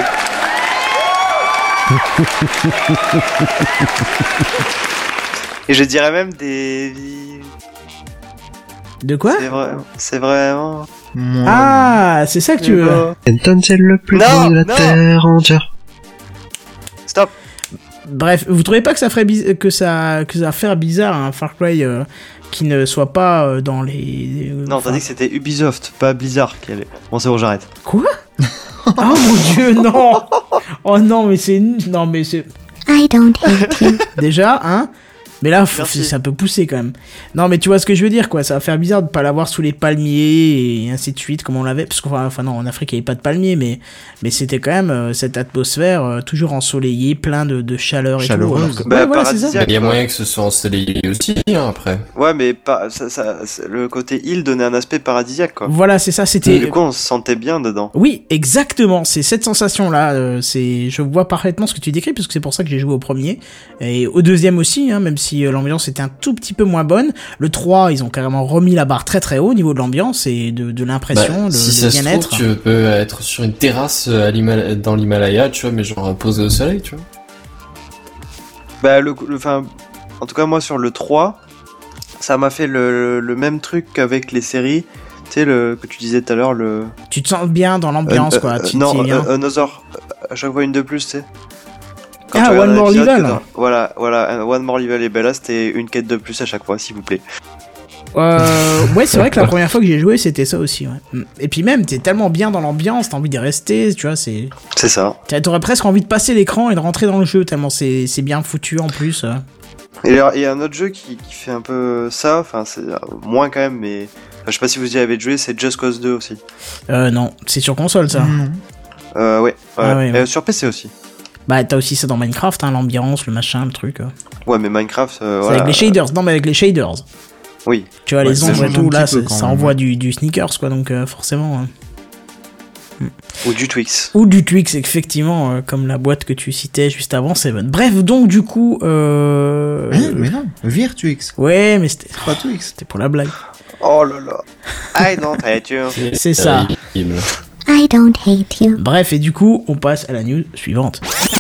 Et je dirais même des vies. De quoi? C'est vrai, c'est vraiment. Ah, c'est ça que tu veux. Kenton, c'est le plus Non, beau de la non. terre entière. Stop. Bref, vous trouvez pas que ça ferait biz- que ça que ça va faire bizarre un Far Cry euh, qui ne soit pas euh, dans les euh, Non, enfin- t'as dit que c'était Ubisoft, pas Blizzard qui allait. Bon, c'est bon, j'arrête. Quoi? Oh mon dieu, non! Oh non, mais c'est non mais c'est I don't hate you. déjà hein. Mais là, faut- Merci. c'est un peu poussé quand même. Non, mais tu vois ce que je veux dire, quoi. Ça va faire bizarre de pas l'avoir sous les palmiers et ainsi de suite, comme on l'avait. Parce qu'enfin, enfin non, en Afrique, il n'y avait pas de palmiers, mais, mais c'était quand même euh, cette atmosphère euh, toujours ensoleillée, plein de, de chaleur et Chaleureuse. tout. alors que- Bah, ouais, voilà, c'est ça. paradisiaque. Il y a moyen que ce soit ensoleillé aussi, hein, après. Ouais, mais pas, ça, ça, c'est- le côté île donnait un aspect paradisiaque, quoi. Voilà, c'est ça. Et C'était. du coup, on se sentait bien dedans. Oui, exactement. C'est cette sensation-là. euh, c'est, je vois parfaitement ce que tu décris, parce que c'est pour ça que j'ai joué au premier et au deuxième aussi, hein, même si euh, l'ambiance était un tout petit peu moins bonne. Le trois, ils ont carrément remis la barre très très haut au niveau de l'ambiance et de, de l'impression, Bah, de, si de ça se trouve, bien-être. tu peux être sur une terrasse à l'Himal- dans l'Himalaya, tu vois, mais genre posé au soleil, tu vois. Bah, le, le, enfin, en tout cas, moi, sur le trois, ça m'a fait le, le, le même truc qu'avec les séries. Tu sais, le, que tu disais tout à l'heure, le. Tu te sens bien dans l'ambiance, Euh, quoi. euh, Tu non, t'y es bien. euh, Another. À chaque fois, une de plus, tu sais. Quand Ah, tu regardes One un More épisode, Level. que dans- Voilà, voilà, un One More Level. Et ben là, c'était une quête de plus à chaque fois, s'il vous plaît. Euh, ouais, c'est vrai que la première fois que j'ai joué, c'était ça aussi. Ouais. Mm. Et puis même, t'es tellement bien dans l'ambiance, t'as envie d'y rester, tu vois. C'est, C'est ça. T'as- t'aurais presque envie de passer l'écran et de rentrer dans le jeu tellement c'est, c'est bien foutu en plus. euh. Et alors, il y a un autre jeu qui, qui fait un peu ça, enfin, c'est euh, moins quand même, mais. Enfin, je sais pas si vous y avez joué, c'est Just Cause deux aussi. Euh, non, c'est sur console ça. Non. Euh, ouais. ouais. Ah ouais, Et, ouais. euh, sur P C aussi. Bah, t'as aussi ça dans Minecraft, hein, l'ambiance, le machin, le truc. euh. Ouais, mais Minecraft, euh, C'est voilà. avec les shaders. Non, mais avec les shaders. Oui. Tu vois, Ouais, les ça ombres et change un tout, là, petit peu c'est- quand ça même, envoie ouais. du, du sneakers, quoi, donc euh, forcément. hein. Ou du Twix. Ou du Twix, effectivement, euh, comme la boîte que tu citais juste avant, c'est bon. Bref, donc, du coup. Euh... Hein, mais non, Virtuix, Ouais, mais c'était, pas Twix. c'était pour la blague. Oh là là. I don't hate you. C'est ça. Terrible. I don't hate you. Bref, et du coup, on passe à la news suivante.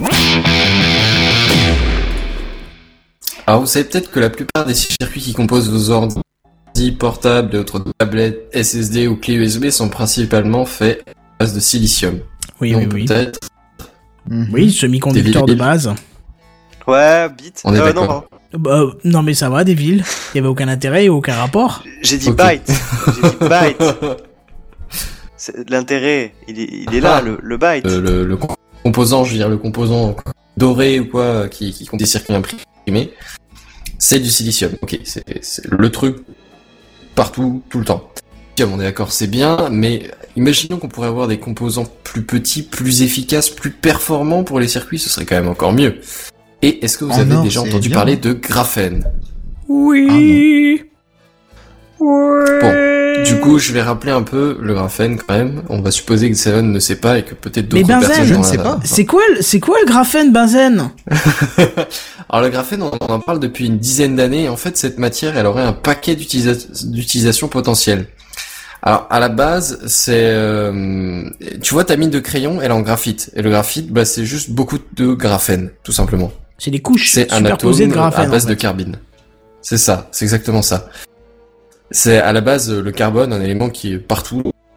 Alors vous savez peut-être que la plupart des circuits qui composent vos ordi portables et autres tablettes S S D ou clés U S B sont principalement faits à base de silicium. Oui, Donc oui, oui. peut-être Mhm. Oui, semi-conducteur Des de base. Ouais, bit. On est Euh, d'accord. non, Bah, euh, non, mais ça va, des villes. Il y avait aucun intérêt et aucun rapport. j'ai dit Ok. byte. J'ai dit byte. C'est- L'intérêt, il est, il est là, Ah. le, le byte. le, le, le composant, je veux dire le composant doré ou quoi qui, qui compte des circuits imprimés, c'est du silicium. Ok, c'est c'est le truc partout, tout le temps. On est d'accord, c'est bien, mais imaginons qu'on pourrait avoir des composants plus petits, plus efficaces, plus performants pour les circuits, ce serait quand même encore mieux. Et est-ce que vous En avez or, déjà c'est entendu bien. parler de graphène? Oui. Ouais. Bon, du coup, je vais rappeler un peu le graphène quand même. On va supposer que Seven ne sait pas et que peut-être Mais d'autres Benzen, personnes je dans ne la- sais pas. C'est quoi, le- c'est quoi le graphène, Benzen? Alors le graphène, on en parle depuis une dizaine d'années, et en fait cette matière, elle aurait un paquet d'utilisa- d'utilisations potentielles. Alors à la base, c'est... euh, tu vois ta mine de crayon, elle est en graphite, et le graphite, bah, c'est juste beaucoup de graphène, tout simplement. C'est des couches C'est un superposées atome de graphène. à base en de fait. carbone. C'est ça, c'est exactement ça. C'est à la base le carbone, un élément qui est partout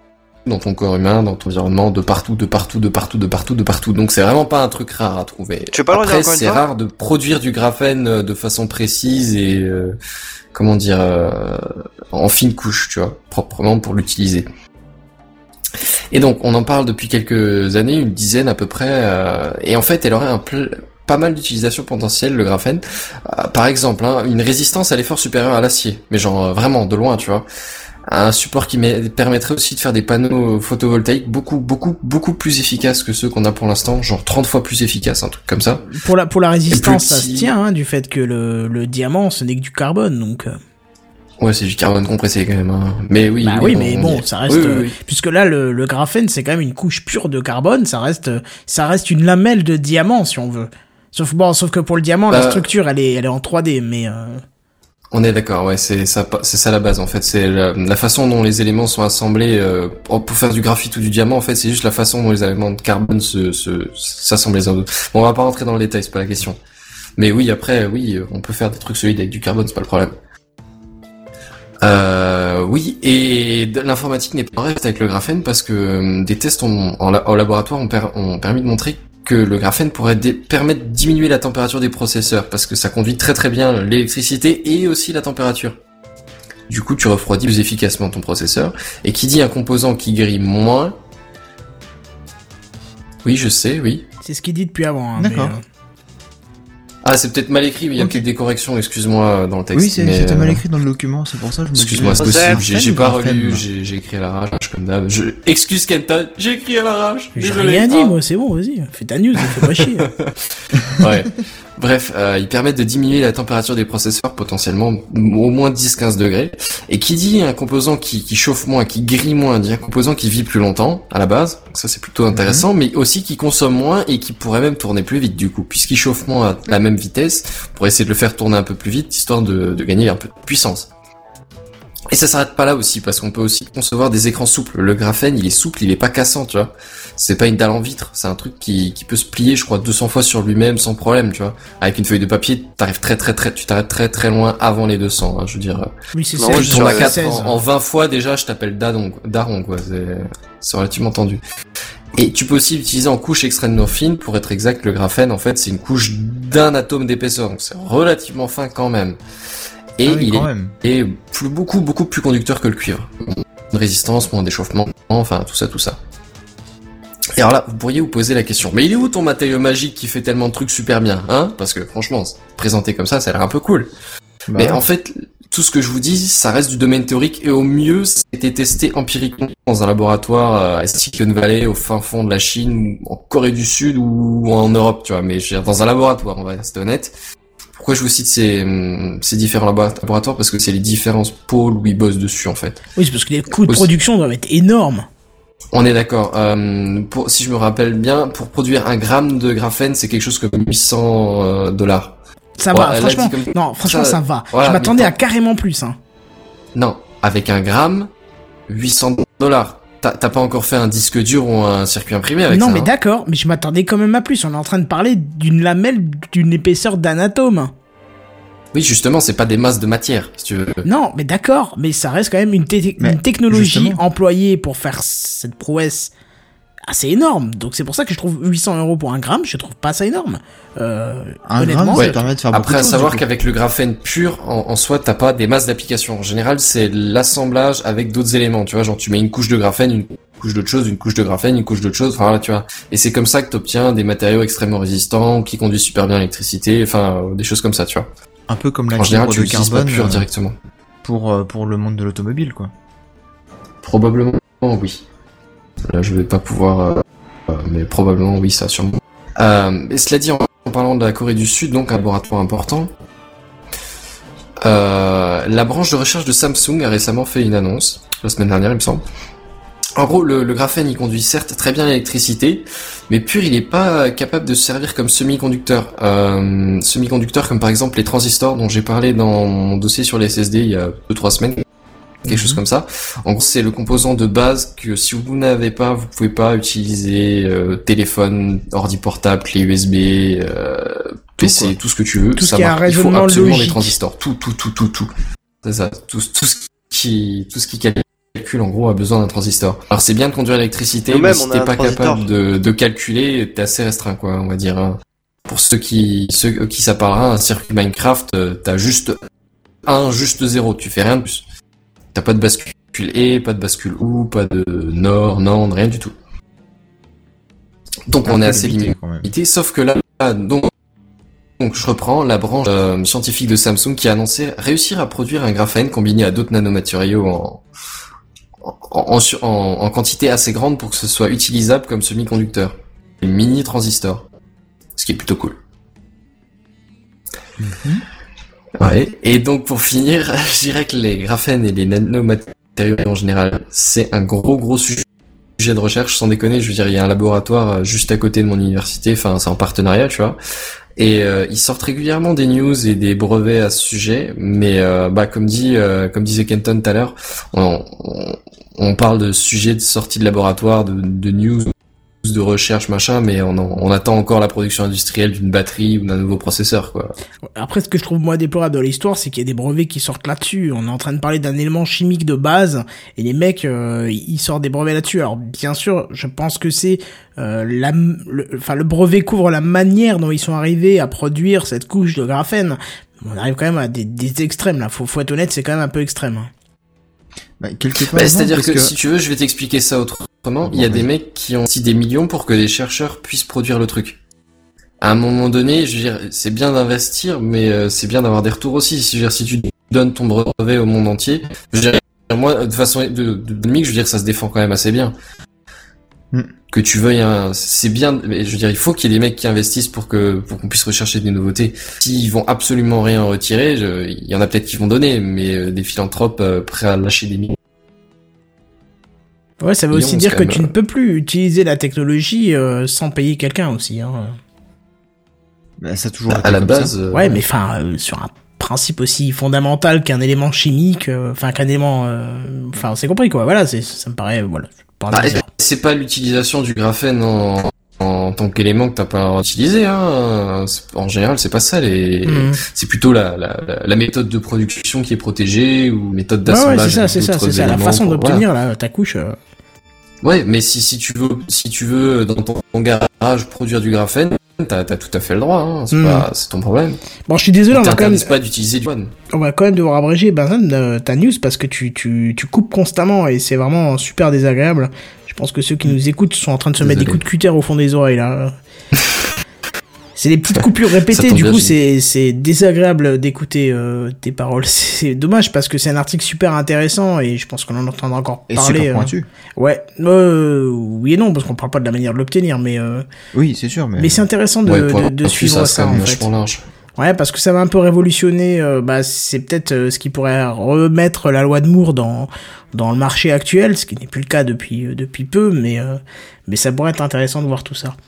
dans ton corps humain, dans ton environnement, de partout, de partout, de partout, de partout, de partout. Donc c'est vraiment pas un truc rare à trouver. Tu veux pas le redire Après, encore une c'est fois rare de produire du graphène de façon précise et euh, comment dire euh, en fine couche, tu vois, proprement pour l'utiliser. Et donc on en parle depuis quelques années, une dizaine à peu près, euh, et en fait elle aurait un pl- pas mal d'utilisations potentielles, le graphène. Euh, par exemple, hein, une résistance à l'effort supérieur à l'acier, mais genre euh, vraiment de loin, tu vois. Un support qui met- permettrait aussi de faire des panneaux photovoltaïques beaucoup, beaucoup, beaucoup plus efficaces que ceux qu'on a pour l'instant, genre trente fois plus efficaces, un truc comme ça. Pour la, pour la résistance, ça se petit... tient, hein, du fait que le, le diamant, ce n'est que du carbone, donc... Euh... Ouais, c'est du carbone compressé quand même, hein. Mais oui. Bah oui, mais bon, ça reste, oui, oui, oui. puisque là, le, le graphène, c'est quand même une couche pure de carbone, ça reste, ça reste une lamelle de diamant, si on veut. Sauf, bon, sauf que pour le diamant, bah, la structure, elle est, elle est en trois D, mais, euh... On est d'accord, ouais, c'est ça, c'est ça la base en fait. C'est la, la façon dont les éléments sont assemblés euh, pour faire du graphite ou du diamant. En fait, c'est juste la façon dont les éléments de carbone se, se s'assemblent les uns aux autres. Bon, on va pas rentrer dans le détail, c'est pas la question. Mais oui, après, oui, on peut faire des trucs solides avec du carbone, c'est pas le problème. Euh, oui, et l'informatique n'est pas en reste avec le graphène parce que euh, des tests ont, en, en laboratoire ont, per, ont permis de montrer que le graphène pourrait dé- permettre de diminuer la température des processeurs parce que ça conduit très très bien l'électricité et aussi la température. Du coup, tu refroidis plus efficacement ton processeur. Et qui dit un composant qui grille moins... Oui, je sais, oui. C'est ce qu'il dit depuis avant. Hein, D'accord. mais, euh... Ah, c'est peut-être mal écrit, mais il y a okay. peut-être des corrections, excuse-moi, dans le texte. Oui, c'est, mais, c'était euh... mal écrit dans le document, c'est pour ça que je me Excuse-moi, c'est possible, j'ai, j'ai pas relu, j'ai, j'ai écrit à l'arrache, comme d'hab. Je... Excuse Kenton, j'ai écrit à l'arrache. J'ai rien dit, ah. moi, c'est bon, vas-y, fais ta news, fais pas chier. Ouais. Bref, euh, ils permettent de diminuer la température des processeurs potentiellement au moins dix à quinze degrés. Et qui dit un composant qui, qui chauffe moins, qui grille moins, dit un composant qui vit plus longtemps, à la base. Donc ça, c'est plutôt intéressant, mmh. mais aussi qui consomme moins et qui pourrait même tourner plus vite, du coup. Puisqu'il chauffe moins à la même vitesse, pour essayer de le faire tourner un peu plus vite, histoire de, de gagner un peu de puissance. Et ça s'arrête pas là aussi, parce qu'on peut aussi concevoir des écrans souples. Le graphène, il est souple, il est pas cassant, tu vois. C'est pas une dalle en vitre, c'est un truc qui, qui peut se plier, je crois, deux cents fois sur lui-même sans problème, tu vois. Avec une feuille de papier, t'arrives très très très, tu t'arrêtes très très loin avant les deux cents, hein, je veux dire. Oui, c'est non, seize, je tourne à quatre seize. En, en vingt fois, déjà, je t'appelle Daron, Daron, quoi. C'est, c'est relativement tendu. Et tu peux aussi l'utiliser en couche extrêmement fine, pour être exact, le graphène, en fait, c'est une couche d'un atome d'épaisseur, donc c'est relativement fin quand même. Et ah oui, il est, même. est plus, beaucoup, beaucoup plus conducteur que le cuivre. Une résistance, moins d'échauffement, enfin, tout ça, tout ça. Et alors là, vous pourriez vous poser la question, mais il est où ton matériau magique qui fait tellement de trucs super bien, hein? Parce que, franchement, présenté comme ça, ça a l'air un peu cool. Bah mais ouais. En fait, tout ce que je vous dis, ça reste du domaine théorique, et au mieux, ça a été testé empiriquement dans un laboratoire à Silicon Valley, au fin fond de la Chine, ou en Corée du Sud, ou en Europe, tu vois, mais je veux dire, dans un laboratoire, on va rester honnête. Pourquoi je vous cite ces, ces différents laboratoires? Parce que c'est les différents pôles où ils bossent dessus, en fait. Oui, c'est parce que les coûts de production doivent être énormes. On est d'accord. Euh, pour, si je me rappelle bien, pour produire un gramme de graphène, c'est quelque chose comme huit cents dollars. Ça ouais, va, franchement. Comme... Non, franchement, ça, ça va. Voilà, je m'attendais à carrément plus, hein. Non, avec un gramme, huit cents dollars. T'as, t'as pas encore fait un disque dur ou un circuit imprimé avec non, ça? Non, mais hein. d'accord, mais je m'attendais quand même à plus. On est en train de parler d'une lamelle d'une épaisseur d'un atome. Oui, justement, c'est pas des masses de matière, si tu veux. Non, mais d'accord, mais ça reste quand même une, te- une technologie justement. employée pour faire cette prouesse assez énorme. Donc c'est pour ça que je trouve huit cents euros pour un gramme, je trouve pas ça énorme. Euh, un gramme, ça permet de faire beaucoup Après, de à choses, savoir qu'avec le graphène pur, en, en soi, t'as pas des masses d'applications. En général, c'est l'assemblage avec d'autres éléments. Tu vois, genre tu mets une couche de graphène, une couche d'autre chose, une couche de graphène, une couche d'autre chose. Enfin là, tu vois. Et c'est comme ça que t'obtiens des matériaux extrêmement résistants, qui conduisent super bien l'électricité. Enfin, euh, des choses comme ça, tu vois. Un peu comme la en général, tu de carbone pas pur euh, directement. Pour euh, pour le monde de l'automobile, quoi. Probablement, oui. Là, je vais pas pouvoir, euh, euh, mais probablement, oui, ça sûrement. Euh, et cela dit, en, en parlant de la Corée du Sud, donc un laboratoire important, euh, la branche de recherche de Samsung a récemment fait une annonce la semaine dernière, il me semble. En gros, le, le graphène, il conduit certes très bien l'électricité, mais pur, il n'est pas capable de se servir comme semi-conducteur. Euh, semi-conducteur comme par exemple les transistors dont j'ai parlé dans mon dossier sur les S S D il y a deux trois semaines, quelque mm-hmm. chose comme ça. En gros, c'est le composant de base que si vous n'avez pas, vous pouvez pas utiliser euh, téléphone, ordi portable, clé U S B, euh, P C, tout, tout ce que tu veux. Tout ça ce qui marche. a un Il faut absolument logique. des transistors, tout, tout, tout, tout, tout. C'est ça, tout, tout ce qui, tout ce qui calcule calcul, en gros, a besoin d'un transistor. Alors c'est bien de conduire l'électricité, Nous-mêmes, mais si on a t'es un pas transistor. capable de, de calculer, t'es assez restreint, quoi, on va dire. hein. Pour ceux qui, ceux qui ça parlera, un circuit Minecraft, euh, t'as juste un, juste zéro, tu fais rien de plus. T'as pas de bascule et, pas de bascule ou, pas de nord, nord, rien du tout. Donc Un on peu est assez limité, limité. quand même. Sauf que là, là, donc, donc je reprends la branche euh, scientifique de Samsung qui a annoncé réussir à produire un graphène combiné à d'autres nanomatériaux en, en, en, en, en quantité assez grande pour que ce soit utilisable comme semi-conducteur. Une mini transistor. Ce qui est plutôt cool. Mm-hmm. Ouais. Et donc pour finir, je dirais que les graphènes et les nanomatériaux en général, c'est un gros gros sujet de recherche, sans déconner. Je veux dire, il y a un laboratoire juste à côté de mon université, enfin c'est en partenariat, tu vois. Et euh, ils sortent régulièrement des news et des brevets à ce sujet, mais euh, bah comme dit, euh, comme disait Kenton tout à l'heure, on, on, on parle de sujets de sortie de laboratoire, de, de news, de recherche, machin, mais on, on attend encore la production industrielle d'une batterie ou d'un nouveau processeur, quoi. Après, ce que je trouve moi déplorable dans l'histoire, c'est qu'il y a des brevets qui sortent là-dessus. On est en train de parler d'un élément chimique de base, et les mecs, euh, ils sortent des brevets là-dessus. Alors, bien sûr, je pense que c'est euh, la, le, enfin, le brevet couvre la manière dont ils sont arrivés à produire cette couche de graphène. On arrive quand même à des, des extrêmes, là. Faut, faut être honnête, c'est quand même un peu extrême. Hein. Bah, quelque part, Bah, non, c'est-à-dire parce que, que si tu veux, je vais t'expliquer ça autrement. Bon, Il y a vas-y. des mecs qui ont aussi des millions pour que des chercheurs puissent produire le truc. À un moment donné, je veux dire, c'est bien d'investir, mais euh, c'est bien d'avoir des retours aussi. Si, je veux dire, si tu donnes ton brevet au monde entier, je veux dire, moi, de façon de, de, de je veux dire, ça se défend quand même assez bien. Mm. Que tu veuilles un, c'est bien, mais je veux dire, il faut qu'il y ait des mecs qui investissent pour que, pour qu'on puisse rechercher des nouveautés. S'ils vont absolument rien retirer, je, il y en a peut-être qui vont donner, mais euh, des philanthropes euh, prêts à lâcher des millions. Ouais, ça veut Millions, aussi c'est dire quand que même, tu ne euh, peux plus utiliser la technologie euh, sans payer quelqu'un aussi. Hein. bah, ça a toujours À été la comme base, ça. euh, Ouais, mais enfin, euh, sur un principe aussi fondamental qu'un élément chimique, euh, enfin qu'un élément, enfin, c'est compris quoi. Voilà, c'est, ça me paraît, voilà. Par Bah, bizarre. c'est pas l'utilisation du graphène en, en tant qu'élément que t'as pas utilisé, hein. C'est- En général, c'est pas ça. Les... Mhm. C'est plutôt la, la, la, la méthode de production qui est protégée ou méthode Ouais, ouais, d'assemblage. c'est ça, avec c'est ça, d'autres c'est ça. La éléments façon pour- d'obtenir là ta couche. euh, voilà. Ouais, mais si si tu veux si tu veux dans ton garage produire du graphène, t'as t'as tout à fait le droit. Hein. C'est Mhm. pas c'est ton problème. Bon, je suis désolé, on va quand même, T'interdis pas d'utiliser du one. on va quand même devoir abréger Benzen euh, ta news parce que tu tu tu coupes constamment et c'est vraiment super désagréable. Je pense que ceux qui nous écoutent sont en train de se mettre des Désolé. coups de cutter au fond des oreilles là. C'est des petites coupures répétées, tombe du bien, coup j'ai- c'est c'est désagréable d'écouter euh, tes paroles. C'est dommage parce que c'est un article super intéressant et je pense qu'on en entendra encore Et parler. super euh, pointu. Ouais, euh, oui et non parce qu'on parle pas de la manière de l'obtenir, mais euh, Oui, c'est sûr, mais. mais c'est intéressant de, Ouais, pour de, de un suivre ça, ça, c'est en fait. vachement large. Ouais, parce que ça va un peu révolutionner. Euh, bah, c'est peut-être euh, ce qui pourrait remettre la loi de Moore dans dans le marché actuel, ce qui n'est plus le cas depuis euh, depuis peu, mais euh, mais ça pourrait être intéressant de voir tout ça.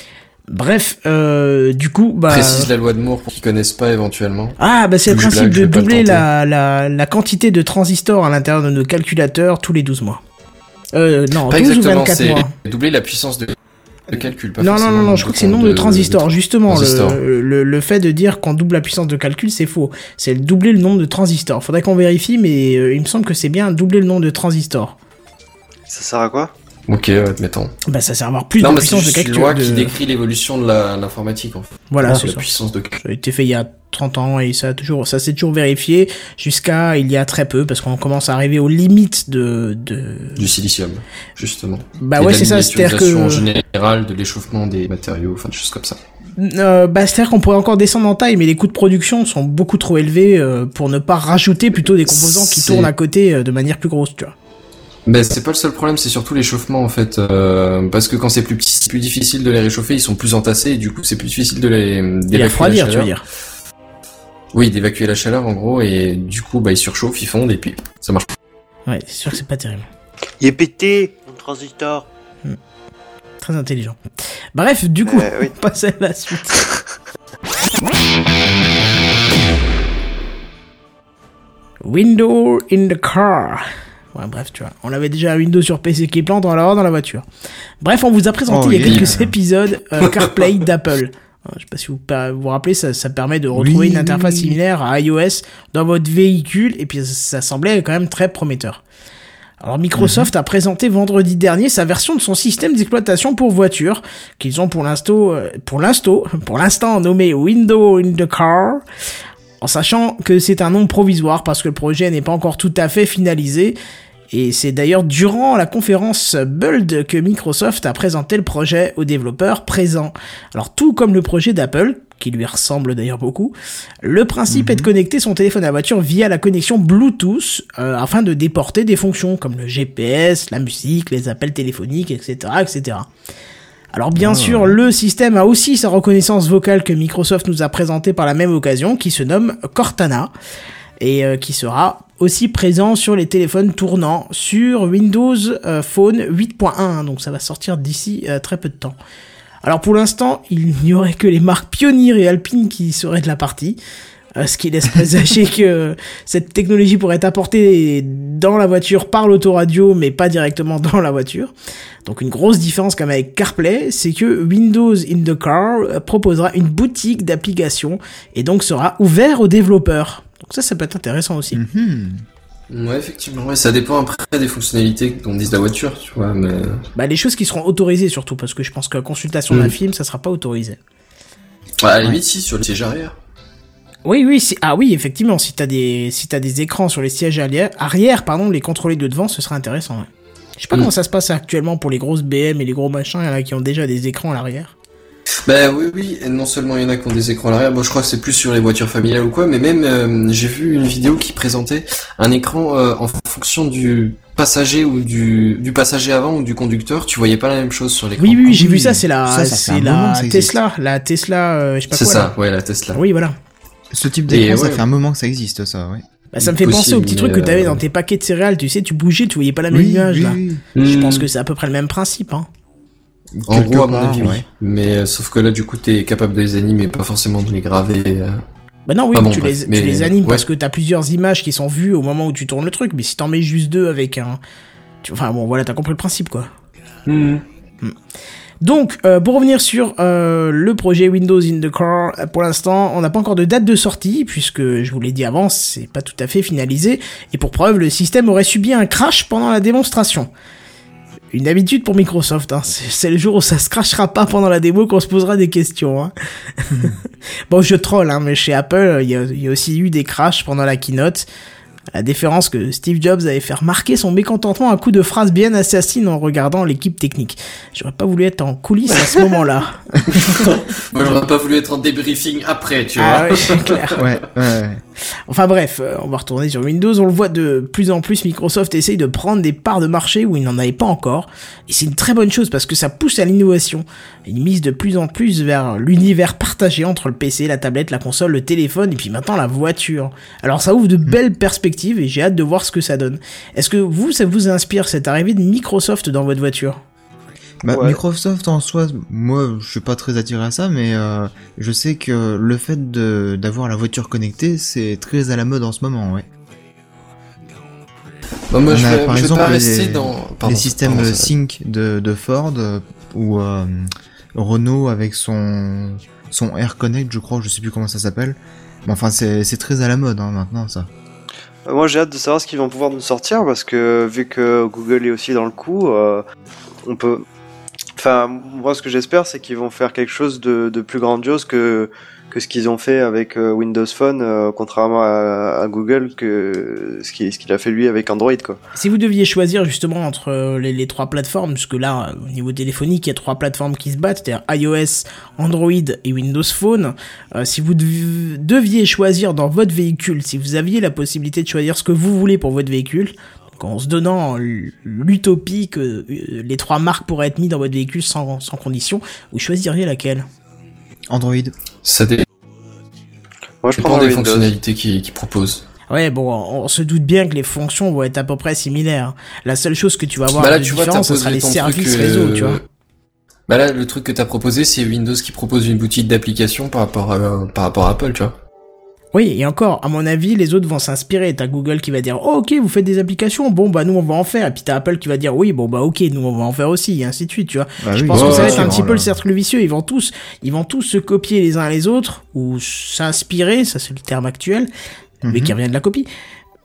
Bref, euh, du coup, bah. Précise la loi de Moore pour qu'ils connaissent pas éventuellement. Ah, bah c'est le Je principe blague, je de vais pas le doubler tenter. la, la, la quantité de transistors à l'intérieur de nos calculateurs tous les douze mois. Euh, non, Pas douze ou exactement, vingt-quatre c'est mois. doubler la puissance de, de calcul. Pas Non, non, non, forcément non, je crois que c'est le nombre de, transistors. Justement, transistors. Le, le, le fait de dire qu'on double la puissance de calcul, c'est faux. C'est le doubler le nombre de transistors. Faudrait qu'on vérifie, mais euh, il me semble que c'est bien doubler le nombre de transistors. Ça sert à quoi? Ok, ouais, admettons. Bah, ça sert à avoir plus Non, de mais c'est puissance de juste une calcul. loi de- qui décrit l'évolution de la- l'informatique, en fait. Voilà, c'est la ça. puissance de calcul. Ça a été fait il y a trente ans et ça a toujours, ça s'est toujours vérifié jusqu'à il y a très peu parce qu'on commence à arriver aux limites de, de... Du silicium, justement. Bah Et de ouais, la c'est ça, c'est-à-dire miniaturisation en que, général, de l'échauffement des matériaux, enfin, des choses comme ça. euh, bah, c'est-à-dire qu'on pourrait encore descendre en taille, mais les coûts de production sont beaucoup trop élevés euh, pour ne pas rajouter plutôt des composants qui C'est- tournent à côté euh, de manière plus grosse, tu vois. Ben, c'est pas le seul problème, c'est surtout l'échauffement, en fait. Euh, parce que quand c'est plus petit, c'est plus difficile de les réchauffer, ils sont plus entassés, et du coup, c'est plus difficile de les, Et d'évacuer la refroidir, tu chaleur. veux dire. Oui, d'évacuer la chaleur, en gros, et du coup, bah, ils surchauffent, ils fondent, et puis, ça marche. Ouais, c'est sûr que c'est pas terrible. Il est pété, mon transistor. Très intelligent. Bref, du coup, Euh, oui. on passe à la suite. Window in the car. Ouais, bref, tu vois. On avait déjà un Windows sur P C qui plante, on va l'avoir dans la voiture. Bref, on vous a présenté Oh, il y a yeah. quelques épisodes euh, CarPlay d'Apple. Euh, Je sais pas si vous pa- vous vous rappelez, ça, ça permet de retrouver Oui, une interface oui. similaire à iOS dans votre véhicule, et puis ça, ça semblait quand même très prometteur. Alors Microsoft mmh. a présenté vendredi dernier sa version de son système d'exploitation pour voitures, qu'ils ont pour l'instant, pour l'instant, pour l'instant nommé Windows in the Car, en sachant que c'est un nom provisoire parce que le projet n'est pas encore tout à fait finalisé. Et c'est d'ailleurs durant la conférence Build que Microsoft a présenté le projet aux développeurs présents. Alors tout comme le projet d'Apple, qui lui ressemble d'ailleurs beaucoup, le principe mmh. est de connecter son téléphone à la voiture via la connexion Bluetooth euh, afin de déporter des fonctions comme le G P S, la musique, les appels téléphoniques, et cetera, et cetera. Alors bien oh. sûr, le système a aussi sa reconnaissance vocale que Microsoft nous a présentée par la même occasion, qui se nomme Cortana, et euh, qui sera aussi présent sur les téléphones tournants sur Windows euh, Phone huit point un, donc ça va sortir d'ici euh, très peu de temps. Alors pour l'instant, il n'y aurait que les marques Pioneer et Alpine qui seraient de la partie, euh, ce qui laisse présager que cette technologie pourrait être apportée dans la voiture par l'autoradio, mais pas directement dans la voiture. Donc une grosse différence comme avec CarPlay, c'est que Windows in the Car proposera une boutique d'applications et donc sera ouvert aux développeurs. Donc ça, ça peut être intéressant aussi. Mm-hmm. Ouais, effectivement. Ouais, ça dépend après des fonctionnalités qu'on dise de la voiture, tu vois, mais... Bah, les choses qui seront autorisées surtout, parce que je pense que la consultation mm. d'un film, ça sera pas autorisé. Ouais, à la limite, ouais. si, sur le siège arrière. Oui, oui, si... ah oui, effectivement, si t'as des, si t'as des écrans sur les sièges arrière, arrière, pardon, les contrôler de devant, ce serait intéressant, ouais. Je sais pas mm. comment ça se passe actuellement pour les grosses B M et les gros machins, il y en a qui ont déjà des écrans à l'arrière. Bah oui, oui, et non seulement il y en a qui ont des écrans à l'arrière, bon je crois que c'est plus sur les voitures familiales ou quoi, mais même euh, j'ai vu une vidéo qui présentait un écran euh, en fonction du passager ou du, du passager avant ou du conducteur, tu voyais pas la même chose sur l'écran. Oui, oui, oui, j'ai vu ça, c'est la, ça, ça c'est la Tesla, la Tesla, euh, je sais pas c'est quoi. C'est ça, là. ouais, la Tesla. Oui, voilà. Ce type d'écran, et ça ouais. fait un moment que ça existe, ça, ouais. Bah, ça me fait possible, penser au petit truc que t'avais euh... dans tes paquets de céréales, tu sais, tu bougeais, tu voyais pas la même oui, image, oui, là. Oui. Je mmh. pense que c'est à peu près le même principe, hein. En gros, à mon avis, ouais. oui. Mais euh, sauf que là, du coup, t'es capable de les animer, pas forcément de les graver. Euh... Bah non, oui, ah bon, tu, bref, les, mais... tu les animes ouais. parce que t'as plusieurs images qui sont vues au moment où tu tournes le truc, mais si t'en mets juste deux avec un... Tu... Enfin bon, voilà, t'as compris le principe, quoi. Mmh. Mmh. Donc, euh, pour revenir sur euh, le projet Windows in the Car, pour l'instant, on n'a pas encore de date de sortie, puisque, je vous l'ai dit avant, c'est pas tout à fait finalisé, et pour preuve, le système aurait subi un crash pendant la démonstration. Une habitude pour Microsoft, hein. c'est, c'est le jour où ça se crachera pas pendant la démo qu'on se posera des questions. Hein. Bon, je troll, hein, mais chez Apple, il y a, y a aussi eu des crashs pendant la keynote. La différence que Steve Jobs avait fait remarquer son mécontentement à coup de phrases bien assassines en regardant l'équipe technique. J'aurais pas voulu être en coulisses à ce moment-là. Moi, j'aurais pas voulu être en débriefing après, tu ah, vois. Oui, c'est clair. ouais, ouais. Enfin bref, euh, on va retourner sur Windows. On le voit de plus en plus, Microsoft essaye de prendre des parts de marché où il n'en avait pas encore. Et c'est une très bonne chose parce que ça pousse à l'innovation. Il mise de plus en plus vers l'univers partagé entre le P C, la tablette, la console, le téléphone et puis maintenant la voiture. Alors ça ouvre de belles perspectives et j'ai hâte de voir ce que ça donne. Est-ce que vous, ça vous inspire cette arrivée de Microsoft dans votre voiture ? Bah, ouais. Microsoft en soi, moi je suis pas très attiré à ça, mais euh, je sais que le fait de d'avoir la voiture connectée, c'est très à la mode en ce moment, ouais. Bah, moi, On je a vais, par je exemple vais pas les, rester dans... Pardon, les systèmes pardon, Sync de, de Ford, euh, ou euh, Renault avec son son Air Connect, je crois, je sais plus comment ça s'appelle. Mais enfin, c'est c'est très à la mode hein, maintenant ça. Moi j'ai hâte de savoir ce qu'ils vont pouvoir nous sortir parce que vu que Google est aussi dans le coup, euh, on peut... Enfin, moi ce que j'espère c'est qu'ils vont faire quelque chose de, de plus grandiose que, que ce qu'ils ont fait avec euh, Windows Phone, euh, contrairement à, à Google, que ce qu'il, ce qu'il a fait lui avec Android, quoi. Si vous deviez choisir justement entre les, les trois plateformes, puisque là, au niveau téléphonique, il y a trois plateformes qui se battent, c'est-à-dire iOS, Android et Windows Phone, euh, si vous dev- deviez choisir dans votre véhicule, si vous aviez la possibilité de choisir ce que vous voulez pour votre véhicule, en se donnant l'utopie que les trois marques pourraient être mises dans votre véhicule sans, sans condition, vous choisiriez laquelle ? Android. Ça dépend Moi, je prends des Windows. fonctionnalités qu'ils, qu'ils proposent. Ouais, bon, on se doute bien que les fonctions vont être à peu près similaires. La seule chose que tu vas avoir bah là, de tu différent, vois, ce sera les ton services truc, réseau, euh... tu vois. Bah là, le truc que t'as proposé, c'est Windows qui propose une boutique d'applications par rapport à, par rapport à Apple, tu vois. Oui, et encore, à mon avis, les autres vont s'inspirer. T'as Google qui va dire, oh, ok, vous faites des applications, bon, bah, nous, on va en faire. Et puis t'as Apple qui va dire, oui, bon, bah, ok, nous, on va en faire aussi, et ainsi de suite, tu vois. Bah, je oui, pense ouais, que ça va être un petit peu le cercle vicieux. Ils vont tous, ils vont tous se copier les uns les autres, ou s'inspirer, ça c'est le terme actuel, mm-hmm. mais qui revient de la copie.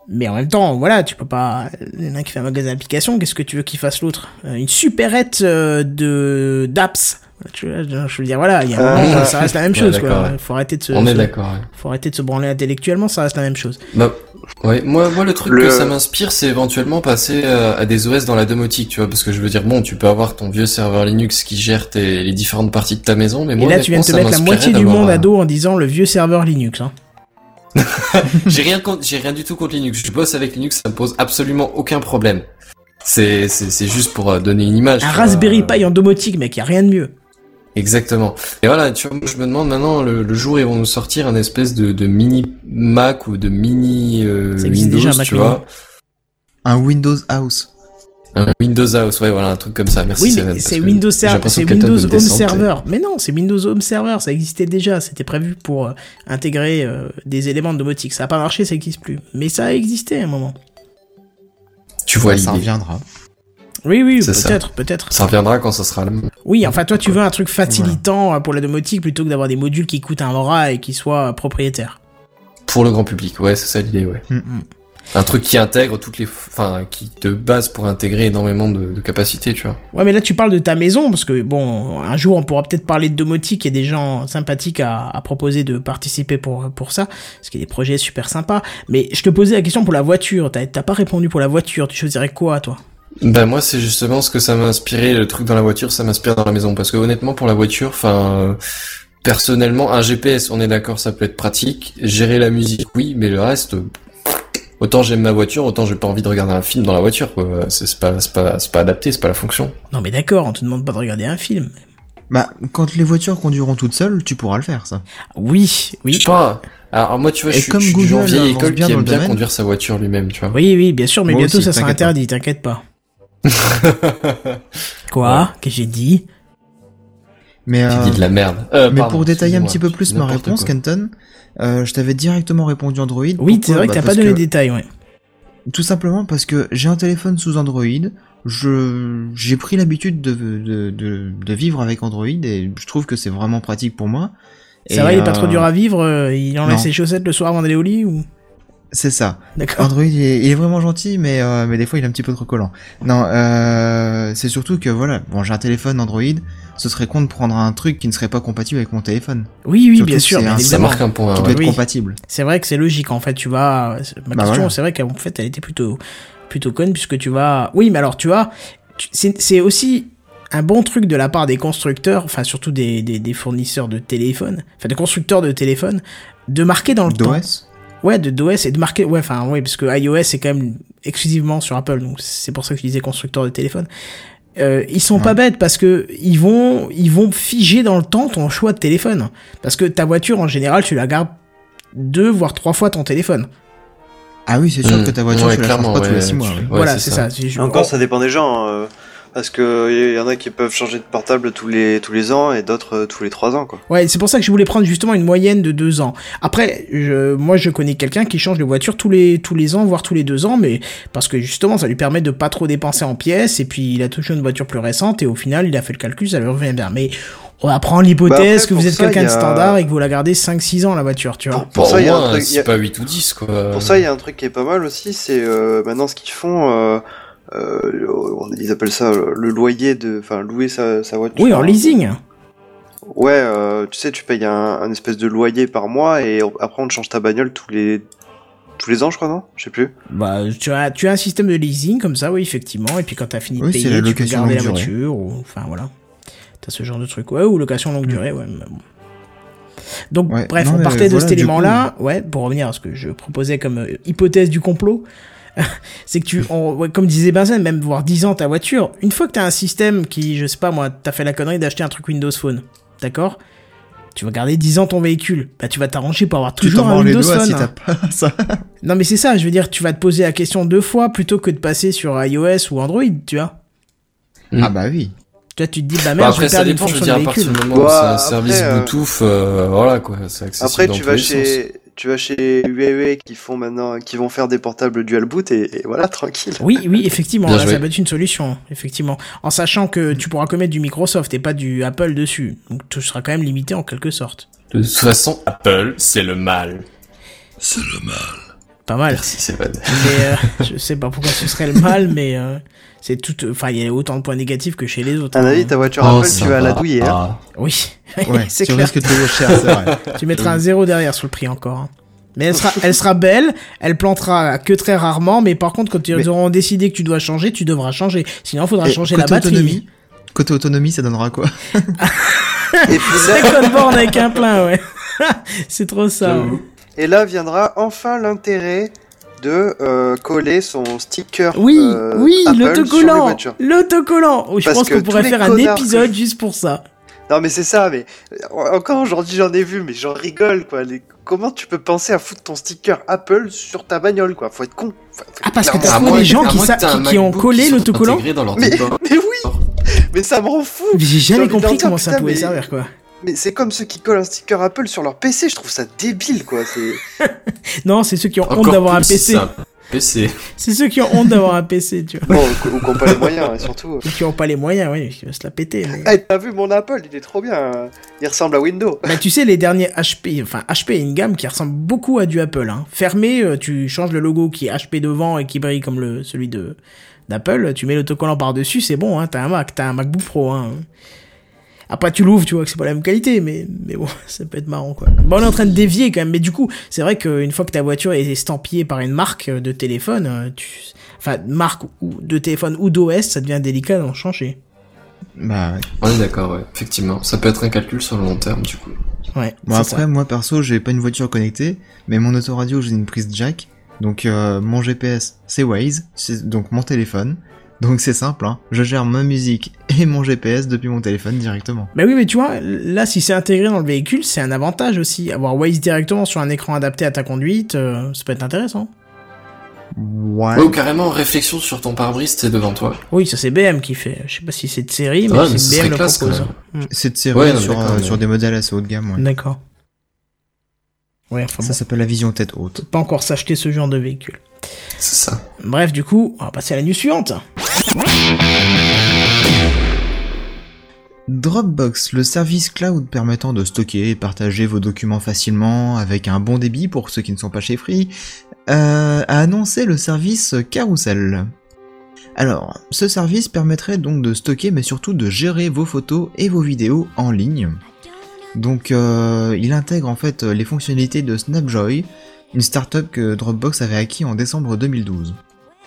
Mais en même temps, voilà, tu peux pas... Il y en a un qui fait un magasin d'applications, qu'est-ce que tu veux qu'il fasse l'autre ? euh, Une supérette euh, de d'apps. Tu vois, je veux dire, voilà, il y a un moment, Euh, ça reste la même ouais, chose, quoi. ouais. Faut arrêter de se... On est se- d'accord, ouais. Faut arrêter de se branler intellectuellement, ça reste la même chose. Bah, ouais, moi, moi, le truc Le- que ça m'inspire, c'est éventuellement passer euh, à des O S dans la domotique, tu vois, parce que je veux dire, bon, tu peux avoir ton vieux serveur Linux qui gère tes, les différentes parties de ta maison, mais Et moi, là, tu viens de te honnêtement, mettre ça la moitié m'inspirait du d'avoir, monde à euh, dos en disant le vieux serveur Linux, hein. J'ai rien contre, j'ai rien du tout contre Linux. Je bosse avec Linux, ça me pose absolument aucun problème. C'est, c'est, c'est juste pour euh, donner une image. Un tu vois. Raspberry Pi en domotique, mec, y a rien de mieux. Exactement. Et voilà, tu vois, moi, je me demande maintenant, le, le jour où ils vont nous sortir un espèce de, de mini Mac ou de mini euh, Ça existe Windows, déjà, Mac tu mini. vois. Un Windows House. Un Windows House, ouais, voilà, un truc comme ça. Merci. Oui, Céline, mais parce c'est que Windows, j'ai Ser- l'impression c'est que Kenton Windows veut Home descendre, Server. Mais non, c'est Windows Home Server, ça existait déjà. C'était prévu pour euh, intégrer euh, des éléments de domotique. Ça a pas marché, ça existe plus. Mais ça a existé à un moment. Tu vois Ouais, ça l'idée. reviendra. Oui, oui, C'est ça. peut-être, peut-être. Ça reviendra quand ça sera là. Oui, enfin, toi, tu veux un truc facilitant euh, pour la domotique plutôt que d'avoir des modules qui coûtent un bras et qui soient euh, propriétaires. Pour le grand public, ouais, c'est ça l'idée, ouais. Mm. Un truc qui intègre toutes les, enfin, qui te base pour intégrer énormément de, de capacités, tu vois. Ouais, mais là, tu parles de ta maison, parce que, bon, un jour, on pourra peut-être parler de domotique et des gens sympathiques à, à proposer de participer pour, pour ça, parce qu'il y a des projets super sympas. Mais je te posais la question pour la voiture. T'as, t'as pas répondu pour la voiture. Tu choisirais quoi, toi ? Ben moi c'est justement ce que ça m'a inspiré, le truc dans la voiture, ça m'inspire dans la maison, parce que honnêtement pour la voiture, enfin euh, personnellement un G P S, on est d'accord, ça peut être pratique, gérer la musique oui, mais le reste, euh, autant j'aime ma voiture, autant j'ai pas envie de regarder un film dans la voiture, quoi. C'est, c'est pas c'est pas c'est pas adapté, c'est pas la fonction. Non, mais d'accord, on te demande pas de regarder un film. Bah, quand les voitures conduiront toutes seules, tu pourras le faire, ça. Oui, oui. Je sais pas. Alors moi tu vois, Et je suis, comme je suis du genre Google vieille avance école bien qui dans aime le bien domaine. conduire sa voiture lui-même, tu vois. Oui, oui, bien sûr, mais Moi bientôt aussi, ça sera t'inquiète pas. interdit, t'inquiète pas. Quoi ? Ouais. Qu'est-ce que j'ai dit ? Mais, Tu euh, dis de la merde. Euh, mais pardon, pour détailler un excusez-moi, petit peu plus ma n'importe réponse, quoi. Kenton, euh, je t'avais directement répondu Android. Oui, Pourquoi c'est vrai que Bah, t'as pas parce donné que- de détails, ouais. Tout simplement parce que j'ai un téléphone sous Android, je j'ai pris l'habitude de, de, de, de vivre avec Android et je trouve que c'est vraiment pratique pour moi. Ça Et, va, il est euh, pas trop dur à vivre, euh, il enlève non. ses chaussettes le soir avant d'aller au lit ou... C'est ça. D'accord. Android, il est, il est vraiment gentil, mais euh, mais des fois il est un petit peu trop collant. Non, euh, c'est surtout que voilà, bon, j'ai un téléphone Android, ce serait con de prendre un truc qui ne serait pas compatible avec mon téléphone. Oui, oui, Surtout bien que sûr, c'est bien un- Ça évidemment. marque un point. Qui ouais. doit être oui. compatible. C'est vrai que c'est logique, en fait, tu vas... Ma Bah question, voilà. c'est vrai qu'en fait, elle était plutôt, plutôt conne, puisque tu vas... Oui, mais alors, tu vois, tu- c'est, c'est aussi un bon truc de la part des constructeurs, enfin, surtout des, des, des fournisseurs de téléphones, enfin, des constructeurs de téléphones, de marquer dans le temps... D'O S. Ouais, de d'O S et de marquer... Ouais, enfin, ouais, parce que iOS, c'est quand même exclusivement sur Apple, donc c'est pour ça que je disais constructeur de téléphone. Euh, ils sont Ouais. pas bêtes parce que ils vont ils vont figer dans le temps ton choix de téléphone, parce que ta voiture en général tu la gardes deux voire trois fois ton téléphone. Ah oui, c'est sûr Mmh. que ta voiture, Ouais, tu la changes clairement, pas tous les ouais, six mois. tu- oui. Ouais, Voilà, c'est c'est ça. ça. Je- Encore, oh, ça dépend des gens. euh, parce que il y en a qui peuvent changer de portable tous les tous les ans et d'autres euh, tous les trois ans, quoi. Ouais, c'est pour ça que je voulais prendre justement une moyenne de deux ans. Après, je, moi je connais quelqu'un qui change de voiture tous les tous les ans, voire tous les deux ans, mais parce que justement ça lui permet de pas trop dépenser en pièces, et puis il a toujours une voiture plus récente, et au final il a fait le calcul, ça lui revient bien. Mais on va prendre l'hypothèse Bah après, que vous pour êtes ça, quelqu'un y de a- standard et que vous la gardez cinq six ans la voiture, tu vois. Pour, pour Bon, ça, au il y a un moins, truc. il y c'est a- pas huit ou dix, quoi. Pour ça, il y a un truc qui est pas mal aussi, c'est euh, maintenant ce qu'ils font. Euh, euh, on- ils appellent ça euh, le loyer de, enfin louer sa, sa voiture. Oui, en leasing. Ouais, euh, tu sais, tu payes un, un espèce de loyer par mois et on- après on te change ta bagnole tous les tous les ans, je crois, non? Je sais plus. Bah, tu as, tu as un système de leasing comme ça, oui, effectivement, et puis quand t'as fini Oui, de c'est payer, la tu peux location garder la longue durée. voiture, ou, enfin voilà. T'as ce genre de truc, ouais, ou location longue Mm. durée, ouais. mais bon. Donc, Ouais, bref, non, on mais partait de voilà, cet du élément-là, ouais, pour revenir à ce que je proposais comme euh, hypothèse du complot. C'est que tu, on- ouais, comme disait Benzen, même voir dix ans ta voiture, une fois que t'as un système qui, je sais pas moi, t'as fait la connerie d'acheter un truc Windows Phone, d'accord? Tu vas garder dix ans ton véhicule, bah tu vas t'arranger pour avoir Tu toujours t'en un mords les Windows doigts Phone. si hein. t'as pas ça. Non mais c'est ça, je veux dire, tu vas te poser la question deux fois plutôt que de passer sur iOS ou Android, tu vois. Mm. Ah bah oui. Tu vois, tu te dis, bah Bah, merde, je après, vais ça perdre une dépend, je veux fonction dire, de à partir véhicule. du moment où Bah, c'est un après, service euh, Bluetooth, euh, voilà, quoi, c'est accessible Après, dans tu tous vas les sens. chez tu vas chez Huawei qui font maintenant, qui vont faire des portables dual boot et, et voilà, tranquille. Oui, oui, effectivement, Bien là, joué. ça peut être une solution, effectivement. En sachant que tu pourras commettre du Microsoft et pas du Apple dessus. Donc tu seras quand même limité en quelque sorte. De toute façon, Apple, c'est le mal. C'est le mal. Pas mal. Merci, c'est vrai. Mais euh, je sais pas pourquoi ce serait le mal, mais euh, c'est tout. Enfin, il y a autant de points négatifs que chez les autres. À mon hein. avis, ta voiture Oh, Apple, ça tu vas la va. douiller. Hein. Ah. Oui, Ouais, c'est tu clair. risques de payer cher, c'est vrai. Tu mettras un zéro derrière sur le prix encore. hein. Mais elle sera, elle sera belle, elle plantera que très rarement, mais par contre, quand ils Mais- auront décidé que tu dois changer, tu devras changer. Sinon, il faudra Et changer la côté batterie. autonomie, côté autonomie, ça donnera quoi? Et puis C'est là, code borne avec un plein, ouais. C'est trop ça. ouais. et là viendra enfin l'intérêt de euh, coller son sticker Oui, euh, oui, Apple sur les l'autocollant. voitures. L'autocollant. Oh, je Parce pense que qu'on tous pourrait les faire un connards épisode que- juste pour ça. Non mais c'est ça, mais euh, encore aujourd'hui j'en ai vu, mais j'en rigole quoi. Les- Comment tu peux penser à foutre ton sticker Apple sur ta bagnole quoi? Faut être con. Faut- faut Ah, parce que clairement- t'as À trouvé moins des que- gens à qui moins sa- que t'aies un qui- qui ont MacBook collé qui soit l'autocollant. intégré dans leur Mais, support. mais oui, mais ça me rend fou. J'ai jamais envie de leur compris dire, comment ça putain, pouvait mais- servir, quoi. Mais c'est comme ceux qui collent un sticker Apple sur leur P C, je trouve ça débile quoi. C'est Non, c'est ceux qui ont honte Encore d'avoir un plus, P C. c'est un P C. C'est ceux qui ont honte d'avoir un P C, tu vois. bon, ou qui n'ont pas les moyens hein, surtout. Et qui ont pas les moyens, oui, qui vont se la péter. Mais... Hey, t'as vu mon Apple, il est trop bien. hein. Il ressemble à Windows. Bah, tu sais, les derniers H P, enfin, H P est une gamme qui ressemble beaucoup à du Apple, hein. Fermé, euh, tu changes le logo qui est H P devant et qui brille comme le, celui de, d'Apple, tu mets l'autocollant par-dessus, c'est bon, hein, t'as un Mac, t'as un MacBook Pro, hein. Après, tu l'ouvres, tu vois que c'est pas la même qualité, mais, mais bon, ça peut être marrant, quoi. Bon, on est en train de dévier, quand même, mais du coup, c'est vrai qu'une fois que ta voiture est estampillée par une marque de téléphone, euh, tu, enfin, marque ou de téléphone ou d'O S, ça devient délicat d'en changer. Bah, ouais. On est d'accord, ouais. Effectivement. Ça peut être un calcul sur le long terme, du coup. Ouais. Bon, c'est après, ça. moi, perso, j'ai pas une voiture connectée, mais mon autoradio, j'ai une prise jack. Donc, euh, mon G P S, c'est Waze, c'est donc mon téléphone. Donc, c'est simple, hein. Je gère ma musique et mon G P S depuis mon téléphone directement. Bah oui, mais tu vois, là, si c'est intégré dans le véhicule, c'est un avantage aussi. Avoir Waze directement sur un écran adapté à ta conduite, euh, ça peut être intéressant. Ouais. Ouais, ou carrément, réflexion sur ton pare-brise, c'est devant toi. Oui, ça c'est B M qui fait. Je sais pas si c'est de série, mais Ouais, mais ce c'est B M serait le classe, propose. quand même. C'est de série Ouais, non, sur, d'accord, euh, mais- sur des modèles assez haut de gamme, ouais. D'accord. Ouais, enfin Ça bon, s'appelle la vision tête haute. pas encore s'acheter ce genre de véhicule. C'est ça. Bref, du coup, on va passer à la news suivante. Dropbox, le service cloud permettant de stocker et partager vos documents facilement avec un bon débit pour ceux qui ne sont pas chez Free, euh, a annoncé le service Carousel. Alors, ce service permettrait donc de stocker mais surtout de gérer vos photos et vos vidéos en ligne. Donc euh, il intègre en fait les fonctionnalités de Snapjoy, une startup que Dropbox avait acquis en décembre deux mille douze.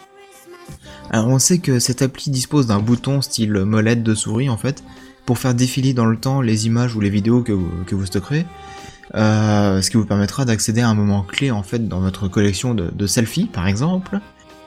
Alors on sait que cette appli dispose d'un bouton style molette de souris en fait, pour faire défiler dans le temps les images ou les vidéos que vous, que vous stockerez, euh, ce qui vous permettra d'accéder à un moment clé en fait dans votre collection de, de selfies par exemple.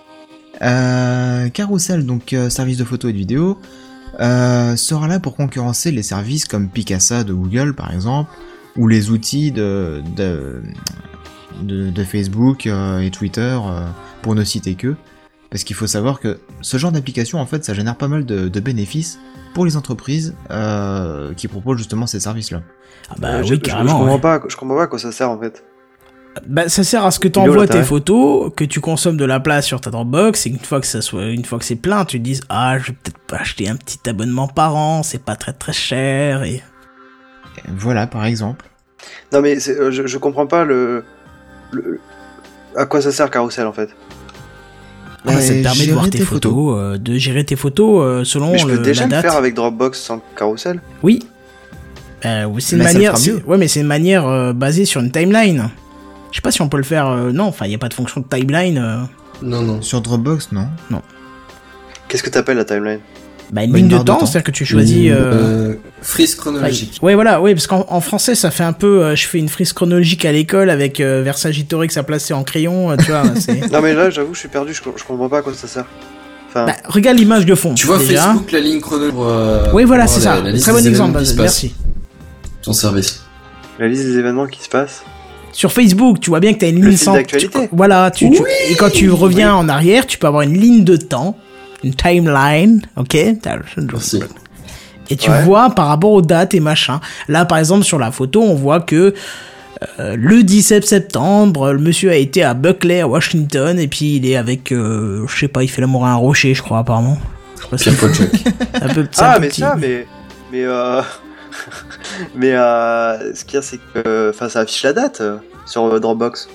Euh, Carousel, donc euh, service de photos et de vidéos, euh, sera là pour concurrencer les services comme Picasa de Google par exemple, ou les outils de, de, de, de Facebook euh, et Twitter, euh, pour ne citer que. Parce qu'il faut savoir que ce genre d'application, en fait, ça génère pas mal de, de bénéfices pour les entreprises euh, qui proposent justement ces services-là. Ah bah Euh, oui, je, je- carrément. Je, comprends ouais. pas, je comprends pas à quoi ça sert en fait. Bah, ça sert à ce que Il est où t'envoies tes l'intérêt photos, que tu consommes de la place sur ta Dropbox, et une fois que ça soit, une fois que c'est plein, tu te dises, ah, je vais peut-être pas acheter un petit abonnement par an, c'est pas très très cher, et... Et voilà, par exemple. Non mais c'est- euh, je, je comprends pas le, le. À quoi ça sert Carousel en fait? Ah, ça te Et permet de gérer voir tes tes photos, euh, de gérer tes photos euh, selon Mais je peux le, déjà la le date. faire avec Dropbox sans Carousel. Oui. Euh, oui, c'est une Mais ça le manière, fera c'est- mieux. ouais, mais c'est une manière euh, basée sur une timeline. Je sais pas si on peut le faire. euh, non, enfin, il y a pas de fonction de timeline. euh. Non, non. Sur Dropbox, non. Qu'est-ce que t'appelles la timeline? Bah, une Bah, ligne une de barre de temps, temps. c'est-à-dire que tu choisis. Une, Euh... euh, frise chronologique. Ouais, voilà, oui, parce qu'en en français, ça fait un peu. euh, je fais une frise chronologique à l'école avec euh, Vercingétorix à placer en crayon, euh, tu vois. c'est... Non mais là j'avoue je suis perdu, je, je comprends pas à quoi ça sert. Enfin, Bah, regarde l'image de fond. Tu vois déjà. Facebook, la ligne chronologique. pour, euh, Oui, voilà, pour c'est la- ça. la liste Très bon des exemple, événements qui se merci. passent. Ton service. la liste des événements qui se passent. Sur Facebook, tu vois bien que t'as une Le ligne fil sans. d'actualité. tu- Voilà, tu, tu- et quand tu reviens en arrière, tu peux avoir une ligne de temps, une timeline, ok. Merci. Et tu Ouais. vois par rapport aux dates et machin. Là, par exemple, sur la photo, on voit que euh, le dix-sept septembre, le monsieur a été à Buckley, à Washington, et puis il est avec, euh, je sais pas, il fait l'amour à un rocher, je crois, apparemment. Je sais pas si Pierre Podchak. c'est un peu, c'est un Ah peu mais petit. ça mais mais euh... mais euh... ce qu'il y a c'est que enfin ça affiche la date euh, sur euh, Dropbox.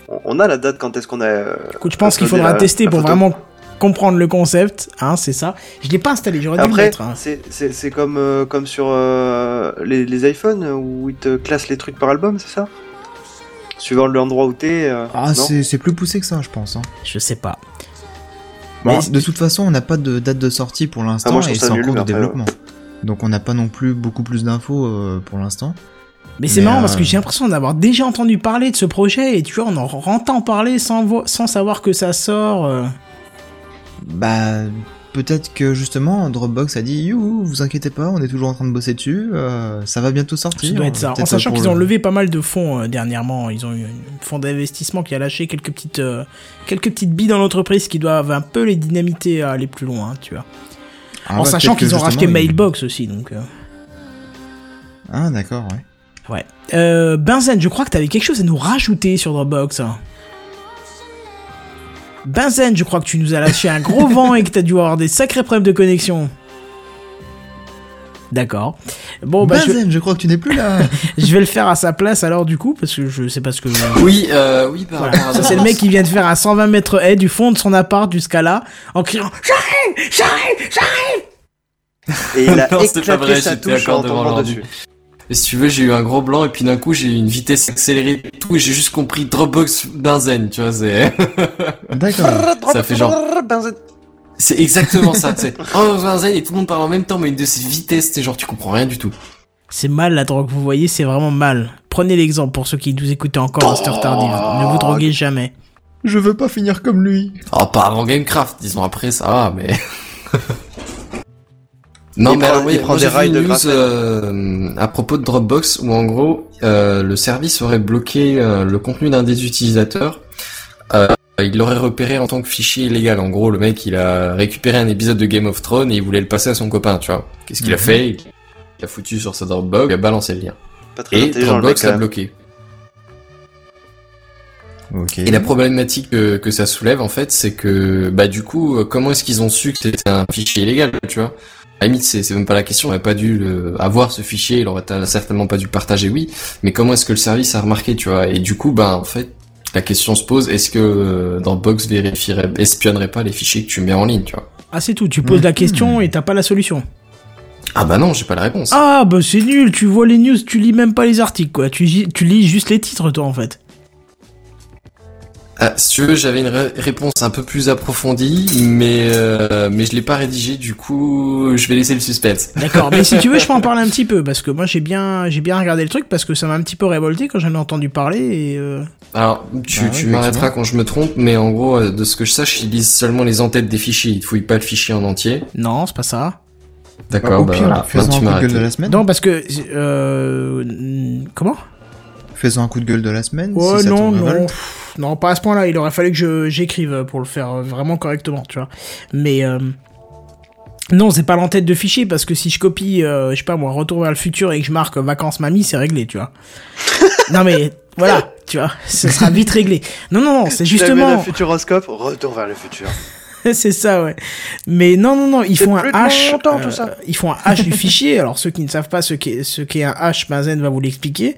on a la date quand est-ce qu'on a. Euh, Écoute, je pense qu'il faudra la, tester la pour vraiment comprendre le concept, hein, c'est ça. Je l'ai pas installé, j'aurais dû Après, le mettre. Hein. c'est, c'est, c'est comme, euh, comme sur euh, les, les iPhones où ils te classent les trucs par album, c'est ça? Suivant l'endroit où t'es. Euh, ah, c'est, c'est plus poussé que ça, je pense. Hein. Je sais pas. Bon, de toute façon, on n'a pas de date de sortie pour l'instant, ah, moi, et c'est en cours de développement. Ouais. Donc on n'a pas non plus beaucoup plus d'infos euh, pour l'instant. Mais c'est mais marrant euh... parce que j'ai l'impression d'avoir déjà entendu parler de ce projet et tu vois, on en entend parler sans, vo- sans savoir que ça sort. Euh... Bah, peut-être que justement Dropbox a dit youhou, vous inquiétez pas, on est toujours en train de bosser dessus, euh, ça va bientôt sortir. Ça doit être ça. En sachant qu'ils le... ont levé pas mal de fonds euh, dernièrement, ils ont eu un fonds d'investissement qui a lâché quelques petites, euh, quelques petites billes dans l'entreprise qui doivent un peu les dynamiter à aller plus loin, tu vois. Ah en bah, sachant qu'ils ont racheté Mailbox il... aussi, donc. Euh... Ah d'accord, ouais. Ouais. Euh, Benzen, je crois que t'avais quelque chose à nous rajouter sur Dropbox. Benzen, je crois que tu nous as lâché un gros vent et que t'as dû avoir des sacrés problèmes de connexion. D'accord. Bon, bah, Benzen, je... je crois que tu n'es plus là. Je vais le faire à sa place alors du coup, parce que je sais pas ce que... Oui, euh, oui, par voilà. rapport à ça. C'est le mec qui vient de faire à cent vingt mètres haie du fond de son appart jusqu'à là, en criant « J'arrive, j'arrive, j'arrive !» Et il a non, éclaté vrai, sa touche en tombant dessus. Et si tu veux, j'ai eu un gros blanc et puis d'un coup j'ai eu une vitesse accélérée et tout et j'ai juste compris Dropbox Benzen, tu vois, c'est... D'accord. Ça fait genre... C'est exactement ça, tu sais. Oh, Benzen et tout le monde parle en même temps mais une de ces vitesses, c'est genre tu comprends rien du tout. C'est mal la drogue, vous voyez, c'est vraiment mal. Prenez l'exemple pour ceux qui nous écoutaient encore à cette heure tardive. Ne vous droguez jamais. Je veux pas finir comme lui. Oh, pas avant Gamecraft, disons après ça va, mais... Non, il mais prend, alors, oui, il prend des rails de news euh, à propos de Dropbox où en gros euh, le service aurait bloqué euh, le contenu d'un des utilisateurs. Euh, il l'aurait repéré en tant que fichier illégal. En gros, le mec il a récupéré un épisode de Game of Thrones et il voulait le passer à son copain, tu vois. Qu'est-ce qu'il mm-hmm. a fait? Il a foutu sur sa Dropbox, il a balancé le lien. Pas très et Dropbox l'a bloqué. Okay. Et la problématique que, que ça soulève en fait, c'est que bah du coup, comment est-ce qu'ils ont su que c'était un fichier illégal, tu vois? À la limite, c'est, c'est même pas la question, on aurait pas dû le, avoir ce fichier, il aurait certainement pas dû le partager, oui, mais comment est-ce que le service a remarqué, tu vois? Et du coup, ben, en fait, la question se pose, est-ce que euh, Dropbox vérifierait, espionnerait pas les fichiers que tu mets en ligne, tu vois? Ah, c'est tout, tu poses mmh. la question et t'as pas la solution. Ah bah non, j'ai pas la réponse. Ah bah c'est nul, tu vois les news, tu lis même pas les articles, quoi, tu, tu lis juste les titres, toi, en fait. Ah, si tu veux, j'avais une ré- réponse un peu plus approfondie, mais euh, mais je l'ai pas rédigée, du coup, je vais laisser le suspense. D'accord, mais si tu veux, je peux en parler un petit peu, parce que moi j'ai bien j'ai bien regardé le truc, parce que ça m'a un petit peu révolté quand j'en ai entendu parler, et... Euh... Alors, tu, ah, tu oui, m'arrêteras quand je me trompe, mais en gros, de ce que je sache, ils lisent seulement les en-têtes des fichiers, ils te fouillent pas le fichier en entier. Non, c'est pas ça. D'accord, bah, bah, pire, voilà, faisons un coup de gueule de la semaine. Non, parce que... Euh... Comment ? Faisons un coup de gueule de la semaine. Ouais, si ça non, non, pff, non, pas à ce point-là. Il aurait fallu que je, j'écrive pour le faire vraiment correctement, tu vois. Mais euh, non, c'est pas l'entête de fichier parce que si je copie, euh, je sais pas moi, Retour vers le futur et que je marque vacances mamie, c'est réglé, tu vois. Non mais voilà, tu vois, ce sera vite réglé. Non, non, non, c'est justement. Le futuroscope, Retour vers le futur. C'est ça, ouais. Mais non, non, non, ils c'est font un hash. Longtemps, euh, tout ça. Ils font un hash du fichier. Alors ceux qui ne savent pas ce qu'est, ce qu'est un hash, Benzen va vous l'expliquer.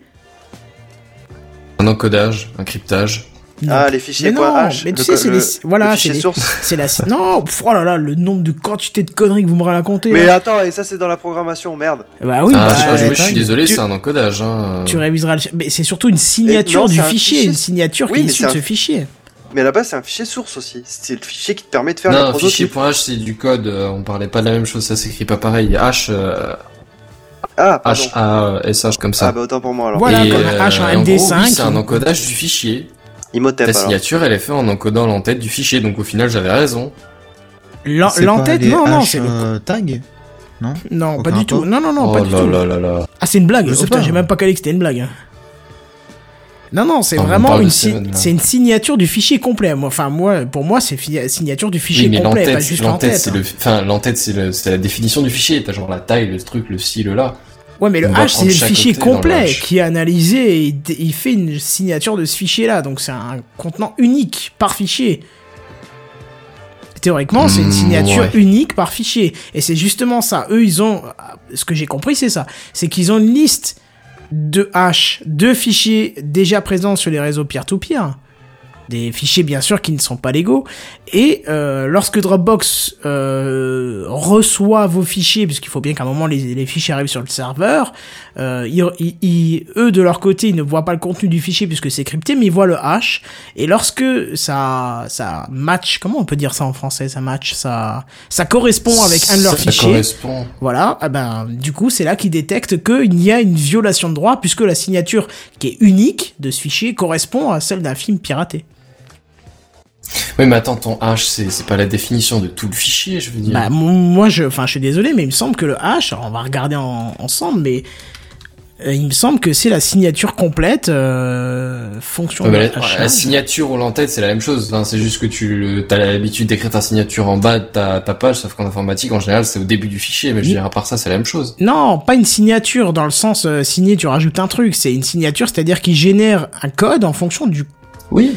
Un encodage, un cryptage. Non. Ah, les fichiers mais non, .h. mais tu sais, c'est le, les, voilà, le c'est les, source. c'est la, non, pff, oh là là, le nombre de quantités de conneries que vous me racontez. Mais là. attends, et ça c'est dans la programmation, merde. Bah oui, ah, bah, je, euh, je, je suis désolé, tu, c'est un encodage, hein. Tu réviseras le, mais c'est surtout une signature non, du fichier, fichier, une signature oui, qui est issue un... de ce fichier. Mais là-bas, c'est un fichier source aussi. C'est le fichier qui te permet de faire non, le prototype. fichier .h, c'est du code, on parlait pas de la même chose, ça s'écrit pas pareil. H, euh... Ah, H A S H comme ça. Ah bah autant pour moi alors. Voilà, et comme un H en euh, M D cinq. En gros, oui, c'est un encodage du fichier. Imhotep, Ta signature, elle est faite en encodant l'entête du fichier, donc au final, j'avais raison. L'en- l'entête, non, non, c'est le tag. Non, non, Aucun pas du rapport. tout. Non, non, non, oh pas là du tout. là là là. Ah, c'est une blague. Je sais Oh, putain, pas. j'ai même pas calé que c'était une blague. Non, non, c'est Oh, on vraiment parle une, de si- Seven, là. c'est une signature du fichier complet. Moi, enfin, moi, pour moi, c'est fi- signature du fichier Oui, mais complet, pas l'entête, juste l'entête, l'entête. c'est hein. le, enfin, l'entête, c'est le, c'est la définition du fichier. T'as genre la taille, le truc, le ci, le là. Ouais, mais le On va hash, c'est prendre le chaque fichier octet dans le complet hash. qui est analysé et il, il fait une signature de ce fichier-là. Donc, c'est un contenant unique par fichier. Théoriquement, c'est une Mmh, signature ouais. unique par fichier. Et c'est justement ça. Eux, ils ont... Ce que j'ai compris, c'est ça. C'est qu'ils ont une liste de hash, de fichiers déjà présents sur les réseaux peer-to-peer. des fichiers bien sûr qui ne sont pas légaux. Et euh, lorsque Dropbox euh, reçoit vos fichiers, puisqu'il faut bien qu'à un moment les, les fichiers arrivent sur le serveur, euh, ils, ils, ils, eux de leur côté ils ne voient pas le contenu du fichier puisque c'est crypté, mais ils voient le hash. Et lorsque ça ça match, comment on peut dire ça en français, ça match, ça ça correspond avec un de leurs ça fichiers. Correspond. Voilà, eh ben du coup c'est là qu'ils détectent qu'il y a une violation de droit puisque la signature qui est unique de ce fichier correspond à celle d'un film piraté. Oui, mais attends, ton hash, c'est, c'est pas la définition de tout le fichier, je veux dire. Bah, moi, je, enfin, je suis désolé, mais il me semble que le hash, alors on va regarder en, ensemble, mais euh, il me semble que c'est la signature complète, euh, fonction ouais, de la, hash. la signature ou l'entête, c'est la même chose. Enfin, c'est juste que tu as l'habitude d'écrire ta signature en bas de ta, ta page, sauf qu'en informatique, en général, c'est au début du fichier, mais je veux dire, à part ça, c'est la même chose. Non, pas une signature dans le sens euh, signé, tu rajoutes un truc. C'est une signature, c'est-à-dire qu'il génère un code en fonction du... Oui.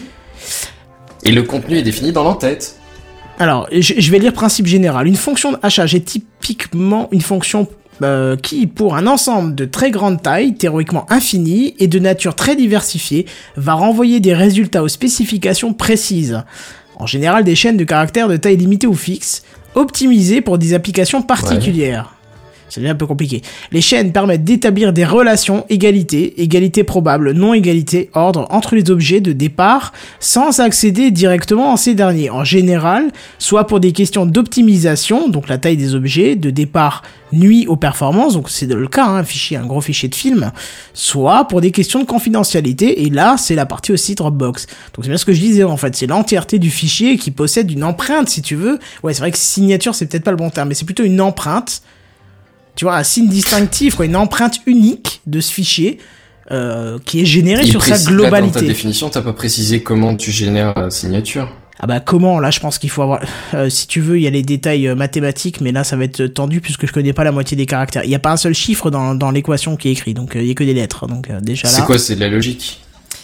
Et le contenu est défini dans l'entête. Alors, je, je vais lire principe général. Une fonction de hachage est typiquement une fonction euh, qui, pour un ensemble de très grande taille, théoriquement infini, et de nature très diversifiée, va renvoyer des résultats aux spécifications précises. En général, des chaînes de caractères de taille limitée ou fixe, optimisées pour des applications particulières. Ouais. C'est bien un peu compliqué. Les chaînes permettent d'établir des relations égalité, égalité probable, non-égalité, ordre entre les objets de départ sans accéder directement à ces derniers. En général, soit pour des questions d'optimisation, donc la taille des objets de départ nuit aux performances, donc c'est le cas, hein, un fichier, un gros fichier de film, soit pour des questions de confidentialité, et là, c'est la partie aussi Dropbox. Donc c'est bien ce que je disais, en fait, c'est l'entièreté du fichier qui possède une empreinte, si tu veux. Ouais, c'est vrai que signature, c'est peut-être pas le bon terme, mais c'est plutôt une empreinte. Tu vois, un signe distinctif, quoi, une empreinte unique de ce fichier euh, qui est généré Il sur précise, sa globalité. Là, dans ta définition, t'as pas précisé comment tu génères la signature. Ah bah comment, là je pense qu'il faut avoir... Euh, si tu veux, il y a les détails euh, mathématiques, mais là ça va être tendu puisque je connais pas la moitié des caractères. Il y a pas un seul chiffre dans, dans l'équation qui est écrit, donc euh, il y a que des lettres. Donc euh, déjà là... C'est quoi, c'est de la logique?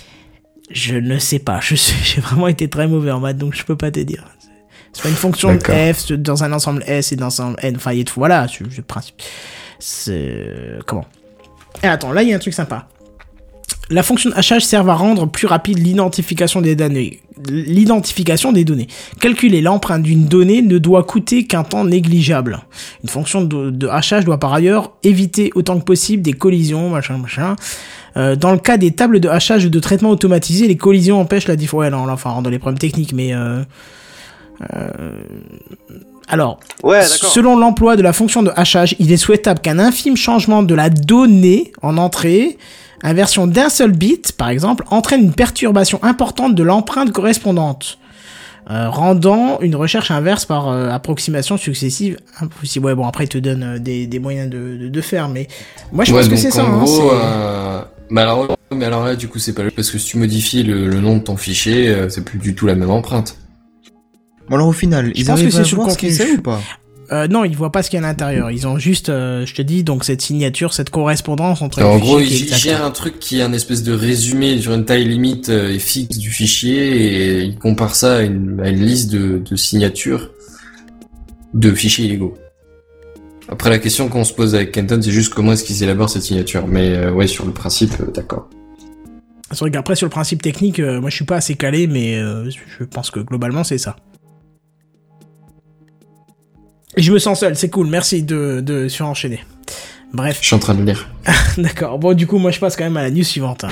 Je ne sais pas, je suis, j'ai vraiment été très mauvais en maths, donc je peux pas te dire. C'est pas une fonction D'accord. de f dans un ensemble s et dans un ensemble n. Enfin, il y a tout. Voilà, c'est le principe. C'est comment? Et attends, là il y a un truc sympa. La fonction de hachage sert à rendre plus rapide l'identification des données. L'identification des données. Calculer l'empreinte d'une donnée ne doit coûter qu'un temps négligeable. Une fonction de, de hachage doit par ailleurs éviter autant que possible des collisions, machin, machin. Euh, dans le cas des tables de hachage ou de traitement automatisé, les collisions empêchent la diff. Ouais, non, là, enfin, dans les problèmes techniques, mais euh, euh, alors, ouais, selon l'emploi de la fonction de hachage, il est souhaitable qu'un infime changement de la donnée en entrée, inversion d'un seul bit, par exemple, entraîne une perturbation importante de l'empreinte correspondante, euh, rendant une recherche inverse par euh, approximation successive impossible. Ouais, bon, après, il te donne euh, des, des moyens de, de, de faire, mais moi, je ouais, pense donc, que c'est ça. En hein, gros, euh... mais, alors, mais alors là, du coup, c'est pas le... parce que si tu modifies le, le nom de ton fichier, euh, c'est plus du tout la même empreinte. Bon, alors au final, je ils pense arrivent que c'est à sur le voir ce contenu. qu'ils savent ou pas? Euh, non, ils voient pas ce qu'il y a à l'intérieur. Ils ont juste, euh, je te dis, donc cette signature, cette correspondance entre Alors, les en gros, fichiers. ils gèrent un truc qui est un espèce de résumé sur une taille limite euh, et fixe du fichier et ils comparent ça à une, à une liste de, de signatures de fichiers illégaux. Après, la question qu'on se pose avec Kenton, c'est juste comment est-ce qu'ils élaborent cette signature. Mais euh, ouais, sur le principe, euh, d'accord. C'est vrai qu'après, sur le principe technique, euh, moi je suis pas assez calé, mais euh, je pense que globalement c'est ça. Et je me sens seul, c'est cool, merci de, de surenchaîner. Bref. Je suis en train de lire. D'accord, bon du coup moi je passe quand même à la news suivante.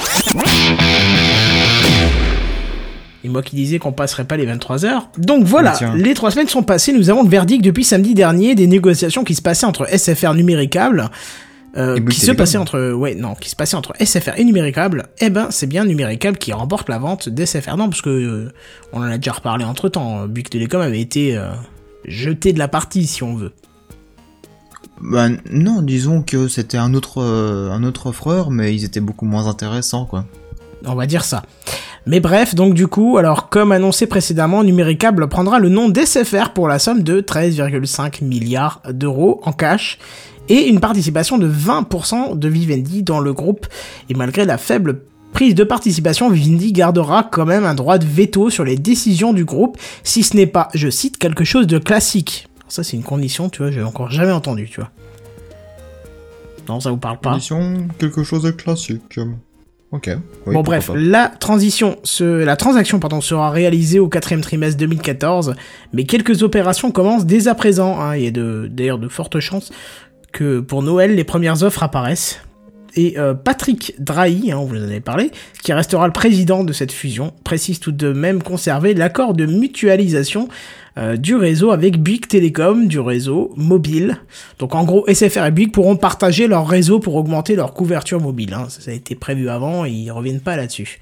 Et moi qui disais qu'on passerait pas les vingt-trois heures. Donc voilà, Tiens. Les trois semaines sont passées, nous avons le verdict depuis samedi dernier des négociations qui se passaient entre S F R Numéricable, euh, qui se passaient entre, ouais non, qui se passaient entre S F R et Numéricable. Eh ben c'est bien Numéricable qui remporte la vente d'S F R. Non parce que euh, on en a déjà reparlé entre temps. Bouygues Télécom avait été euh, jeté de la partie si on veut. Bah non, disons que c'était un autre euh, un autre offreur, mais ils étaient beaucoup moins intéressants quoi. On va dire ça. Mais bref, donc du coup, alors comme annoncé précédemment, Numéricable prendra le nom d'S F R pour la somme de treize virgule cinq milliards d'euros en cash et une participation de vingt pour cent de Vivendi dans le groupe. Et malgré la faible prise de participation, Vivendi gardera quand même un droit de veto sur les décisions du groupe, si ce n'est pas, je cite, quelque chose de classique. Ça c'est une condition, tu vois, j'ai encore jamais entendu, tu vois. Non, ça vous parle pas? Condition, quelque chose de classique. Ok. Oui, bon bref, pas. la transition, ce, la transaction pardon, sera réalisée au quatrième trimestre deux mille quatorze, mais quelques opérations commencent dès à présent. Hein, il y a de, d'ailleurs de fortes chances que pour Noël, les premières offres apparaissent. Et euh, Patrick Drahi, hein, on vous en avez parlé, qui restera le président de cette fusion, précise tout de même conserver l'accord de mutualisation euh, du réseau avec Bouygues Télécom, du réseau mobile. Donc en gros, S F R et Bouygues pourront partager leur réseau pour augmenter leur couverture mobile. Hein. Ça, ça a été prévu avant et ils reviennent pas là-dessus.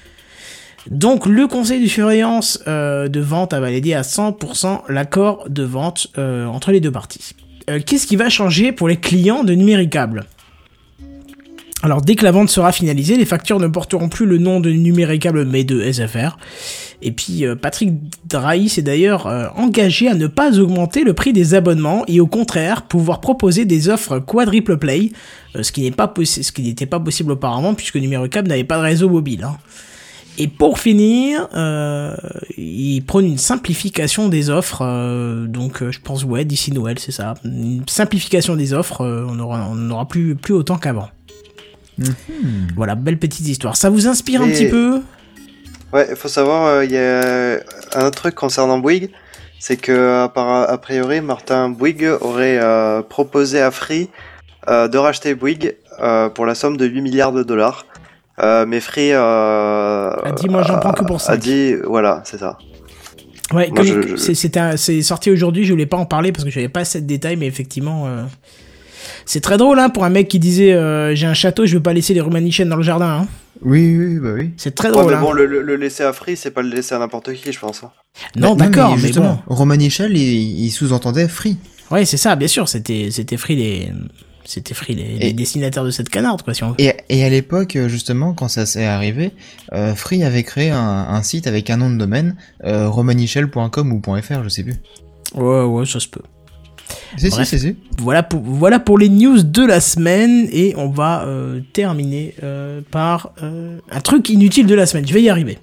Donc le conseil de surveillance euh, de vente a validé à cent pour cent l'accord de vente euh, entre les deux parties. Euh, qu'est-ce qui va changer pour les clients de Numéricable ? Alors dès que la vente sera finalisée, les factures ne porteront plus le nom de Numéricable mais de S F R. Et puis euh, Patrick Drahi s'est d'ailleurs euh, engagé à ne pas augmenter le prix des abonnements et au contraire pouvoir proposer des offres quadruple play, euh, ce qui n'est pas possi- ce qui n'était pas possible auparavant puisque Numéricable n'avait pas de réseau mobile. Hein. Et pour finir, euh, il prône une simplification des offres, euh, donc euh, je pense ouais d'ici Noël c'est ça, une simplification des offres, euh, on aura on n'aura plus plus autant qu'avant. Mmh. Voilà, belle petite histoire. Ça vous inspire Et... un petit peu ? Ouais, il faut savoir, il euh, y a un autre truc concernant Bouygues, c'est que a priori, Martin Bouygues aurait euh, proposé à Free euh, de racheter Bouygues euh, pour la somme de huit milliards de dollars. Euh, mais Free euh, a dit, moi j'en prends que pour ça. A dit, voilà, c'est ça. Ouais, moi, comme je, je... C'est, c'est, un, c'est sorti aujourd'hui, je voulais pas en parler parce que j'avais pas assez de détails, mais effectivement... Euh... C'est très drôle hein, pour un mec qui disait euh, j'ai un château, je veux pas laisser les Romanichels dans le jardin. Hein. Oui, oui, bah oui. C'est très drôle. Ouais, mais bon, hein. le, le laisser à Free, c'est pas le laisser à n'importe qui, je pense. Non, bah, d'accord, non, mais, mais justement, bon. Romanichel, il, il sous-entendait Free. Ouais, c'est ça, bien sûr, c'était c'était Free les c'était Free les, et, les destinataires de cette canarde, quoi, si on veut. Et, et à l'époque, justement, quand ça s'est arrivé, euh, Free avait créé un, un site avec un nom de domaine, euh, romanichel point com ou .fr, je sais plus. Ouais, ouais, ça se peut. C'est si, c'est si. Voilà pour, voilà pour les news de la semaine et on va euh, terminer euh, par euh, un truc inutile de la semaine. Je vais y arriver.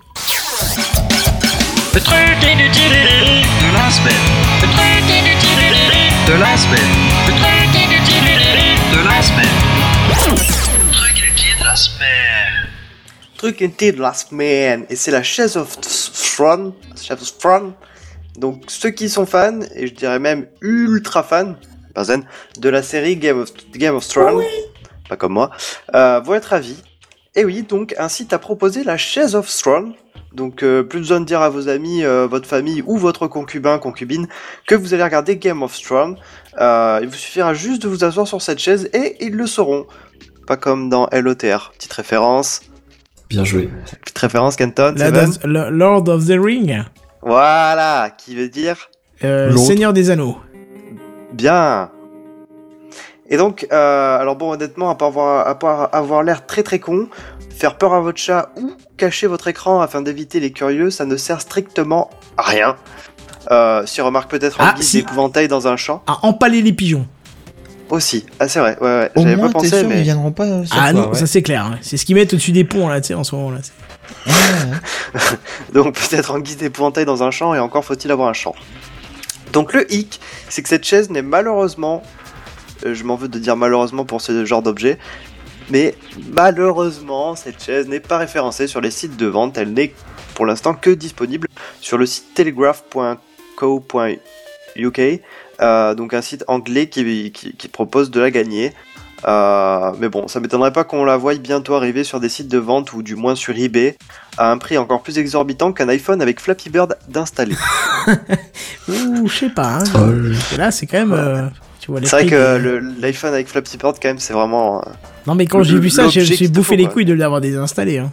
Le truc inutile de la semaine. Le truc inutile de la semaine. Le truc inutile de la semaine. Le truc inutile de la semaine. Truc inutile de la semaine. Et c'est la chaise of Throne. Chaise of Throne. Donc ceux qui sont fans, et je dirais même ultra fans, pas zen, de la série Game of, Game of Thrones, oui. Pas comme moi, euh, vont être ravis. Et oui, donc un site a proposé la chaise of Thrones. Donc euh, plus besoin de dire à vos amis, euh, votre famille ou votre concubin, concubine, que vous allez regarder Game of Thrones. Euh, il vous suffira juste de vous asseoir sur cette chaise et ils le sauront. Pas comme dans L O T R. Petite référence. Bien joué. Petite référence, Kenton. La Lord of the Ring. Voilà, qui veut dire euh, Seigneur des Anneaux. Bien. Et donc, euh, alors bon, honnêtement, à part avoir, à part avoir l'air très très con, faire peur à votre chat ou cacher votre écran afin d'éviter les curieux, ça ne sert strictement à rien. Euh, si on remarque peut-être un ah, guise si. d'épouvantail dans un champ. À empaler les pigeons. Aussi, ah c'est vrai, ouais, ouais. Au J'avais moins, pas pensé, t'es sûr, mais ils viendront pas. Sur Ah toi, non, ouais. ça c'est clair. Hein. C'est ce qu'ils mettent au-dessus des ponts là, tu sais, en ce moment là. Ouais, ouais. Donc peut-être en guise d'épouvantail dans un champ, et encore faut-il avoir un champ. Donc le hic, c'est que cette chaise n'est malheureusement, euh, je m'en veux de dire malheureusement pour ce genre d'objet, mais malheureusement cette chaise n'est pas référencée sur les sites de vente, elle n'est pour l'instant que disponible sur le site telegraph point co point u k, euh, donc un site anglais qui, qui, qui propose de la gagner. Euh, mais bon, ça m'étonnerait pas qu'on la voie bientôt arriver sur des sites de vente ou du moins sur eBay à un prix encore plus exorbitant qu'un iPhone avec Flappy Bird d'installer. Ouh, je sais pas. Hein. Oh, là, c'est quand même. Euh, tu vois, les c'est vrai prix, que euh... le, l'iPhone avec Flappy Bird, quand même, c'est vraiment. Euh, non, mais quand le, j'ai vu ça, je me suis bouffé les faut, couilles de l'avoir désinstallé. Hein.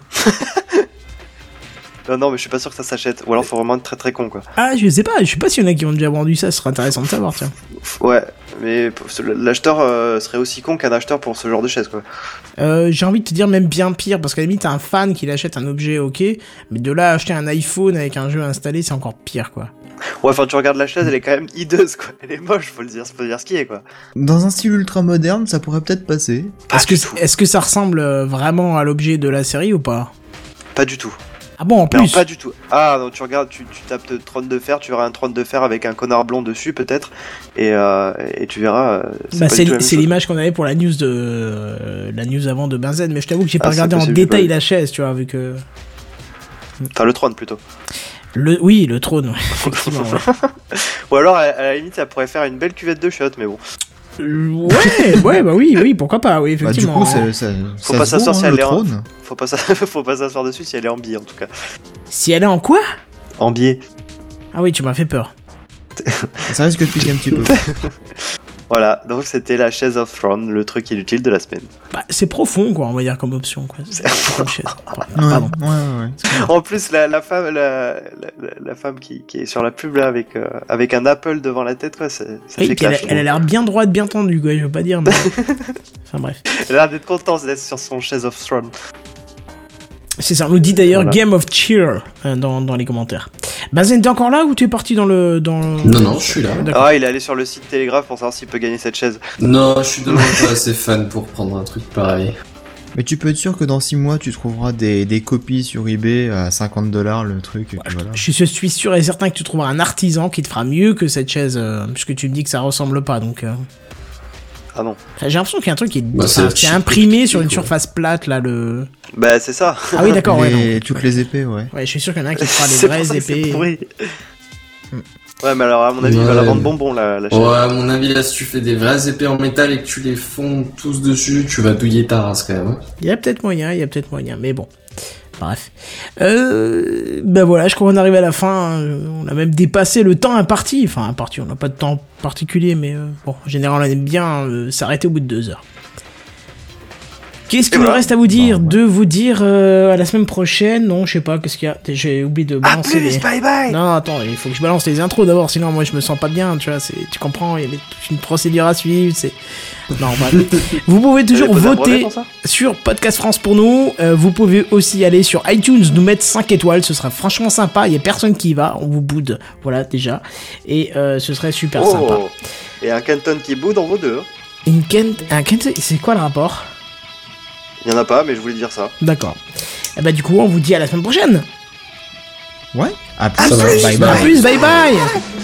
non, non, mais je suis pas sûr que ça s'achète. Ou alors, faut vraiment être très très con, quoi. Ah, je sais pas. Je sais pas s'il y en a qui ont déjà vendu ça. Ce serait intéressant de savoir, tiens. Ouais, mais l'acheteur euh, serait aussi con qu'un acheteur pour ce genre de chaise, quoi. Euh, j'ai envie de te dire même bien pire, parce qu'à la limite, t'as un fan qui l'achète un objet, ok, mais de là à acheter un iPhone avec un jeu installé, c'est encore pire, quoi. Ouais, enfin, tu regardes la chaise, elle est quand même hideuse, quoi. Elle est moche, faut le dire, faut dire ce qui est, quoi. Dans un style ultra moderne, ça pourrait peut-être passer. Pas est-ce que, est-ce que ça ressemble vraiment à l'objet de la série ou pas? Pas du tout. Ah bon, en Non, plus. pas du tout. Ah, non, tu regardes, tu, tu tapes de trône de fer, tu verras un trône de fer avec un connard blond dessus, peut-être, et, euh, et tu verras. Euh, c'est Bah, pas c'est, du tout la même c'est chose. l'image qu'on avait pour la news de euh, la news avant de Benzen, mais je t'avoue que j'ai pas Ah, c'est regardé en possible, détail j'ai pas la chaise, tu vois, avec euh, Enfin, le trône plutôt. le oui le trône, ouais, effectivement. Ouais. Ou alors, à, à la limite, ça pourrait faire une belle cuvette de shot, mais bon. Euh, ouais, ouais, bah oui, oui, pourquoi pas, oui, Bah, du effectivement. coup, ouais. ça, ça, Faut ça pas se s'asseoir vaut, si hein, elle le est en- trône. Faut pas, s'a- faut pas s'asseoir dessus si elle est en biais, en tout cas. Si elle est en quoi? En biais. Ah oui, tu m'as fait peur. Ça risque de piquer un petit peu. Voilà, donc c'était la chaise of throne, le truc inutile de la semaine. Bah, c'est profond, quoi, on va dire comme option, quoi. C'est c'est comme chaise. Ouais, Ouais, pardon. ouais, ouais. En plus, la, la femme, la, la, la femme qui, qui est sur la pub là avec euh, avec un Apple devant la tête, ouais, ça, ça Oui, fait puis elle, a- clash. elle a l'air bien droite, bien tendue, quoi, je veux pas dire, mais... Enfin bref. Elle a l'air d'être contente d'être sur son chaise of throne. C'est ça, on nous dit d'ailleurs Voilà. Game of Cheer euh, dans, dans les commentaires. Bazen, t'es encore là ou t'es parti dans le... Dans le... Non, non, je suis là. D'accord. Ah, il est allé sur le site Télégraphe pour savoir s'il peut gagner cette chaise. Non, je suis de loin pas assez fan pour prendre un truc pareil. Mais tu peux être sûr que dans six mois, tu trouveras des, des copies sur eBay à cinquante dollars le truc. Et puis voilà. Je suis sûr et certain que tu trouveras un artisan qui te fera mieux que cette chaise, euh, puisque tu me dis que ça ressemble pas, donc... Euh... Ah non. Enfin, j'ai l'impression qu'il y a un truc qui est, Bah, c'est enfin, la qui est cheap imprimé trick, sur une quoi. surface plate, là, le... Bah, c'est ça. Ah oui, d'accord, ouais, Les- non. toutes les épées, ouais. Ouais, je suis sûr qu'il y en a un qui fera C'est des pour vraies ça que c'est épées. pourri. Hmm. Ouais, mais alors, à mon avis, il va la Ouais. vendre bonbon, la, la chaise. Ouais, à mon avis, là, si tu fais des vraies épées en métal et que tu les fonds tous dessus, tu vas douiller ta race quand même. hein. Il y a peut-être moyen, il y a peut-être moyen, mais bon. Bref. Euh, ben voilà, je crois qu'on arrive à la fin. hein. On a même dépassé le temps imparti. Enfin, imparti, on n'a pas de temps particulier, mais euh, bon, en général, on aime bien euh, s'arrêter au bout de deux heures. Qu'est-ce qu'il me voilà. reste à vous dire? Bon, ouais. De vous dire euh, à la semaine prochaine? Non, je sais pas, qu'est-ce qu'il y a? J'ai oublié de À balancer plus, les... bye bye. Non, attends, il faut que je balance les intros d'abord, sinon moi je me sens pas bien, tu vois, c'est, tu comprends, il y a toute une procédure à suivre, c'est... Non, bref. Vous pouvez toujours Vous avez posé un brevet voter pour ça sur Podcast France pour nous, euh, vous pouvez aussi aller sur iTunes, nous mettre cinq étoiles, ce sera franchement sympa, il y a personne qui y va, on vous boude, voilà, déjà, et euh, ce serait super sympa. Oh. Et un Canton qui boude en vaut deux. hein. Une Kent... Un Kent, c'est quoi le rapport? Il y en a pas, mais je voulais dire ça. D'accord. Et bah du coup, on vous dit à la semaine prochaine. Ouais. À plus. Ça va. Bye À bye. plus, bye bye.